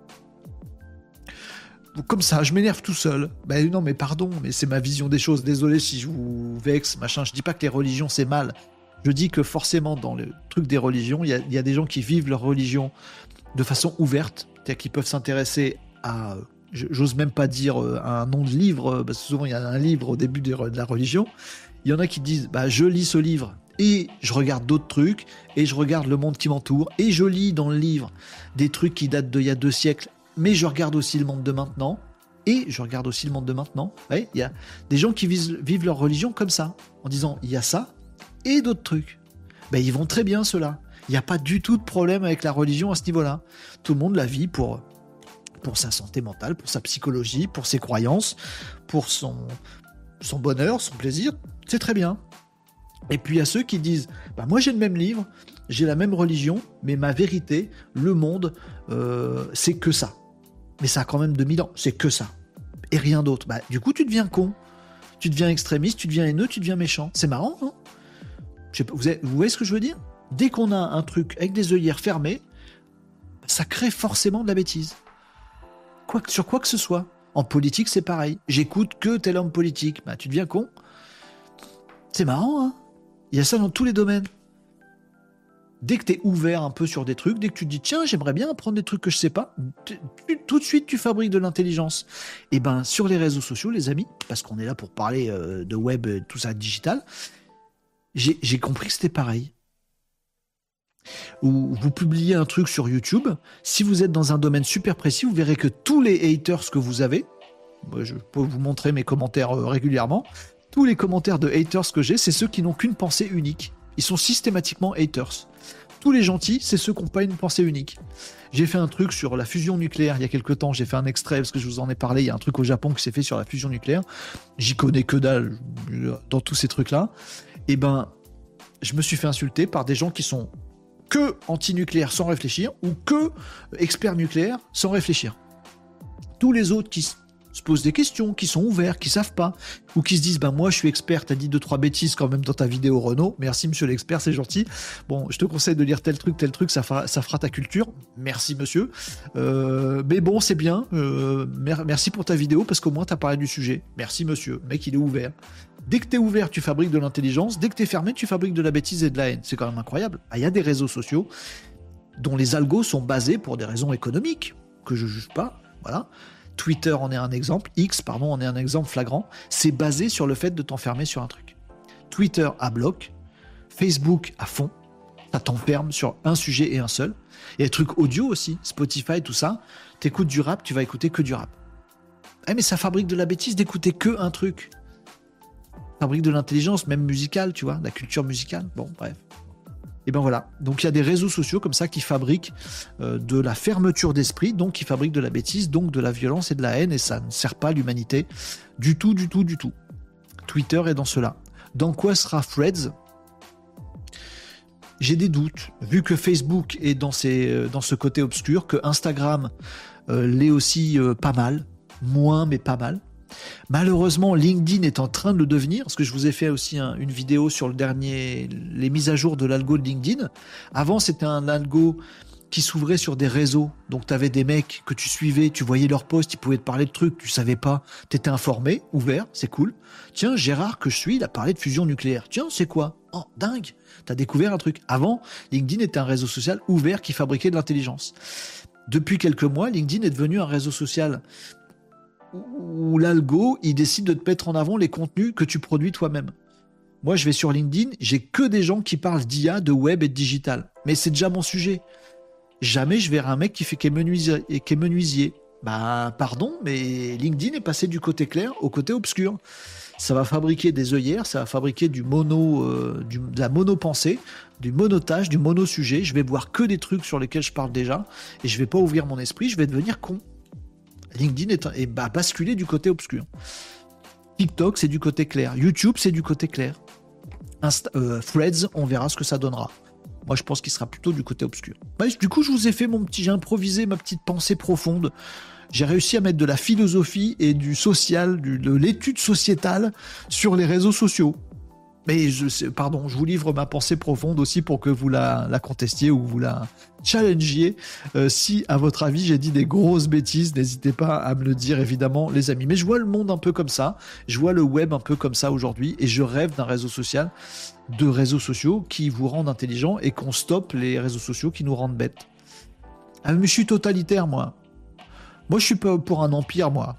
Comme ça, je m'énerve tout seul. Ben non, mais pardon, mais c'est ma vision des choses. Désolé si je vous vexe, machin. Je dis pas que les religions, c'est mal. Je dis que forcément, dans le truc des religions, il y a des gens qui vivent leur religion de façon ouverte. C'est-à-dire qu'ils peuvent s'intéresser à... J'ose même pas dire un nom de livre, parce que souvent, il y a un livre au début de la religion. Il y en a qui disent bah, je lis ce livre et je regarde d'autres trucs et je regarde le monde qui m'entoure et je lis dans le livre des trucs qui datent d'il y a 2 siècles, mais je regarde aussi le monde de maintenant et je regarde aussi le monde de maintenant. Ouais, il y a des gens qui vivent leur religion comme ça, en disant il y a ça et d'autres trucs. Ben, ils vont très bien ceux-là. Il n'y a pas du tout de problème avec la religion à ce niveau-là. Tout le monde la vit pour pour sa santé mentale, pour sa psychologie, pour ses croyances, pour son bonheur, son plaisir, c'est très bien. Et puis il y a ceux qui disent moi j'ai le même livre, j'ai la même religion, mais ma vérité, le monde, c'est que ça. Mais ça a quand même 2000 ans, c'est que ça. Et rien d'autre. Du coup tu deviens con, tu deviens extrémiste, tu deviens haineux, tu deviens méchant. C'est marrant, hein? Vous voyez ce que je veux dire? Dès qu'on a un truc avec des œillères fermées, ça crée forcément de la bêtise. Sur quoi que ce soit. En politique, c'est pareil. J'écoute que tel homme politique. Tu deviens con. C'est marrant, hein? Il y a ça dans tous les domaines. Dès que tu es ouvert un peu sur des trucs, dès que tu te dis tiens, j'aimerais bien apprendre des trucs que je sais pas, tout de suite tu fabriques de l'intelligence. Et sur les réseaux sociaux, les amis, parce qu'on est là pour parler de web, tout ça digital, j'ai compris que c'était pareil. Ou vous publiez un truc sur YouTube, si vous êtes dans un domaine super précis, vous verrez que tous les haters que vous avez, je peux vous montrer mes commentaires régulièrement, tous les commentaires de haters que j'ai, c'est ceux qui n'ont qu'une pensée unique. Ils sont systématiquement haters. Tous les gentils, c'est ceux qui n'ont pas une pensée unique. J'ai fait un truc sur la fusion nucléaire il y a quelques temps, j'ai fait un extrait parce que je vous en ai parlé, il y a un truc au Japon qui s'est fait sur la fusion nucléaire. J'y connais que dalle dans tous ces trucs-là. Et je me suis fait insulter par des gens qui sont que anti-nucléaire sans réfléchir ou que experts nucléaires sans réfléchir. Tous les autres qui se posent des questions, qui sont ouverts, qui savent pas, ou qui se disent moi je suis expert, t'as dit 2-3 bêtises quand même dans ta vidéo Renaud, merci monsieur l'expert, c'est gentil, bon je te conseille de lire tel truc, ça fera ta culture, merci monsieur, mais bon c'est bien, merci pour ta vidéo parce qu'au moins t'as parlé du sujet, merci monsieur, le mec il est ouvert. Dès que t'es ouvert, tu fabriques de l'intelligence, dès que t'es fermé, tu fabriques de la bêtise et de la haine, c'est quand même incroyable. Il y a des réseaux sociaux dont les algos sont basés pour des raisons économiques, que je juge pas, voilà. Twitter en est un exemple, X, pardon, en est un exemple flagrant. C'est basé sur le fait de t'enfermer sur un truc. Twitter à bloc, Facebook à fond, ça t'enferme sur un sujet et un seul. Il y a des trucs audio aussi, Spotify, tout ça. T'écoutes du rap, tu vas écouter que du rap. Mais ça fabrique de la bêtise d'écouter que un truc. Ça fabrique de l'intelligence, même musicale, tu vois, de la culture musicale. Bon, bref. Et voilà. Donc il y a des réseaux sociaux comme ça qui fabriquent de la fermeture d'esprit, donc qui fabriquent de la bêtise, donc de la violence et de la haine, et ça ne sert pas l'humanité du tout. Twitter est dans cela. Dans quoi sera Threads? J'ai des doutes, vu que Facebook est dans ce côté obscur, que Instagram l'est aussi pas mal, moins mais pas mal. Malheureusement, LinkedIn est en train de le devenir, parce que je vous ai fait aussi une vidéo sur les mises à jour de l'algo de LinkedIn. Avant, c'était un algo qui s'ouvrait sur des réseaux, donc tu avais des mecs que tu suivais, tu voyais leurs posts, ils pouvaient te parler de trucs, tu savais pas, t'étais informé, ouvert, c'est cool. Tiens, Gérard que je suis, il a parlé de fusion nucléaire. Tiens, c'est quoi? Oh, dingue, t'as découvert un truc. Avant, LinkedIn était un réseau social ouvert qui fabriquait de l'intelligence. Depuis quelques mois, LinkedIn est devenu un réseau social où l'algo, il décide de te mettre en avant les contenus que tu produis toi-même. Moi, je vais sur LinkedIn, j'ai que des gens qui parlent d'IA, de web et de digital. Mais c'est déjà mon sujet. Jamais je verrai un mec qui est menuisier. Pardon, mais LinkedIn est passé du côté clair au côté obscur. Ça va fabriquer des œillères, ça va fabriquer de la monopensée, du monotage, du monosujet. Je vais voir que des trucs sur lesquels je parle déjà et je vais pas ouvrir mon esprit, je vais devenir con. LinkedIn est basculé du côté obscur. TikTok, c'est du côté clair. YouTube, c'est du côté clair. Threads, on verra ce que ça donnera. Moi, je pense qu'il sera plutôt du côté obscur. Du coup, je vous ai fait j'ai improvisé ma petite pensée profonde. J'ai réussi à mettre de la philosophie et du social, de l'étude sociétale sur les réseaux sociaux. Mais je vous livre ma pensée profonde aussi pour que vous la contestiez ou vous la challengiez. Si, à votre avis, j'ai dit des grosses bêtises, n'hésitez pas à me le dire, évidemment, les amis. Mais je vois le monde un peu comme ça. Je vois le web un peu comme ça aujourd'hui. Et je rêve d'un réseau social, de réseaux sociaux qui vous rendent intelligents et qu'on stoppe les réseaux sociaux qui nous rendent bêtes. Ah, mais je suis totalitaire, moi. Moi, je suis pas pour un empire, moi.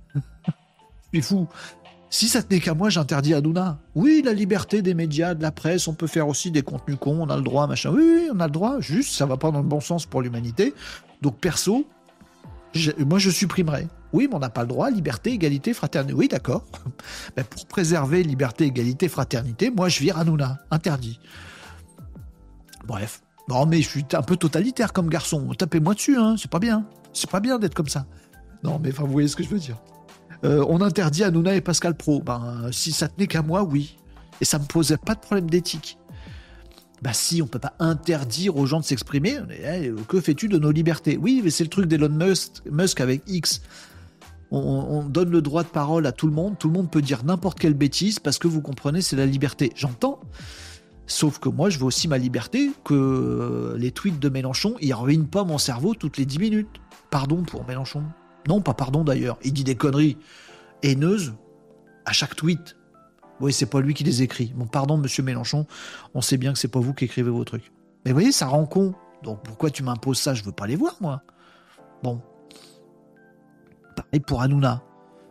Je suis fou. Si ça tenait qu'à moi, j'interdis Hanouna. Oui, la liberté des médias, de la presse, on peut faire aussi des contenus cons, on a le droit, machin. Oui, on a le droit, juste, ça va pas dans le bon sens pour l'humanité. Donc, perso, moi, je supprimerais. Oui, mais on n'a pas le droit, liberté, égalité, fraternité. Oui, d'accord. Mais pour préserver liberté, égalité, fraternité, moi, je vire Hanouna. Interdit. Bref. Non, mais je suis un peu totalitaire comme garçon. Tapez-moi dessus, hein, c'est pas bien. C'est pas bien d'être comme ça. Non, mais enfin, vous voyez ce que je veux dire. On interdit Hanouna et Pascal Pro. Ben, si ça tenait qu'à moi, oui. Et ça me posait pas de problème d'éthique. Bah si, on peut pas interdire aux gens de s'exprimer. Que fais-tu de nos libertés? Oui, mais c'est le truc d'Elon Musk avec X. On donne le droit de parole à tout le monde peut dire n'importe quelle bêtise parce que vous comprenez, c'est la liberté. J'entends, sauf que moi je veux aussi ma liberté, que les tweets de Mélenchon, ils ruinent pas mon cerveau toutes les 10 minutes. Pardon pour Mélenchon. Non, pas pardon d'ailleurs, il dit des conneries haineuses à chaque tweet. Oui, c'est pas lui qui les écrit. Bon, pardon monsieur Mélenchon, on sait bien que c'est pas vous qui écrivez vos trucs. Mais vous voyez, ça rend con. Donc pourquoi tu m'imposes ça? Je veux pas les voir moi. Bon. Pareil pour Hanouna.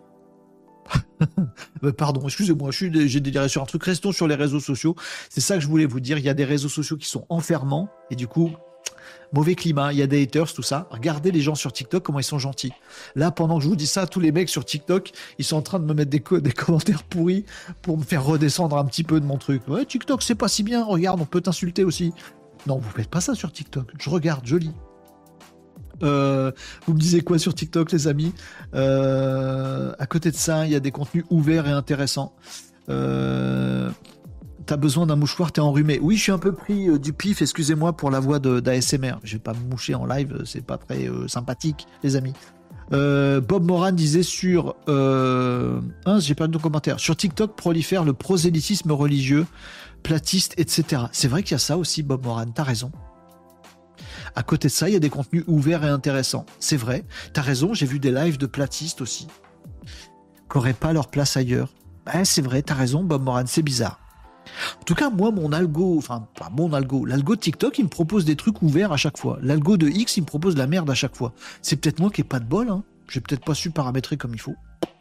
Pardon, excusez-moi, j'ai déliré sur un truc. Restons sur les réseaux sociaux. C'est ça que je voulais vous dire. Il y a des réseaux sociaux qui sont enfermants et du coup, mauvais climat. Il y a des haters, tout ça. Regardez les gens sur TikTok, comment ils sont gentils. Là, pendant que je vous dis ça, tous les mecs sur TikTok, ils sont en train de me mettre des commentaires pourris pour me faire redescendre un petit peu de mon truc. Ouais, TikTok, c'est pas si bien. Regarde, on peut t'insulter aussi. Non, vous faites pas ça sur TikTok. Je regarde, je lis. Vous me disiez quoi sur TikTok, les amis? À côté de ça, il y a des contenus ouverts et intéressants. T'as besoin d'un mouchoir, t'es enrhumé. Oui, je suis un peu pris du pif, excusez-moi pour la voix d'ASMR. Je vais pas me moucher en live, c'est pas très sympathique, les amis. Bob Moran disait sur... j'ai perdu ton commentaire. Sur TikTok prolifère le prosélytisme religieux, platiste, etc. C'est vrai qu'il y a ça aussi, Bob Moran, t'as raison. À côté de ça, il y a des contenus ouverts et intéressants. C'est vrai, t'as raison, j'ai vu des lives de platistes aussi, qui n'auraient pas leur place ailleurs. C'est vrai, t'as raison, Bob Moran, c'est bizarre. En tout cas, moi, l'algo de TikTok, il me propose des trucs ouverts à chaque fois. L'algo de X, il me propose de la merde à chaque fois. C'est peut-être moi qui n'ai pas de bol, hein. J'ai peut-être pas su paramétrer comme il faut.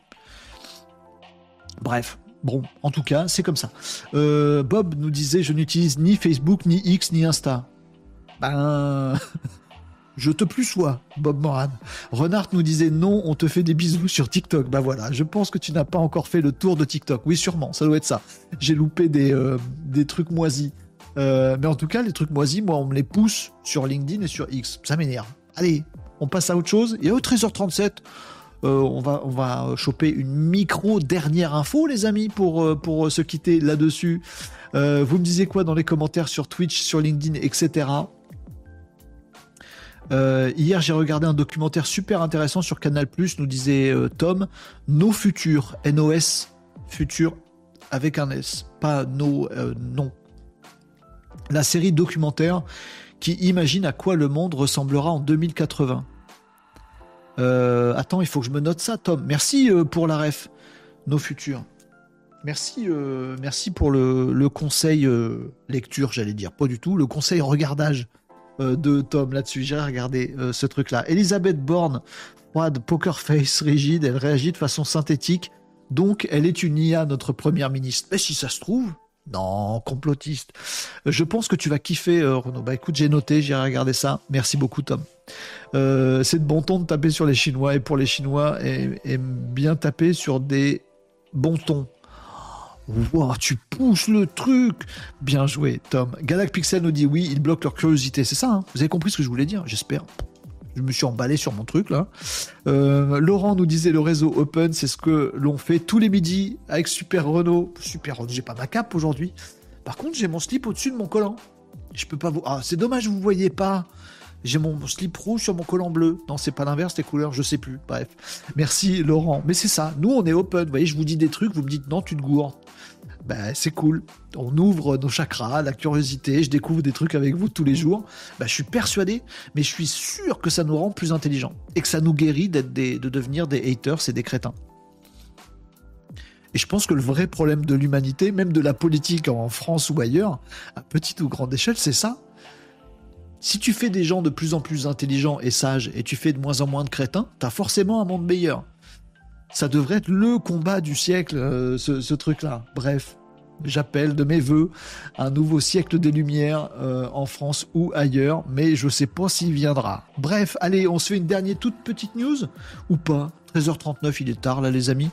Bref. Bon, en tout cas, c'est comme ça. Bob nous disait, je n'utilise ni Facebook, ni X, ni Insta. Je te plus sois, Bob Moran. Renard nous disait non, on te fait des bisous sur TikTok. Voilà, je pense que tu n'as pas encore fait le tour de TikTok. Oui, sûrement, ça doit être ça. J'ai loupé des trucs moisis. Mais en tout cas, les trucs moisis, moi, on me les pousse sur LinkedIn et sur X. Ça m'énerve. Allez, on passe à autre chose. Et au 13h37, on va choper une dernière info, les amis, pour se quitter là-dessus. Vous me disiez quoi dans les commentaires sur Twitch, sur LinkedIn, etc. Hier, j'ai regardé un documentaire super intéressant sur Canal+, nous disait Tom, Nos Futurs, NOS, Futur avec un S, pas non. La série documentaire qui imagine à quoi le monde ressemblera en 2080. Attends, il faut que je me note ça, Tom. Merci pour la ref. Nos Futurs. Merci pour le conseil lecture, j'allais dire. Pas du tout, le conseil regardage de Tom là-dessus. J'ai regardé ce truc-là. Elisabeth Borne, froide, poker face, rigide, elle réagit de façon synthétique. Donc, elle est une IA, notre première ministre. Mais si ça se trouve... Non, complotiste. Je pense que tu vas kiffer, Renaud. Écoute, j'ai noté, j'ai regardé ça. Merci beaucoup, Tom. C'est de bon ton de taper sur les Chinois. Et pour les Chinois, aiment bien taper sur des bons tons. Wow, tu pousses le truc. Bien joué, Tom. Galac Pixel nous dit oui, ils bloquent leur curiosité. C'est ça, hein. Vous avez compris ce que je voulais dire, j'espère. Je me suis emballé sur mon truc, là. Laurent nous disait le réseau Open, c'est ce que l'on fait tous les midis avec Super Renault. Super Renault, j'ai pas ma cape aujourd'hui. Par contre, j'ai mon slip au-dessus de mon collant. Je peux pas vous... Ah, c'est dommage, vous voyez pas. J'ai mon slip rouge sur mon collant bleu. Non, c'est pas l'inverse, les couleurs, je sais plus. Bref. Merci, Laurent. Mais c'est ça, nous, on est open. Vous voyez, je vous dis des trucs, vous me dites non, tu te gourres. C'est cool. On ouvre nos chakras, la curiosité, je découvre des trucs avec vous tous les jours. Je suis persuadé, mais je suis sûr que ça nous rend plus intelligents et que ça nous guérit de devenir des haters et des crétins. Et je pense que le vrai problème de l'humanité, même de la politique en France ou ailleurs, à petite ou grande échelle, c'est ça. Si tu fais des gens de plus en plus intelligents et sages et tu fais de moins en moins de crétins, t'as forcément un monde meilleur. Ça devrait être le combat du siècle, ce truc-là. Bref, j'appelle de mes vœux un nouveau siècle des Lumières en France ou ailleurs, mais je sais pas s'il viendra. Bref, allez, on se fait une dernière toute petite news ou pas? 13h39, il est tard là, les amis.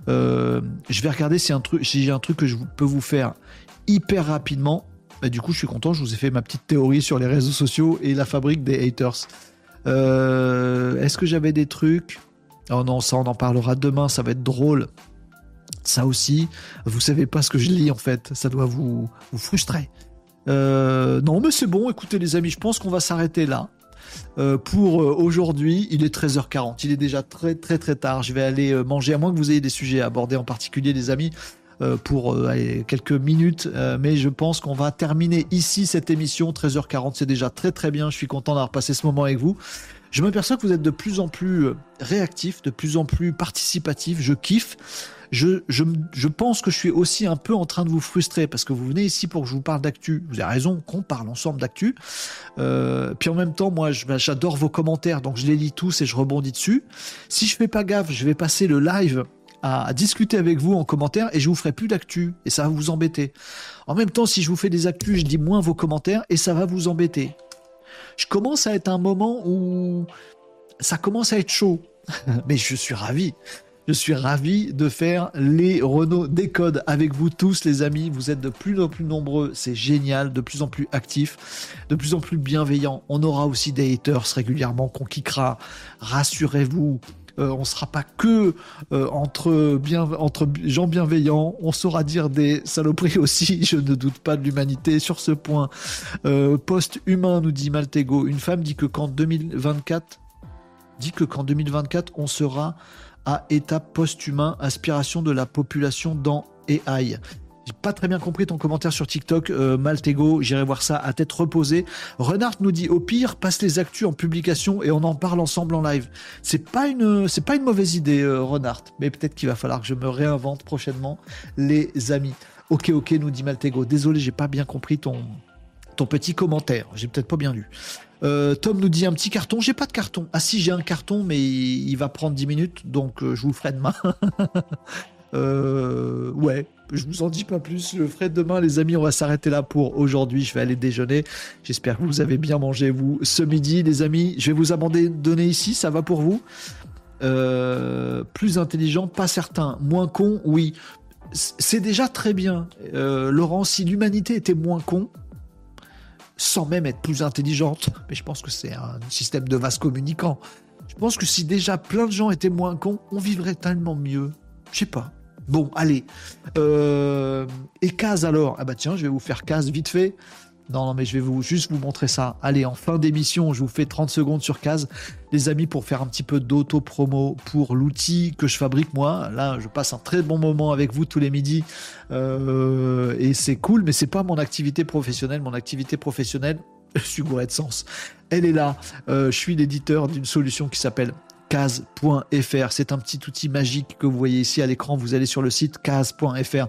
Je vais regarder si j'ai un truc que je peux vous faire hyper rapidement. Du coup, je suis content, je vous ai fait ma petite théorie sur les réseaux sociaux et la fabrique des haters. Est-ce que j'avais des trucs? Oh non, ça on en parlera demain, ça va être drôle. Ça aussi, vous savez pas ce que je lis en fait, ça doit vous frustrer. Non mais c'est bon, écoutez les amis, je pense qu'on va s'arrêter là. Pour aujourd'hui, il est 13h40, il est déjà très très très tard, je vais aller manger, à moins que vous ayez des sujets à aborder en particulier les amis, pour quelques minutes, mais je pense qu'on va terminer ici cette émission. 13h40, c'est déjà très très bien, je suis content d'avoir passé ce moment avec vous. Je m'aperçois que vous êtes de plus en plus réactifs, de plus en plus participatifs, je kiffe. Je pense que je suis aussi un peu en train de vous frustrer parce que vous venez ici pour que je vous parle d'actu. Vous avez raison qu'on parle ensemble d'actu. Puis en même temps, moi, j'adore vos commentaires, donc je les lis tous et je rebondis dessus. Si je fais pas gaffe, je vais passer le live à discuter avec vous en commentaire et je vous ferai plus d'actu et ça va vous embêter. En même temps, si je vous fais des actus, je dis moins vos commentaires et ça va vous embêter. Je commence à être à un moment où ça commence à être chaud, mais je suis ravi. Je suis ravi de faire les Renault Décode avec vous tous les amis. Vous êtes de plus en plus nombreux, c'est génial, de plus en plus actifs, de plus en plus bienveillants. On aura aussi des haters régulièrement qu'on kickera. Rassurez-vous, on ne sera pas que entre gens bienveillants. On saura dire des saloperies aussi, je ne doute pas de l'humanité sur ce point. Post-humain, nous dit Maltego. Une femme dit que qu'en 2024, on sera à étape post-humain, aspiration de la population dans AI. J'ai pas très bien compris ton commentaire sur TikTok, Maltego, j'irai voir ça à tête reposée. Renard nous dit, au pire, passe les actus en publication et on en parle ensemble en live. C'est pas une mauvaise idée, Renard, mais peut-être qu'il va falloir que je me réinvente prochainement, les amis. Ok, nous dit Maltego. Désolé, j'ai pas bien compris ton petit commentaire, j'ai peut-être pas bien lu. Tom nous dit un petit carton. J'ai pas de carton. Ah si, j'ai un carton, mais il va prendre 10 minutes, donc je vous le ferai demain. Ouais, je vous en dis pas plus. Je le ferai demain, les amis. On va s'arrêter là pour aujourd'hui. Je vais aller déjeuner. J'espère que vous avez bien mangé, vous, ce midi, les amis. Je vais vous abandonner ici. Ça va pour vous? Plus intelligent, pas certain. Moins con, oui. C'est déjà très bien. Laurent, si l'humanité était moins con, sans même être plus intelligente, mais je pense que c'est un système de vase communicant. Je pense que si déjà plein de gens étaient moins cons, on vivrait tellement mieux. Je sais pas. Bon, allez. Et Kaz alors? Ah bah tiens, je vais vous faire Kaz vite fait. Non, mais je vais juste vous montrer ça. Allez, en fin d'émission, je vous fais 30 secondes sur Kaz, les amis, pour faire un petit peu d'auto-promo pour l'outil que je fabrique moi. Là, je passe un très bon moment avec vous tous les midis. Et c'est cool, mais c'est pas mon activité professionnelle. Mon activité professionnelle, je suis gouré de sens. Elle est là. Je suis l'éditeur d'une solution qui s'appelle Kaz.fr. C'est un petit outil magique que vous voyez ici à l'écran. Vous allez sur le site Kaz.fr,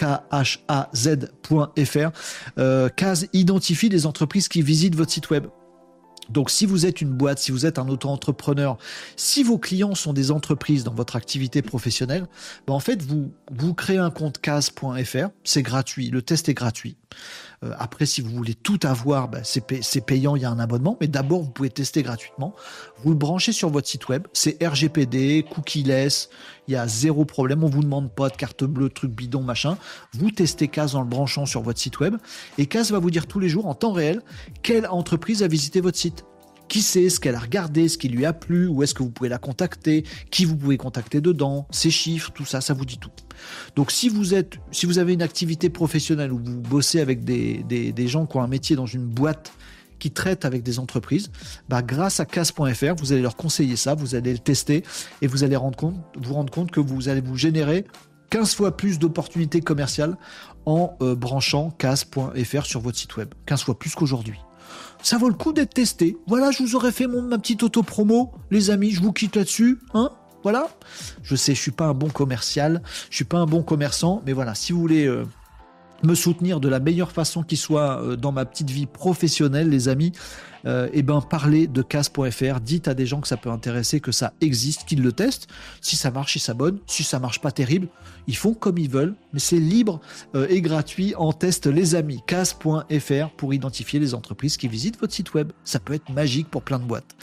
Khaz.fr. Kaz identifie les entreprises qui visitent votre site web. Donc, si vous êtes une boîte, si vous êtes un auto-entrepreneur, si vos clients sont des entreprises dans votre activité professionnelle, ben en fait, vous créez un compte Kaz.fr, c'est gratuit, le test est gratuit. Après, si vous voulez tout avoir, ben c'est payant, il y a un abonnement, mais d'abord, vous pouvez tester gratuitement. Vous le branchez sur votre site web, c'est RGPD, cookieless, il y a zéro problème, on vous demande pas de carte bleue, truc bidon, machin. Vous testez Kaz en le branchant sur votre site web, et Kaz va vous dire tous les jours, en temps réel, quelle entreprise a visité votre site. Qui c'est, ce qu'elle a regardé, ce qui lui a plu, où est-ce que vous pouvez la contacter, qui vous pouvez contacter dedans, ses chiffres, tout ça, ça vous dit tout. Donc si vous avez une activité professionnelle où vous bossez avec des gens qui ont un métier dans une boîte qui traite avec des entreprises, bah grâce à Kaz.fr, vous allez leur conseiller ça, vous allez le tester et vous allez vous rendre compte que vous allez vous générer 15 fois plus d'opportunités commerciales en branchant Kaz.fr sur votre site web. 15 fois plus qu'aujourd'hui. Ça vaut le coup d'être testé. Voilà, je vous aurais fait ma petite auto-promo, les amis, je vous quitte là-dessus, hein. Voilà. Je sais, je suis pas un bon commercial, je suis pas un bon commerçant, mais voilà, si vous voulez me soutenir de la meilleure façon qui soit dans ma petite vie professionnelle, les amis, parlez de Kaz.fr, dites à des gens que ça peut intéresser, que ça existe, qu'ils le testent. Si ça marche, ils s'abonnent. Si ça marche pas terrible, ils font comme ils veulent, mais c'est libre et gratuit en test, les amis. Kaz.fr pour identifier les entreprises qui visitent votre site web. Ça peut être magique pour plein de boîtes.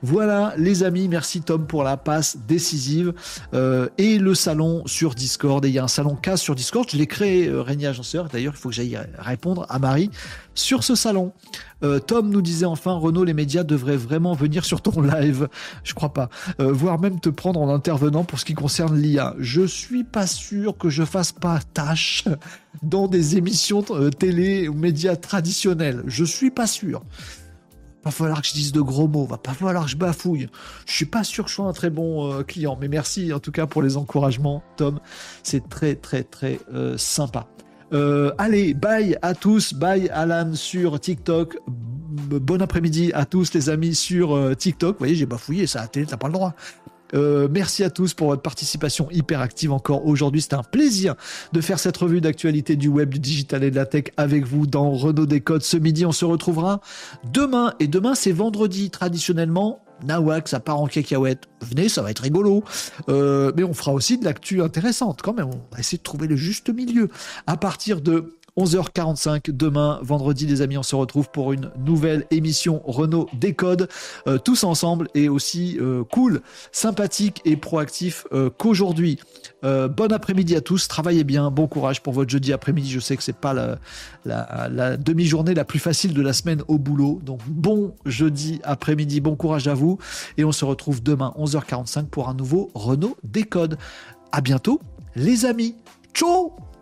Voilà les amis, merci Tom pour la passe décisive et le salon sur Discord. Et il y a un salon K sur Discord, je l'ai créé Régnier Agenceur, d'ailleurs il faut que j'aille répondre à Marie sur ce salon. Tom nous disait enfin, Renaud, les médias devraient vraiment venir sur ton live, je crois pas, voire même te prendre en intervenant pour ce qui concerne l'IA. Je suis pas sûr que je fasse pas tâche dans des émissions télé ou médias traditionnels, je suis pas sûr. Va falloir que je dise de gros mots, va pas falloir que je bafouille. Je suis pas sûr que je sois un très bon client, mais merci en tout cas pour les encouragements, Tom. C'est très très très sympa. Allez, bye à tous, bye Alan sur TikTok. Bon après-midi à tous les amis sur TikTok. Vous voyez, j'ai bafouillé, ça à la télé, t'as pas le droit. Merci à tous pour votre participation hyper active encore aujourd'hui. C'était un plaisir de faire cette revue d'actualité du web, du digital et de la tech avec vous dans Renaud Décode. Ce midi, on se retrouvera demain. Et demain, c'est vendredi. Traditionnellement, Nawak, ça part en cacahuète. Venez, ça va être rigolo. Mais on fera aussi de l'actu intéressante quand même. On va essayer de trouver le juste milieu. À partir de 11h45 demain, vendredi les amis, on se retrouve pour une nouvelle émission Renaud Décode, tous ensemble et aussi cool, sympathique et proactif qu'aujourd'hui. Bon après-midi à tous, travaillez bien, bon courage pour votre jeudi après-midi, je sais que c'est pas la demi-journée la plus facile de la semaine au boulot, donc bon jeudi après-midi, bon courage à vous et on se retrouve demain 11h45 pour un nouveau Renaud Décode. À bientôt les amis, ciao.